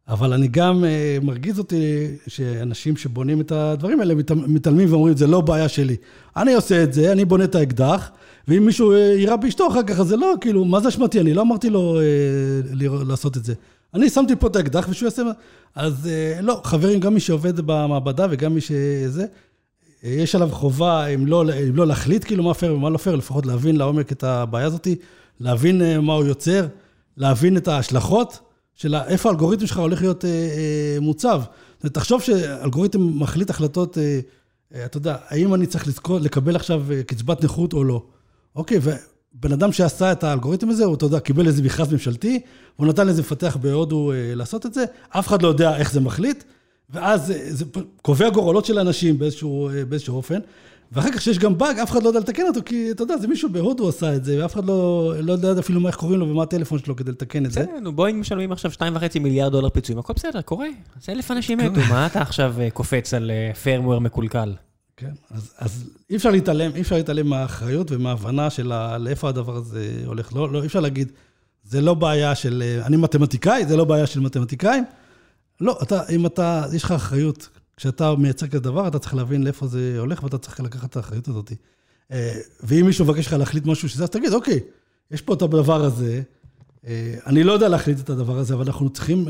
אבל אני גם מרגיז אותי שאנשים שבונים את הדברים האלה מתעלמים ואומרים, זה לא בעיה שלי. אני עושה את זה, אני בונה את האקדח, ואם מישהו יירה באשתו אחר כך, אז זה לא, כאילו, מה זה אשמתי? אני לא אמרתי לו לעשות את זה. אני שמתי פה את האקדח ושהוא יעשה... אז לא, חברים, גם מי שעובד במעבדה וגם מי שזה, יש עליו חובה, אם לא להחליט כאילו מה פייר ומה לא פייר, לפחות להבין לעומק את הבעיה הזאת, להבין מה הוא יוצר, להבין את ההשלכות של איפה האלגוריתם שלך הולך להיות מוצב. תחשוב שאלגוריתם מחליט החלטות, אתה יודע, האם אני צריך לקבל עכשיו קצבת נכות או לא. אוקיי, ובן אדם שעשה את האלגוריתם הזה, הוא, אתה יודע, קיבל איזה מכרז ממשלתי, הוא נתן לזה מפתח בהודו לעשות את זה, אף אחד לא יודע איך זה מחליט, ואז זה קובע גורלות של אנשים באיזשהו אופן, ואחר כך שיש גם באג, אף אחד לא יודע לתקן אותו, כי אתה יודע, זה מישהו בהודו עשה את זה, ואף אחד לא יודע אפילו מה איך קוראים לו ומה הטלפון שלו כדי לתקן את זה. בסדר, בואי משלמים עכשיו $2.5 מיליארד פיצויים, הכל בסדר, קורה. אז 1,000 אנשים מתו, מה אתה עכשיו קופץ על firmware מקולקל? כן, אז אי אפשר להתעלם מהאחריות ומההבנה של לאיפה הדבר הזה הולך. לא, אי אפשר להגיד, זה לא בעיה של, אני מתמטיקאי, זה לא בעיה של מתמטיקאים. לא, אם יש לך אחריות, כשאתה מייצר כזה דבר, אתה צריך להבין לאיפה זה הולך, ואתה צריך לקחת את האחריות הזאת. ואם מישהו מבקש לך להחליט משהו שזה, אז תגיד, אוקיי, יש פה את הדבר הזה, אני לא יודע להחליט את הדבר הזה, אבל אנחנו צריכים,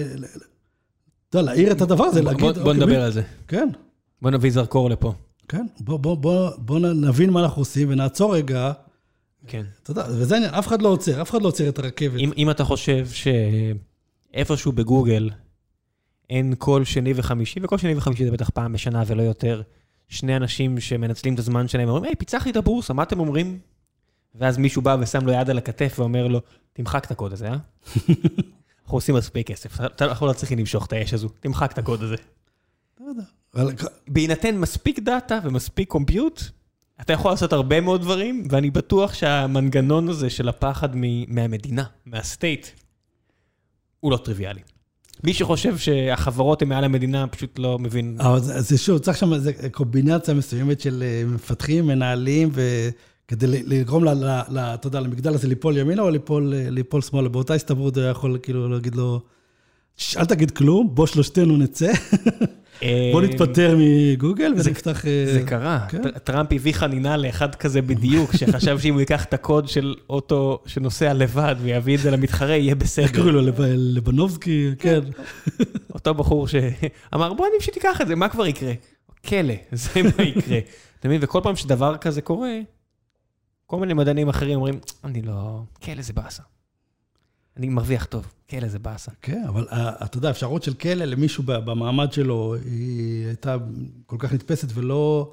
להעיר את הדבר הזה, להגיד, בוא נדבר על זה. כן. בוא נביא זרקור לפה. כן, בוא נבין מה אנחנו עושים, ונעצור רגע. כן. אתה יודע, וזה עניין, אף אחד לא עוצר את הרכבת. אם אתה חושב שאיפשהו בגוגל, אין כל שני וחמישי, וכל שני וחמישי זה בטח פעם בשנה ולא יותר, שני אנשים שמנצלים את הזמן שלהם, אומרים, היי, פיצחתי את הבורסה, מה אתם אומרים? ואז מישהו בא ושם לו יד על הכתף ואומר לו, תמחק את הקוד הזה, אנחנו עושים מספיק כסף, אתה לא צריך למשוך את האש הזו, תמחק את הקוד הזה. לא יודע. בהינתן מספיק דאטה ומספיק קומפיוט, אתה יכול לעשות הרבה מאוד דברים, ואני בטוח שהמנגנון הזה של הפחד מהמדינה, מהסטייט, הוא לא טריוויאלי. מי שחושב שהחברות הן מעל המדינה פשוט לא מבין. אבל זה שוב, צריך שם איזו קומבינציה מסוימת של מפתחים, מנהלים, וכדי לגרום אתה יודע, למגדל הזה ליפול ימינה או ליפול שמאלה. באותה הסתברות הוא יכול כאילו להגיד לו, אל תגיד כלום, בוא שלושתנו נצא, בוא נתפטר מגוגל ונפתח... זה קרה. טראמפ הביא חנינה לאחד כזה בדיוק, שחשב שאם הוא ייקח את הקוד של אוטו שנוסע לבד ויביא את זה למתחרה, יהיה בסדר. איך קראו לו? לבנובסקי? כן. אותו בחור שאמר, בוא אני פשוט אקח את זה, מה כבר יקרה? כלא, זה מה יקרה. אתה מבין? וכל פעם שדבר כזה קורה, כל מיני מדענים אחרים אומרים, אני לא... כלא זה באסה. אני מרוויח טוב, כלא זה באסה. כן, אבל אתה יודע, האפשרות של כלא למישהו במעמד שלו, היא הייתה כל כך נתפסת ולא...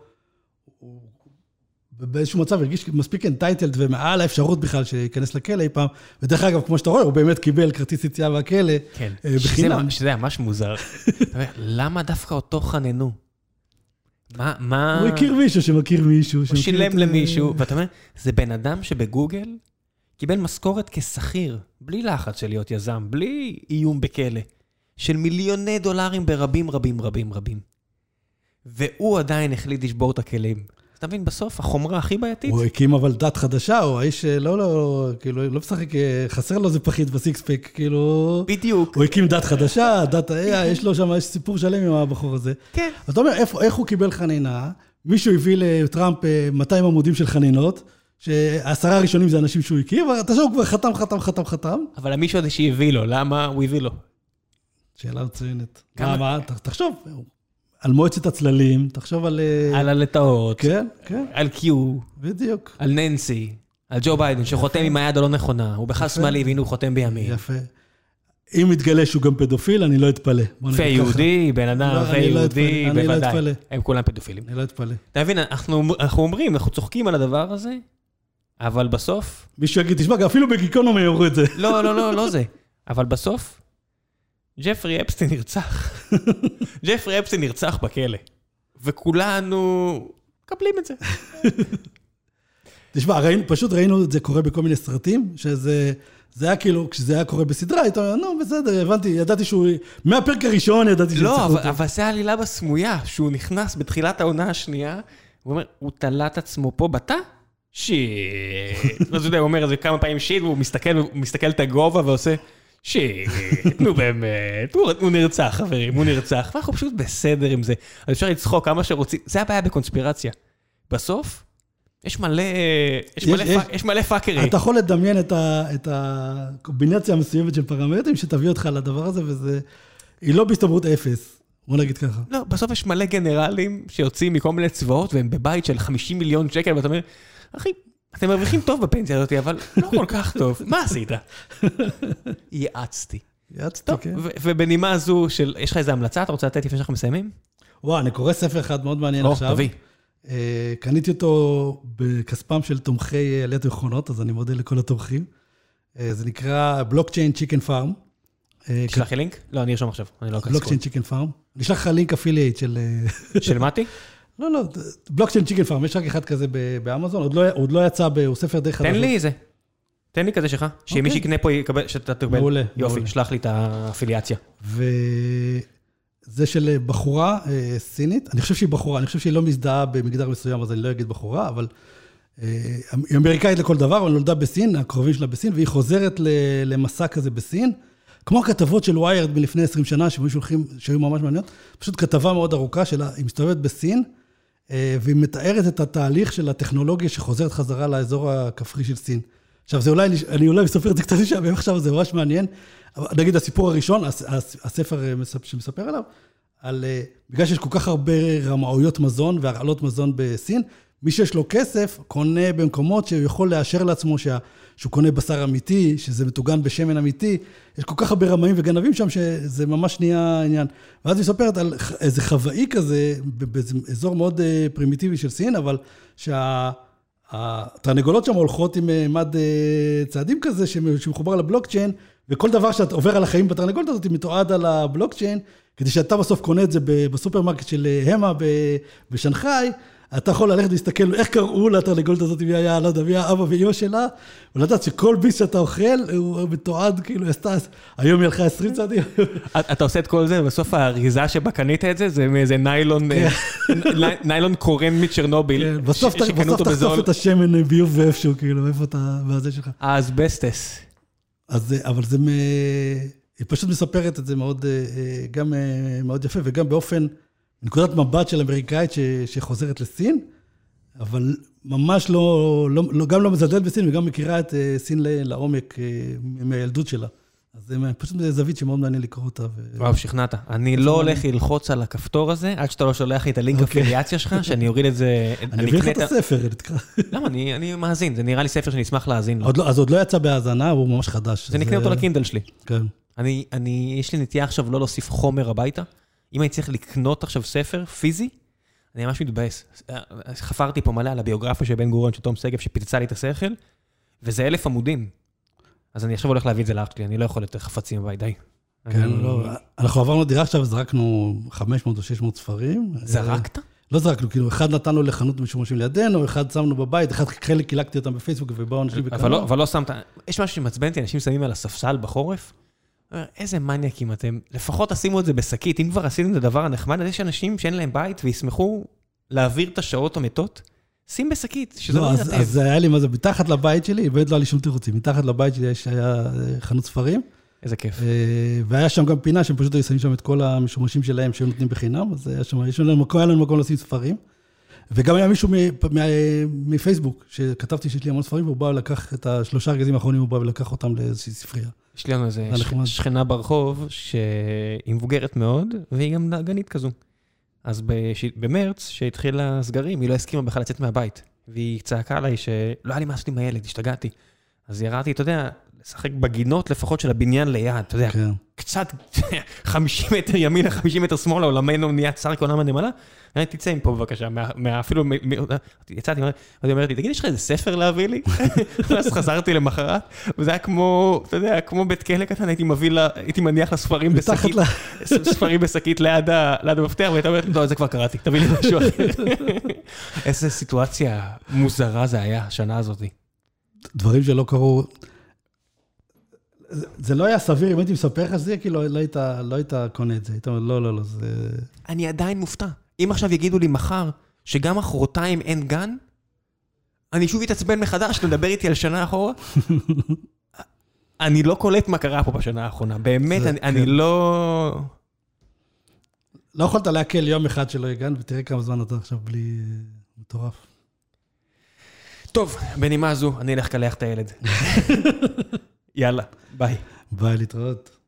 באיזשהו מצב הרגיש מספיק אנטייטלד ומעל האפשרות בכלל שיכנס לכלא אי פעם. ודרך אגב, כמו שאתה רואה, הוא באמת קיבל כרטיס יציאה מהכלא בחינם. שזה ממש מוזר. למה דווקא אותו חננו? מה... הוא הכיר מישהו שמכיר מישהו. הוא שילם למישהו, ואתה אומר, זה בן אדם שבגוגל קיבל משכורת כשכיר, בלי לחץ של להיות יזם, בלי איום בכלא, של מיליוני דולרים ברבים רבים רבים רבים. והוא עדיין החליט לשבור את הכלים. אתה מבין, בסוף, החומרה הכי בעייתית. הוא הקים אבל דת חדשה, הוא האיש כאילו, לא משחק, חסר לו זה פחית בסיקספק, כאילו... בדיוק. הוא הקים דת חדשה, דת ה... יש לו שם, יש סיפור שלם עם הבחור הזה. כן. אז אתה אומר, איך הוא קיבל חנינה? מישהו הביא לטראמפ 200 עמודים של חנינות, ש10 הראשונים זה אנשים שהוא הכיר, ואתה שהוא כבר חתם. אבל המישהו הזה שהביא לו, למה הוא הביא לו? שאלה מצוינת. מה, תחשוב, על מועצת הצללים, תחשוב על... על הלטאות. כן, כן. על קיו. בדיוק. על ננסי. על ג'ו ביידן, שחותם עם היד הלא נכונה. הוא בכלל שמאלי, והנה הוא חותם בימין. יפה. אם מתגלה שהוא גם פדופיל, אני לא אתפלא. פה יהודי, בן אדם, פה יהודי, בוודאי. הם כולם פדופילים. אני לא אתפלא. אתה מבין, אנחנו אומרים, אנחנו צוחקים על הדבר הזה, אבל בסוף... מישהו יגיד, תשמע, אפילו בגיקונומי יורו את זה. לא זה. אבל בסוף, ג'פרי אפסטיין נרצח. ג'פרי אפסטיין נרצח בכלא. וכולנו מקבלים את זה. תשמע, פשוט ראינו את זה קורה בכל מיני סרטים, שזה היה כאילו, כשזה היה קורה בסדרה, היית אומר, נו, בסדר, הבנתי, ידעתי שהוא, מהפרק הראשון ידעתי שהוא צריך אותו. לא, אבל זה עלילה בסמויה, שהוא נכנס בתחילת העונה השנייה, הוא אומר, הוא תלת עצמו פה בתא? שיט. אז הוא אומר, זה כמה פעמים שיט, והוא מסתכל את הגובה ועושה, נו באמת, הוא נרצח חברים, הוא נרצח, ואנחנו פשוט בסדר עם זה, אז אפשר לצחוק כמה שרוצים, זה הבעיה בקונספירציה. בסוף, יש מלא פאקרים. אתה יכול לדמיין את הקומבינציה המסוימת של פרמטרים שתביא אותך לדבר הזה, וזה, היא לא בהסתברות אפס. בוא נגיד ככה. לא, בסוף יש מלא גנרלים שיוצאים מכל מיני צבאות, והם בבית של 50 מיליון שקל, ואתה אומר, אחי, אתם מרוויחים טוב בפנסיה הזאת, אבל לא כל כך טוב. מה עשית? יעצתי. יעצתי, כן. ובנימה הזו של, יש לך איזו המלצה, אתה רוצה לתת לפני שאנחנו מסיימים? וואו, אני קורא ספר אחד מאוד מעניין עכשיו. תביא. קניתי אותו בכספם של תומכי עליית מכונות, אז אני מודה לכל התומכים. זה נקרא בלוקצ'יין צ'יקן פארם. תשלח לי לינק? לא, אני ארשום עכשיו. בלוקצ'יין צ'יקן פארם. אני אשלח לך לינק אפילייט של... של מתי? לא, בלוקצ'יין צ'יקן פארם, יש רק אחד כזה באמזון, עוד לא יצא, הוא ספר די חדש. תן לי איזה. תן לי כזה שלך, שמי שיקנה פה יקבל, שאתה תקבל. מעולה. יופי, שלח לי את האפיליאציה. וזה של בחורה סינית, אני חושב שהיא בחורה, אני חושב שהיא לא מזדהה במגדר מסוים, אז אני לא אגיד בחורה, אבל היא אמריקאית לכל דבר, אבל נולדה בסין, הקרובים שלה בסין, והיא חוזרת למסע כזה בסין, כמו הכתבות של ויירד מלפני 20 שנה, שהיו ממש מעניינות, פשוט כתבה מאוד ארוכה שלה, היא מסתובבת בסין, והיא מתארת את התהליך של הטכנולוגיה שחוזרת חזרה לאזור הכפרי של סין. עכשיו, זה אני אולי מספר את זה קצת שם, עכשיו זה ממש מעניין. נגיד, הסיפור הראשון, הספר שמספר עליו, בגלל שיש כל כך הרבה רמאויות מזון והרעלות מזון בסין, מי שיש לו כסף, קונה במקומות שהוא יכול לאשר לעצמו שהוא קונה בשר אמיתי, שזה מטוגן בשמן אמיתי, יש כל כך הרבה רמאים וגנבים שם, שזה ממש נהיה עניין. ואז היא מספרת על איזה חוואי כזה, באזור מאוד פרימיטיבי של סין, אבל התרנגולות שם הולכות עם מד צעדים כזה, שמחובר לבלוקצ'יין, וכל דבר שאת עובר על החיים בתרנגולת הזאת, מתועד על הבלוקצ'יין, כדי שאתה בסוף קונה את זה בסופרמרקט של המה בשנחאי, אתה יכול ללכת להסתכל איך קראו לתרנגולת הזאת, מי היה, לא יודע, מי האבא ואמא שלה, ולדעת שכל ביס שאתה אוכל, הוא מתועד, כאילו, היום ילכה 20 צעדים. אתה עושה את כל זה, ובסוף האריזה שבה קנית את זה, זה מאיזה ניילון קורן מצ'רנוביל. בסוף תחשוף את השמן ביוב ואיפשהו, כאילו, איפה אתה, בזה שלך. האסבסטס. אבל זה, היא פשוט מספרת את זה מאוד, גם מאוד יפה, וגם באופן, נקודת מבט של אמריקאית שחוזרת לסין, אבל ממש גם לא מזלזלת בסין, וגם מכירה את סין לעומק מהילדות שלה. אז זה פשוט זווית שמאוד מעניין לקרוא אותה. וואו, שכנעת. אני לא הולך ללחוץ על הכפתור הזה, עד שאתה לא שולח לי את הלינק אפיליאציה שלך, שאני אוריד את זה... אני אביא לך את הספר. למה? אני מאזין, זה נראה לי ספר שאני אשמח להאזין לו. אז עוד לא יצא בהאזנה, הוא ממש חדש. זה נקנה אותו לקינדל שלי. כן. יש לי נטייה עכשיו לא להוסיף חומר הביתה. אם אני צריך לקנות עכשיו ספר פיזי, אני ממש מתבאס. חפרתי פה מלא על הביוגרפיה של בן גוריון, של תום שגב, שפיצצה לי את השכל, וזה 1,000 עמודים. אז אני עכשיו הולך להביא את זה לאח שלי, אני לא יכול יותר חפצים בבית, די. כן, לא. אנחנו עברנו דירה עכשיו, זרקנו 500 או 600 ספרים. זרקת? לא זרקנו, כאילו, אחד נתנו לחנות משומשים לידינו, אחד שמנו בבית, חלק קילקתי אותם בפייסבוק, ובאו אנשים וקנו. אבל לא שמת, יש משהו שמצבנתי, אנשים שמים על הספסל בחורף, איזה מניאקים אתם, לפחות תשימו את זה בשקית, אם כבר עשיתם את הדבר הנחמד, אז יש אנשים שאין להם בית וישמחו להעביר את השעות המתות, שים בשקית, שזה לא ירטב. אז היה לי מה זה, מתחת לבית שלי, באמת לא היה לי שום תירוצים, מתחת לבית שלי היה חנות ספרים. איזה כיף. והיה שם גם פינה, שהם פשוט היו שמים שם את כל המשומשים שלהם, שהם נותנים בחינם, אז היה לנו מקום לשים ספרים. וגם היה מישהו מפייסבוק, שכתבתי שיש לי המון ספרים, והוא בא לקח את 3 ארגזים האחרונים, הוא בא ולקח אותם לאיזושהי ספרייה. יש לנו איזה שכנה ברחוב, שהיא מבוגרת מאוד, והיא גם דאגנית כזו. אז במרץ, שהתחיל הסגרים, היא לא הסכימה בכלל לצאת מהבית. והיא צעקה עליי שלא היה לי מה לעשות עם הילד, השתגעתי. אז ירדתי, אתה יודע, לשחק בגינות לפחות של הבניין ליד, אתה יודע, קצת 50 מטר ימינה, 50 מטר שמאלה, עולמנו נהיה צר כעולם הנמלה, אני תצא מפה בבקשה, אפילו, יצאתי, אני אומרת לי, תגיד, יש לך איזה ספר להביא לי? אז חזרתי למחרת, וזה היה כמו, אתה יודע, כמו בית כלא קטן, הייתי מניח לספרים בשקית, ספרים בשקית ליד המפתח, והייתה אומרת, לא, זה כבר קראתי, תביא לי משהו אחר. איזה סיטואציה מוזרה זה היה, השנה הזאת. דברים שלא קרו, זה לא היה סביר, אם הייתי מספר לך שזה, כאילו לא היית קונה את זה. היית אומר, לא, זה... אני עדיין מופתע. אם עכשיו יגידו לי מחר, שגם מחרתיים אין גן, אני שוב אתעצבן מחדש, לדבר איתי על שנה אחורה. אני לא קולט מה קרה פה בשנה האחרונה. באמת, אני לא... לא יכולת להקל יום אחד שלא הגענו, ותראה כמה זמן אתה עכשיו בלי מטורף. טוב, בנימה זו, אני אלך לקלח את הילד. יאללה, ביי. ביי, להתראות.